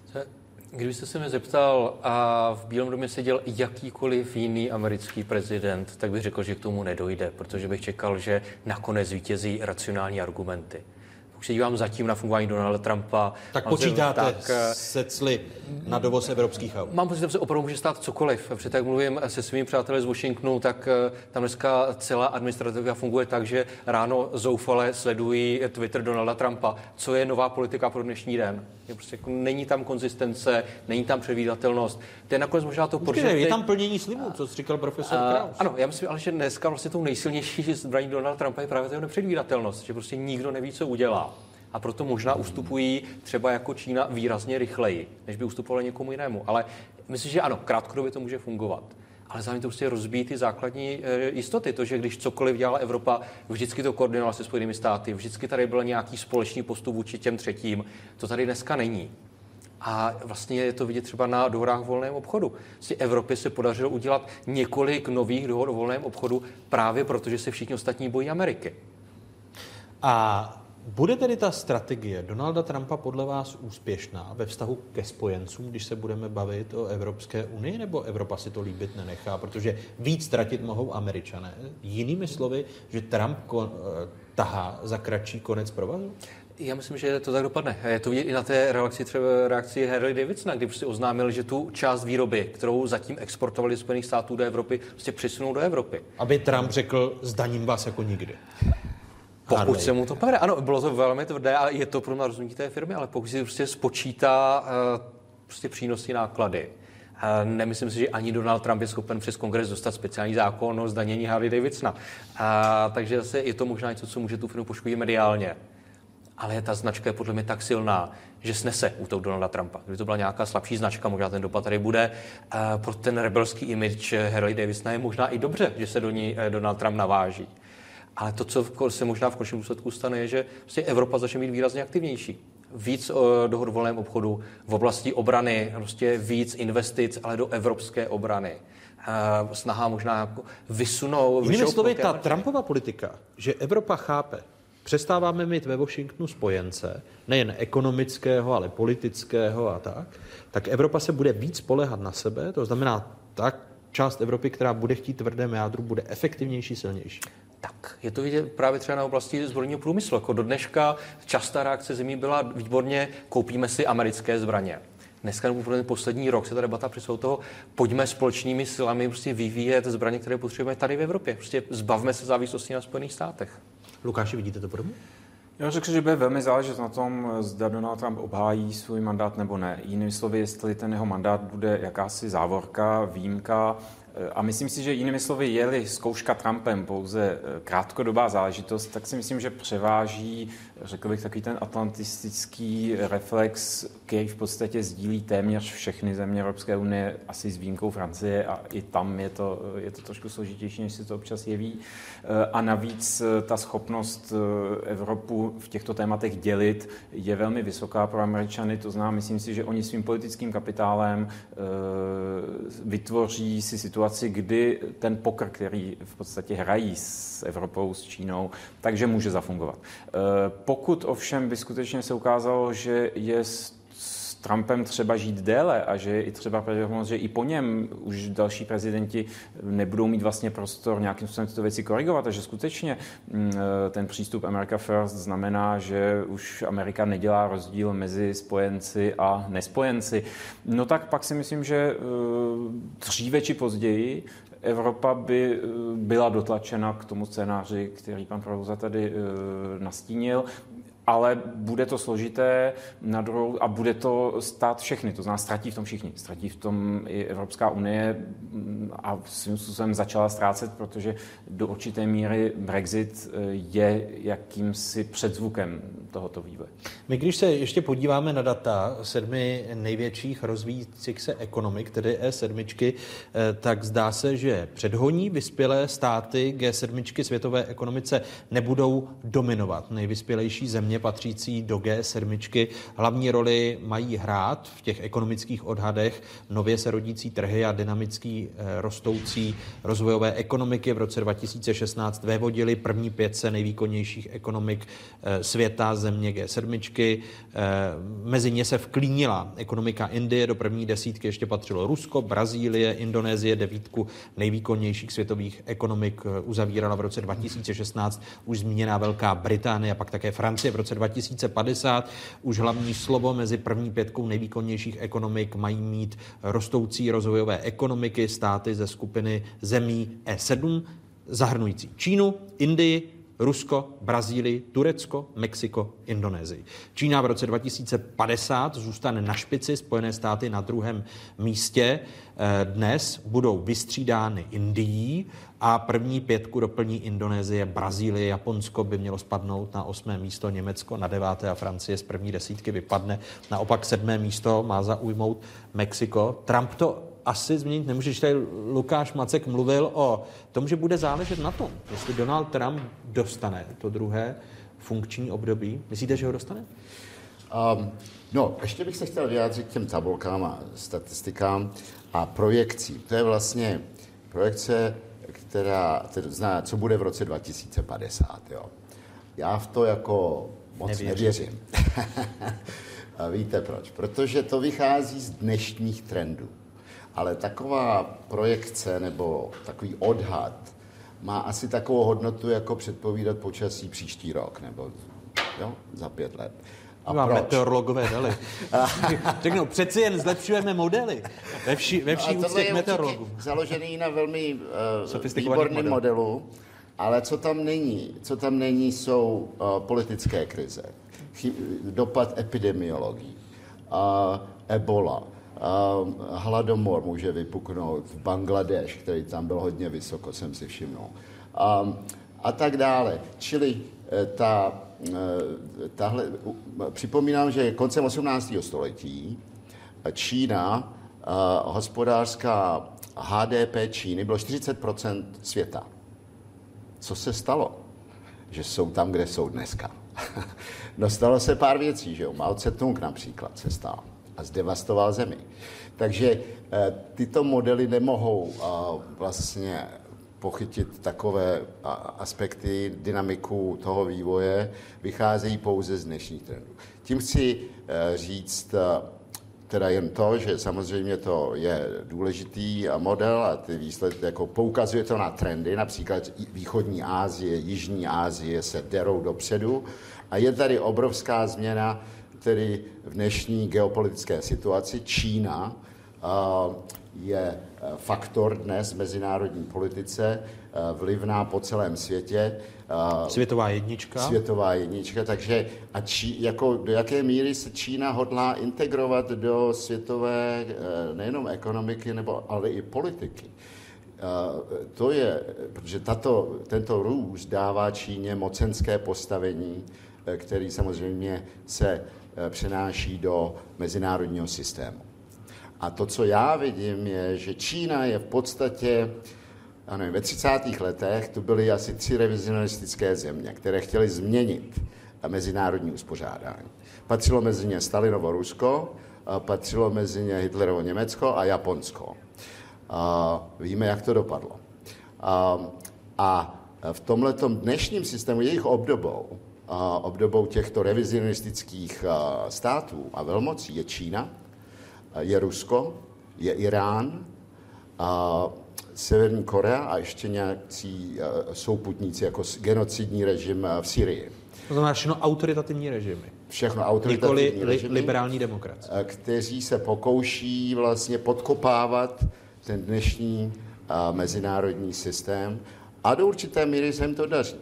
Kdybyste se mě zeptal, a v Bílém domě seděl jakýkoliv jiný americký prezident, tak bych řekl, že k tomu nedojde, protože bych čekal, že nakonec zvítězí racionální argumenty. Už se dívám zatím na fungování Donalda Trumpa. Tak počítáte tak, se cly na dovoz evropských aut? Mám pocit, že se opravdu může stát cokoliv. Protože tak mluvím se svými přáteli z Washingtonu, tak tam dneska celá administrativa funguje tak, že ráno zoufale sledují Twitter Donalda Trumpa. Co je nová politika pro dnešní den? Je prostě jako, není tam konzistence, není tam předvídatelnost. To je nakonec možná to, protože je tam plnění slibů, co říkal profesor Kraus. Ano, já myslím, ale že dneska vlastně tou nejsilnější zbraní Donalda Trumpa je právě ta nepředvídatelnost, že prostě nikdo neví, co udělá. A proto možná ustupují třeba jako Čína výrazně rychleji, než by ustupovali někomu jinému. Ale myslím, že ano, krátkodobě to může fungovat. Ale zároveň to prostě rozbíjí ty základní e, jistoty. To, že když cokoliv dělala Evropa, vždycky to koordinovala se Spojenými státy, vždycky tady byl nějaký společný postup vůči těm třetím. To tady dneska není. A vlastně je to vidět třeba na dohodách o volném obchodu. Z Evropy se podařilo udělat několik nových dohod o volném obchodu právě proto, že se všichni ostatní bojí Ameriky. A bude tedy ta strategie Donalda Trumpa podle vás úspěšná ve vztahu ke spojencům, když se budeme bavit o Evropské unii, nebo Evropa si to líbit nenechá, protože víc ztratit mohou Američané? Jinými slovy, že Trump kon, tahá za kratší konec provazu? Já myslím, že to tak dopadne. Je to vidět i na té reakci, třeba reakci Harley Davidsona, kdy prostě oznámil, že tu část výroby, kterou zatím exportovali z Spojených států do Evropy, prostě přesunou do Evropy. Aby Trump řekl, zdaním vás jako nikdy. Pokud se mu to povede. Ano, bylo to velmi tvrdé a je to pro mě rozhodnutí té firmy, ale pokud si prostě spočítá uh, prostě přínosy, náklady, uh, nemyslím si, že ani Donald Trump je schopen přes kongres dostat speciální zákon o zdanění Harley Davidsona. Uh, takže zase je to možná něco, co může tu firmu poškodit mediálně. Ale ta značka je podle mě tak silná, že snese útok Donalda Trumpa. Kdyby to byla nějaká slabší značka, možná ten dopad tady bude. Uh, pro ten rebelský image Harley Davidsona je možná i dobře, že se do ní uh, Donald Trump naváží. Ale to, co se možná v konečném důsledku stane, je, že prostě Evropa začne být výrazně aktivnější. Víc o dohod o volném obchodu v oblasti obrany, prostě víc investic, ale do evropské obrany. Snaha možná jako vysunout... Jinými slovy, ta Trumpova politika, že Evropa chápe přestáváme mít ve Washingtonu spojence, nejen ekonomického, ale politického a tak, tak Evropa se bude víc spoléhat na sebe, to znamená, tak část Evropy, která bude chtít tvrdém jádru, bude efektivnější, silnější. Tak, je to vidět právě třeba na oblasti zbrojního průmyslu. Jako do dneška častá reakce zemí byla výborně, koupíme si americké zbraně. Dneska nebo poslední rok se ta debata přišla toho, pojďme společnými silami prostě vyvíjet zbraně, které potřebujeme tady v Evropě. Prostě zbavme se závislosti na Spojených státech. Lukáši, vidíte to podobně? Já řekl, že bude velmi záležet na tom, zda Donald Trump obhájí svůj mandát nebo ne. Jinými slovy, jestli ten jeho mandát bude jakási závorka, výjimka. A myslím si, že jinými slovy, je-li zkouška Trumpem pouze krátkodobá záležitost, tak si myslím, že převáží, řekl bych, takový ten atlantistický reflex, který v podstatě sdílí téměř všechny země Evropské unie, asi s výjimkou Francie, a i tam je to, je to trošku složitější, než se to občas jeví. A navíc ta schopnost Evropu v těchto tématech dělit je velmi vysoká pro Američany. To znamená, myslím si, že oni svým politickým kapitálem vytvoří si situaci, kdy ten poker, který v podstatě hrají s Evropou, s Čínou, takže může zafungovat. Pokud ovšem by skutečně se ukázalo, že je s Trumpem třeba žít déle a že je i třeba pravděpodobnost, že i po něm už další prezidenti nebudou mít vlastně prostor nějakým způsobem tyto věci korigovat a že skutečně ten přístup America First znamená, že už Amerika nedělá rozdíl mezi spojenci a nespojenci. No tak pak si myslím, že dříve či později Evropa by byla dotlačena k tomu scénáři, který pan Prouza tady nastínil, ale bude to složité na druhou, a bude to stát všechny, to znamená ztratí v tom všichni. Ztratí v tom i Evropská unie a svým způsobem začala ztrácet, protože do určité míry Brexit je jakýmsi předzvukem tohoto vývoje. My když se ještě podíváme na data sedmi největších rozvíjících se ekonomik, tedy E sedm, tak zdá se, že předhoní vyspělé státy G sedm světové ekonomice nebudou dominovat. Nejvyspělejší země patřící do G sedm hlavní roli mají hrát v těch ekonomických odhadech nově se rodící trhy a dynamický eh, rostoucí rozvojové ekonomiky. V roce dva tisíce šestnáct vévodili první pětce nejvýkonnějších ekonomik eh, světa země G sedm. Eh, mezi ně se vklínila ekonomika Indie, do první desítky ještě patřilo Rusko, Brazílie, Indonésie, devítku nejvýkonnějších světových ekonomik uzavírala v roce dva tisíce šestnáct už zmíněná Velká Británie a pak také Francie. V roce dva tisíce padesát už hlavní slovo mezi první pětkou nejvýkonnějších ekonomik mají mít rostoucí rozvojové ekonomiky, státy ze skupiny zemí E sedm, zahrnující Čínu, Indii, Rusko, Brazílii, Turecko, Mexiko, Indonésii. Čína v roce dva tisíce padesát zůstane na špici, Spojené státy na druhém místě. Dnes budou vystřídány Indií a první pětku doplní Indonésie, Brazílie, Japonsko by mělo spadnout na osmé místo, Německo na deváté a Francie z první desítky vypadne. Naopak sedmé místo má zaujmout Mexiko. Trump to asi změnit nemůže. Tady Lukáš Macek mluvil o tom, že bude záležet na tom, jestli Donald Trump dostane to druhé funkční období. Myslíte, že ho dostane? Um, no, ještě bych se chtěl vyjádřit k těm tabulkám a statistikám a projekcím. To je vlastně projekce, která zná, co bude v roce dva tisíce padesát. Jo. Já v to jako moc nevěřím. nevěřím. A víte proč? Protože to vychází z dnešních trendů. Ale taková projekce nebo takový odhad má asi takovou hodnotu, jako předpovídat počasí příští rok nebo jo, za pět let. A Mám meteorologové dali. Řeknou, přeci jen zlepšujeme modely ve vší, ve vší no, úctě k meteorologům. Založený na velmi uh, výborném modelu. modelu, ale co tam není, co tam není, jsou uh, politické krize, chy, dopad epidemiologií, uh, ebola, Uh, hladomor může vypuknout v Bangladeš, který tam byl hodně vysoko, jsem si všimnul. Um, a tak dále. Čili uh, ta, uh, tahle, uh, připomínám, že koncem osmnáctého století Čína, uh, hospodářská H D P Číny bylo čtyřicet procent světa. Co se stalo? Že jsou tam, kde jsou dneska. No stalo se pár věcí, že jo? Mao Tse-tung například se stal a zdevastoval zemi. Takže e, tyto modely nemohou e, vlastně pochytit takové aspekty, dynamiku toho vývoje, vycházejí pouze z dnešních trendů. Tím chci říct teda jen to, že samozřejmě to je důležitý model a ty výsledky, jako poukazuje to na trendy, například východní Asie, jižní Asie se derou dopředu a je tady obrovská změna, tedy v dnešní geopolitické situaci. Čína je faktor dnes v mezinárodní politice, vlivná po celém světě. Světová jednička. Světová jednička, takže a Čí, jako do jaké míry se Čína hodlá integrovat do světové nejenom ekonomiky, nebo, ale i politiky. To je, protože tato, tento růst dává Číně mocenské postavení, který samozřejmě se přenáší do mezinárodního systému. A to, co já vidím, je, že Čína je v podstatě, ano, ve třicátých letech tu byly asi tři revizionistické země, které chtěly změnit mezinárodní uspořádání. Patřilo mezi ně Stalinovo Rusko, patřilo mezi ně Hitlerovo Německo a Japonsko. A víme, jak to dopadlo. A, a v tomhletom dnešním systému jejich obdobou, a obdobou těchto revizionistických států a velmocí je Čína, je Rusko, je Irán, a Severní Korea a ještě nějací souputníci jako genocidní režim v Syrii. To znamená všechno autoritativní režimy. Všechno autoritativní Nikoli režimy. liberální demokracie. Kteří se pokouší vlastně podkopávat ten dnešní a, mezinárodní systém a do určité míry se jim to daří.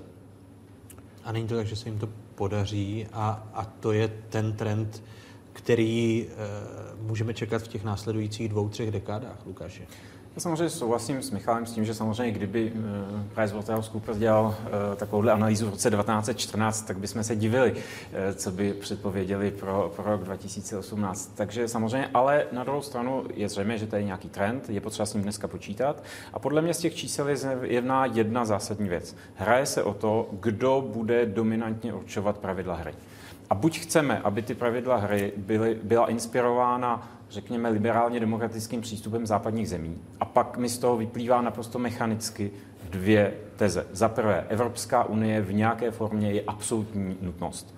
A není to tak, že se jim to podaří a, a to je ten trend, který e, můžeme čekat v těch následujících dvou, třech dekádách, Lukáši? Já samozřejmě souhlasím s Michalem s tím, že samozřejmě kdyby uh, PricewaterhouseCoopers dělal uh, takovouhle analýzu v roce devatenáct set čtrnáct, tak bychom se divili, uh, co by předpověděli pro, pro rok dva tisíce osmnáct. Takže samozřejmě, ale na druhou stranu je zřejmé, že to je nějaký trend, je potřeba s ním dneska počítat. A podle mě z těch čísel je jedna, jedna zásadní věc. Hraje se o to, kdo bude dominantně určovat pravidla hry. A buď chceme, aby ty pravidla hry byly, byla inspirována, řekněme, liberálně demokratickým přístupem západních zemí. A pak mi z toho vyplývá naprosto mechanicky dvě teze. Za prvé, Evropská unie v nějaké formě je absolutní nutnost.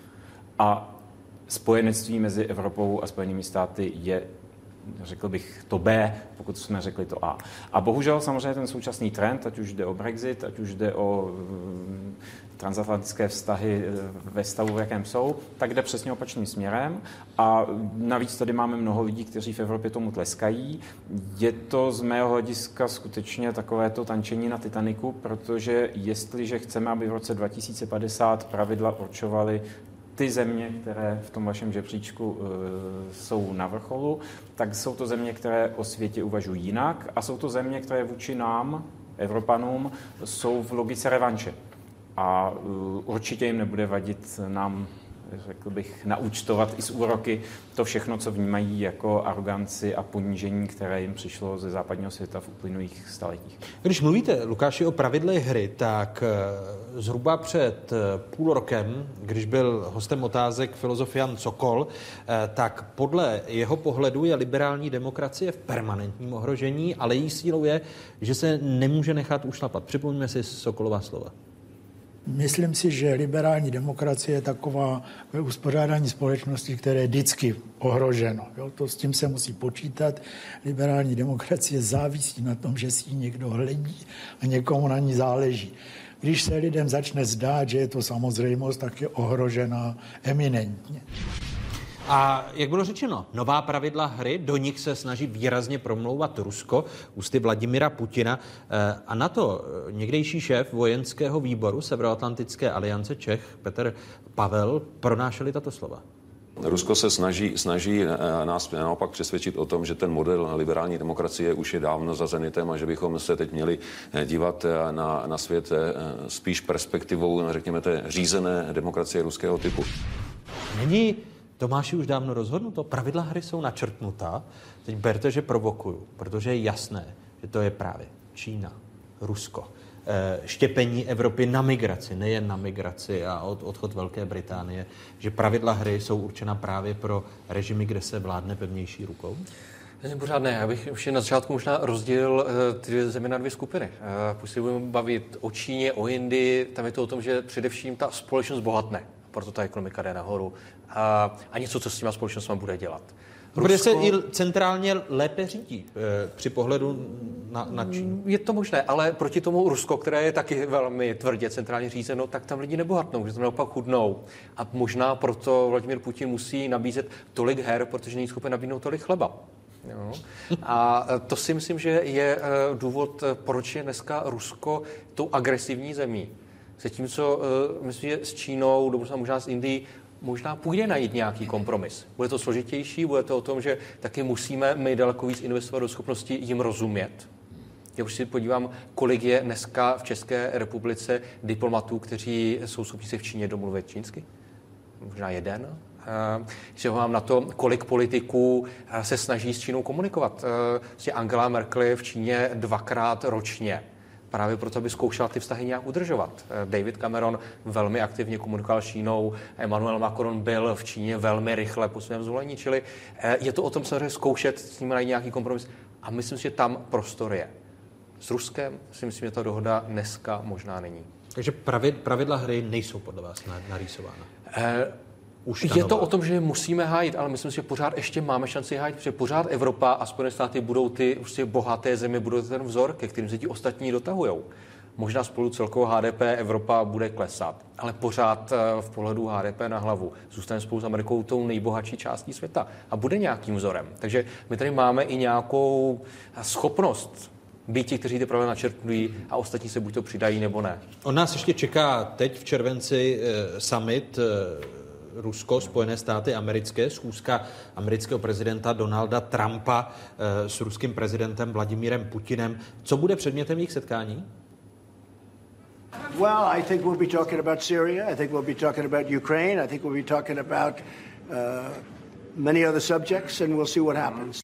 A spojenectví mezi Evropou a Spojenými státy je, řekl bych, to B, pokud jsme řekli to A. A bohužel samozřejmě ten současný trend, ať už jde o Brexit, ať už jde o transatlantické vztahy ve stavu, v jakém jsou, tak jde přesně opačným směrem. A navíc tady máme mnoho lidí, kteří v Evropě tomu tleskají. Je to z mého hlediska skutečně takovéto tančení na Titaniku, protože jestliže chceme, aby v roce dva tisíce padesát pravidla určovaly ty země, které v tom vašem žebříčku e, jsou na vrcholu, tak jsou to země, které o světě uvažují jinak a jsou to země, které vůči nám, Evropanům, jsou v logice revanše. A uh, určitě jim nebude vadit nám, řekl bych, naúčtovat i z úroky to všechno, co vnímají jako aroganci a ponížení, které jim přišlo ze západního světa v uplynulých staletích. Když mluvíte, Lukáši, o pravidlech hry, tak zhruba před půl rokem, když byl hostem otázek filozof Jan Sokol, tak podle jeho pohledu je liberální demokracie v permanentním ohrožení, ale její sílou je, že se nemůže nechat ušlapat. Připomeňme si Sokolova slova. Myslím si, že liberální demokracie je taková uspořádání společnosti, které je vždycky ohroženo. Jo? To s tím se musí počítat. Liberální demokracie závisí na tom, že si ji někdo hledí a někomu na ní záleží. Když se lidem začne zdát, že je to samozřejmost, tak je ohrožená eminentně. A jak bylo řečeno, nová pravidla hry, do nich se snaží výrazně promlouvat Rusko, ústy Vladimira Putina. A na to někdejší šéf vojenského výboru Severoatlantické aliance Čech Petr Pavel pronášeli tato slova. Rusko se snaží, snaží nás naopak přesvědčit o tom, že ten model liberální demokracie už je dávno za zenitem a že bychom se teď měli dívat na, na svět spíš perspektivou, řekněme, té řízené demokracie ruského typu. Není Tomáši už dávno rozhodnuto, pravidla hry jsou načrtnutá. Teď berte, že provokuju, protože je jasné, že to je právě Čína, Rusko, štěpení Evropy na migraci, nejen na migraci a od, odchod Velké Británie, že pravidla hry jsou určena právě pro režimy, kde se vládne pevnější rukou? Pořád ne, já bych ještě na začátku možná rozdělil ty dvě země na dvě skupiny. Pokud se budeme bavit o Číně, o Indii, tam je to o tom, že především ta společnost bohatne, proto ta ekonomika jde nahoru a, a něco, co s těma společnostmi bude dělat. Bude se i centrálně lépe řídí e, při pohledu na, na Čínu. Je to možné, ale proti tomu Rusko, které je taky velmi tvrdě centrálně řízeno, tak tam lidi nebohatnou, že tam naopak chudnou. A možná proto Vladimír Putin musí nabízet tolik her, protože není schopen nabídnout tolik chleba. Jo. A to si myslím, že je důvod, proč je dneska Rusko tou agresivní zemí. Zatímco myslím, že s Čínou, dobře, možná s Indií, možná půjde najít nějaký kompromis. Bude to složitější, bude to o tom, že taky musíme my daleko víc investovat do schopnosti jim rozumět. Já už si podívám, kolik je dneska v České republice diplomatů, kteří jsou schopni se v Číně domluvit čínsky. Možná jeden. Když se mám na to, kolik politiků se snaží s Čínou komunikovat. Angela Merkel je v Číně dvakrát ročně. Právě proto, aby zkoušela ty vztahy nějak udržovat. David Cameron velmi aktivně komunikoval s Čínou, Emmanuel Macron byl v Číně velmi rychle po svém zvolení, čili je to o tom samozřejmě zkoušet s nimi najít nějaký kompromis a myslím si, že tam prostor je. S Ruskem si myslím, že ta dohoda dneska možná není. Takže pravidla hry nejsou podle vás narýsována? Eh, Už je to o tom, že musíme hájit, ale myslím si, že pořád ještě máme šanci hájit, protože pořád Evropa a Spojené státy budou ty prostě bohaté země, budou ten vzor, ke kterým se ti ostatní dotahujou. Možná spolu celkovou H D P Evropa bude klesat, ale pořád v pohledu H D P na hlavu zůstane spolu s Amerikou tou nejbohatší částí světa a bude nějakým vzorem. Takže my tady máme i nějakou schopnost být ti, kteří ty problémy načrtují a ostatní se buď to přidají, nebo ne. On nás ještě čeká teď v červenci eh, summit eh, Rusko, Spojené státy americké, schůzka amerického prezidenta Donalda Trumpa eh, s ruským prezidentem Vladimírem Putinem. Co bude předmětem jejich setkání? Well, I think we'll be talking about Syria. I think we'll be talking about Ukraine. I think we'll be talking about uh, many other subjects, and we'll see what happens.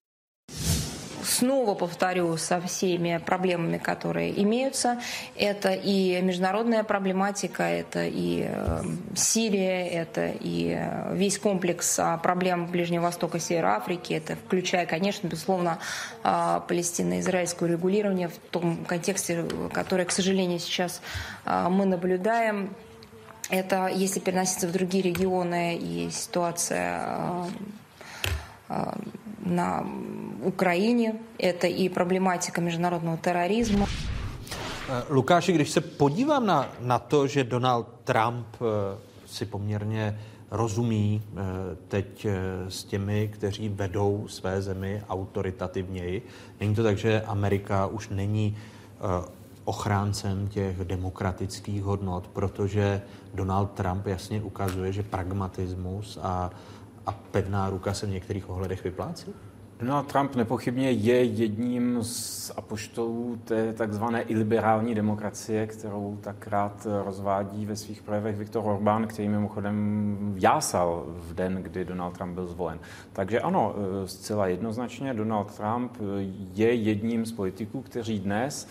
Снова повторю, со всеми проблемами, которые имеются. Это и международная проблематика, это и э, Сирия, это и э, весь комплекс э, проблем Ближнего Востока, Севера Африки, это включая, конечно, безусловно, э, палестино-израильское регулирование в том контексте, который, к сожалению, сейчас э, мы наблюдаем. Это, если переноситься в другие регионы, и ситуация э, э, на Ukrajině, это i problematika mezinárodního terorismu. Lukáši, když se podívám na, na to, že Donald Trump si poměrně rozumí teď s těmi, kteří vedou své zemi autoritativněji, není to tak, že Amerika už není ochráncem těch demokratických hodnot, protože Donald Trump jasně ukazuje, že pragmatismus a a pevná ruka se v některých ohledech vyplácí? Donald Trump nepochybně je jedním z apoštolů té takzvané iliberální demokracie, kterou tak rád rozvádí ve svých projevech Viktor Orbán, který mimochodem jásal v den, kdy Donald Trump byl zvolen. Takže ano, zcela jednoznačně Donald Trump je jedním z politiků, kteří dnes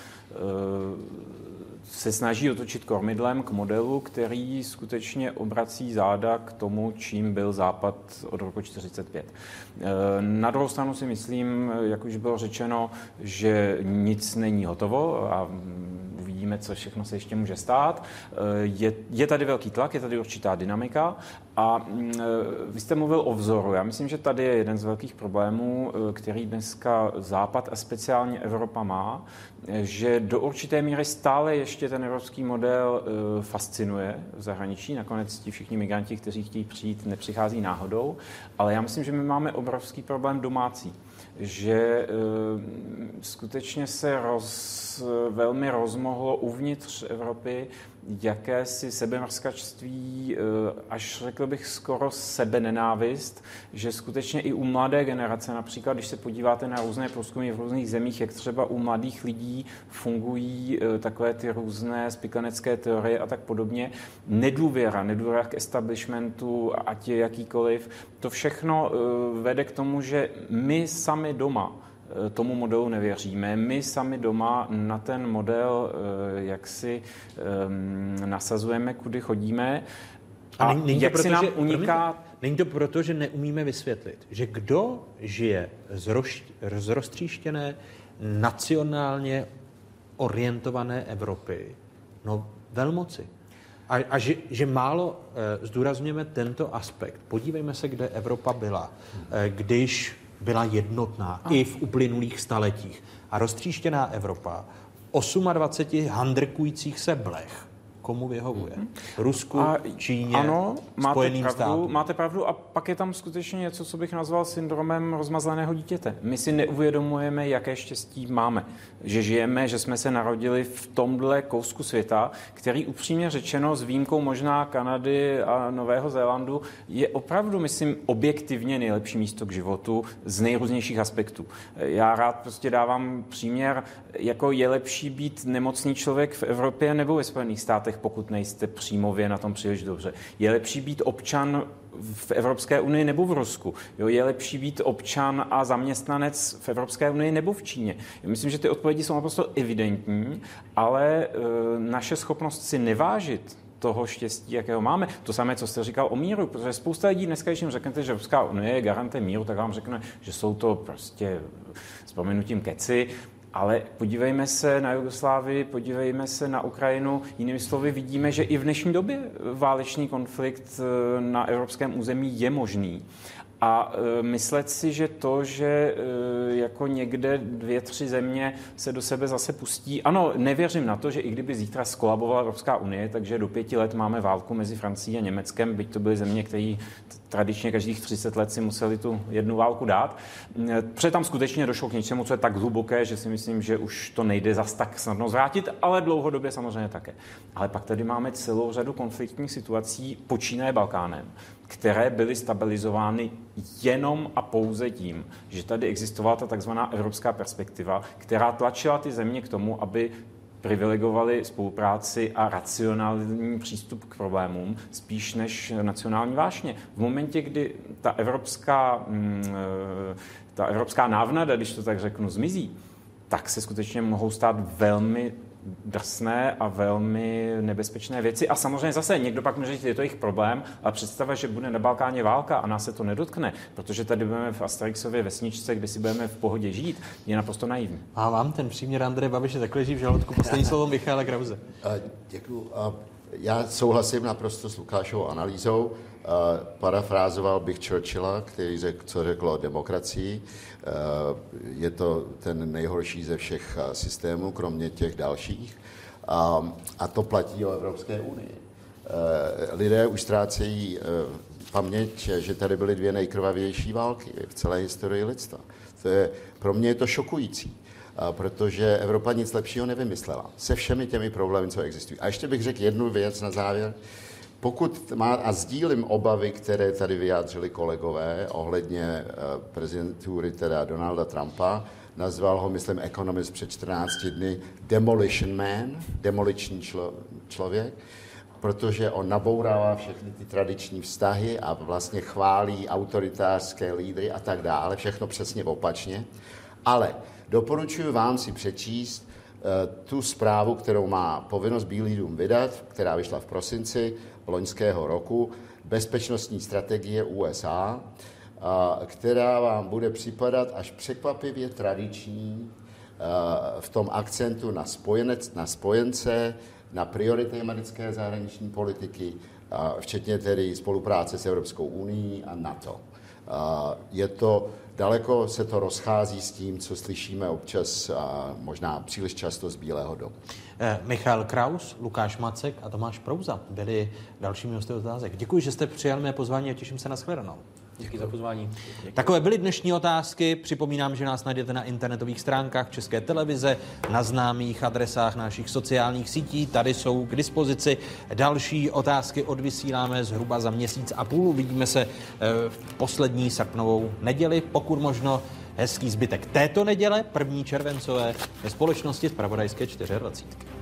se snaží otočit kormidlem k modelu, který skutečně obrací záda k tomu, čím byl Západ od roku čtyřicet pět. Na druhou stranu si myslím, jak už bylo řečeno, že nic není hotovo a uvidíme, co všechno se ještě může stát. Je, je tady velký tlak, je tady určitá dynamika a vy jste mluvil o vzoru. Já myslím, že tady je jeden z velkých problémů, který dneska Západ a speciálně Evropa má, že do určité míry stále ještě ten evropský model fascinuje v zahraničí. Nakonec ti všichni migranti, kteří chtějí přijít, nepřichází náhodou, ale já myslím, že my máme obrovský problém domácí, že skutečně se roz, velmi rozmohlo uvnitř Evropy jakési sebemrskačství, až řekl bych skoro sebenenávist, že skutečně i u mladé generace, například když se podíváte na různé průzkumy v různých zemích, jak třeba u mladých lidí fungují takové ty různé spikanecké teorie a tak podobně, nedůvěra, nedůvěra k establishmentu, ať je jakýkoliv, to všechno vede k tomu, že my sami doma tomu modelu nevěříme. My sami doma na ten model jak si um, nasazujeme, kudy chodíme. A A není, není jak to si proto, nám že, uniká... není to proto, že neumíme vysvětlit, že kdo žije z, roš, z roztříštěné, nacionálně orientované Evropy, no velmoci. A, a že, že málo e, zdůrazňujeme tento aspekt. Podívejme se, kde Evropa byla, e, když byla jednotná a. i v uplynulých staletích. A roztříštěná Evropa, dvacet osm handrkujících se blech, komu vyhovuje? Rusku, a Číně, ano, máte Spojeným pravdu, státům. máte pravdu a pak je tam skutečně něco, co bych nazval syndromem rozmazleného dítěte. My si neuvědomujeme, jaké štěstí máme. Že žijeme, že jsme se narodili v tomhle kousku světa, který upřímně řečeno s výjimkou možná Kanady a Nového Zélandu je opravdu, myslím, objektivně nejlepší místo k životu z nejrůznějších aspektů. Já rád prostě dávám příměr, jako je lepší být nemocný člověk v Evropě nebo ve Spojených státech, pokud nejste přímově na tom příliš dobře. Je lepší být občan v Evropské unii nebo v Rusku. Jo, je lepší být občan a zaměstnanec v Evropské unii nebo v Číně. Já myslím, že ty odpovědi jsou naprosto evidentní, ale e, naše schopnost si nevážit toho štěstí, jakého máme. To samé, co jste říkal o míru, protože spousta lidí dneska, když jim řeknete, že Evropská unie je garantem míru, tak vám řekne, že jsou to prostě s prominutím keci. Ale podívejme se na Jugoslávii, podívejme se na Ukrajinu. Jinými slovy vidíme, že i v dnešní době válečný konflikt na evropském území je možný. A e, myslet si, že to, že e, jako někde dvě, tři země se do sebe zase pustí. Ano, nevěřím na to, že i kdyby zítra skolabovala Evropská unie, takže do pěti let máme válku mezi Francií a Německem, byť to byly země, které tradičně každých třicet let si museli tu jednu válku dát. Protože tam skutečně došlo k něčemu, co je tak hluboké, že si myslím, že už to nejde zas tak snadno zvrátit, ale dlouhodobě samozřejmě také. Ale pak tady máme celou řadu konfliktních situací, počínaje Balkánem, které byly stabilizovány jenom a pouze tím, že tady existovala ta takzvaná evropská perspektiva, která tlačila ty země k tomu, aby privilegovali spolupráci a racionální přístup k problémům spíš než nacionální vášně. V momentě, kdy ta evropská, ta evropská návnada, když to tak řeknu, zmizí, tak se skutečně mohou stát velmi drsné a velmi nebezpečné věci. A samozřejmě zase někdo pak může říct, je to jejich problém, ale představa, že bude na Balkáně válka a nás se to nedotkne, protože tady budeme v Asterixově vesničce, kde si budeme v pohodě žít, je naprosto naivní. A vám ten příměr Andreje Babiše tak leží v žaludku. Poslední slovo Michala Krause. Děkuji. Já souhlasím naprosto s Lukášovou analýzou. Parafrázoval bych Churchilla, který řekl, co řekl o demokracii. Je to ten nejhorší ze všech systémů, kromě těch dalších. A to platí o Evropské unii. Lidé už ztrácejí paměť, že tady byly dvě nejkrvavější války v celé historii lidstva. To je, pro mě je to šokující, protože Evropa nic lepšího nevymyslela. Se všemi těmi problémy, co existují. A ještě bych řekl jednu věc na závěr. Pokud má, a sdílím obavy, které tady vyjádřili kolegové ohledně prezidentury teda Donalda Trumpa, nazval ho, myslím, Economist před čtrnácti dny demolition man, demoliční člo, člověk, protože on nabourává všechny ty tradiční vztahy a vlastně chválí autoritářské lídry a tak dále, všechno přesně opačně. Ale doporučuji vám si přečíst uh, tu zprávu, kterou má povinnost Bílý dům vydat, která vyšla v prosinci loňského roku, bezpečnostní strategie U S A, uh, která vám bude připadat až překvapivě tradiční uh, v tom akcentu na, spojenec, na spojence, na priority americké zahraniční politiky, uh, včetně tedy spolupráce s Evropskou unií a NATO. Uh, je to Daleko se to rozchází s tím, co slyšíme občas a možná příliš často z Bílého domu. Eh, Michal Kraus, Lukáš Macek a Tomáš Prouza byli dalšími hosty otázek. Děkuji, že jste přijali mé pozvání a těším se na shledanou. Díky za pozvání. Děkuji. Takové byly dnešní otázky. Připomínám, že nás najdete na internetových stránkách České televize, na známých adresách našich sociálních sítí. Tady jsou k dispozici další otázky. Odvysíláme zhruba za měsíc a půl. Uvidíme se v poslední srpnovou neděli. Pokud možno hezký zbytek této neděle, první červencové, ve společnosti Zpravodajské dvacet čtyři.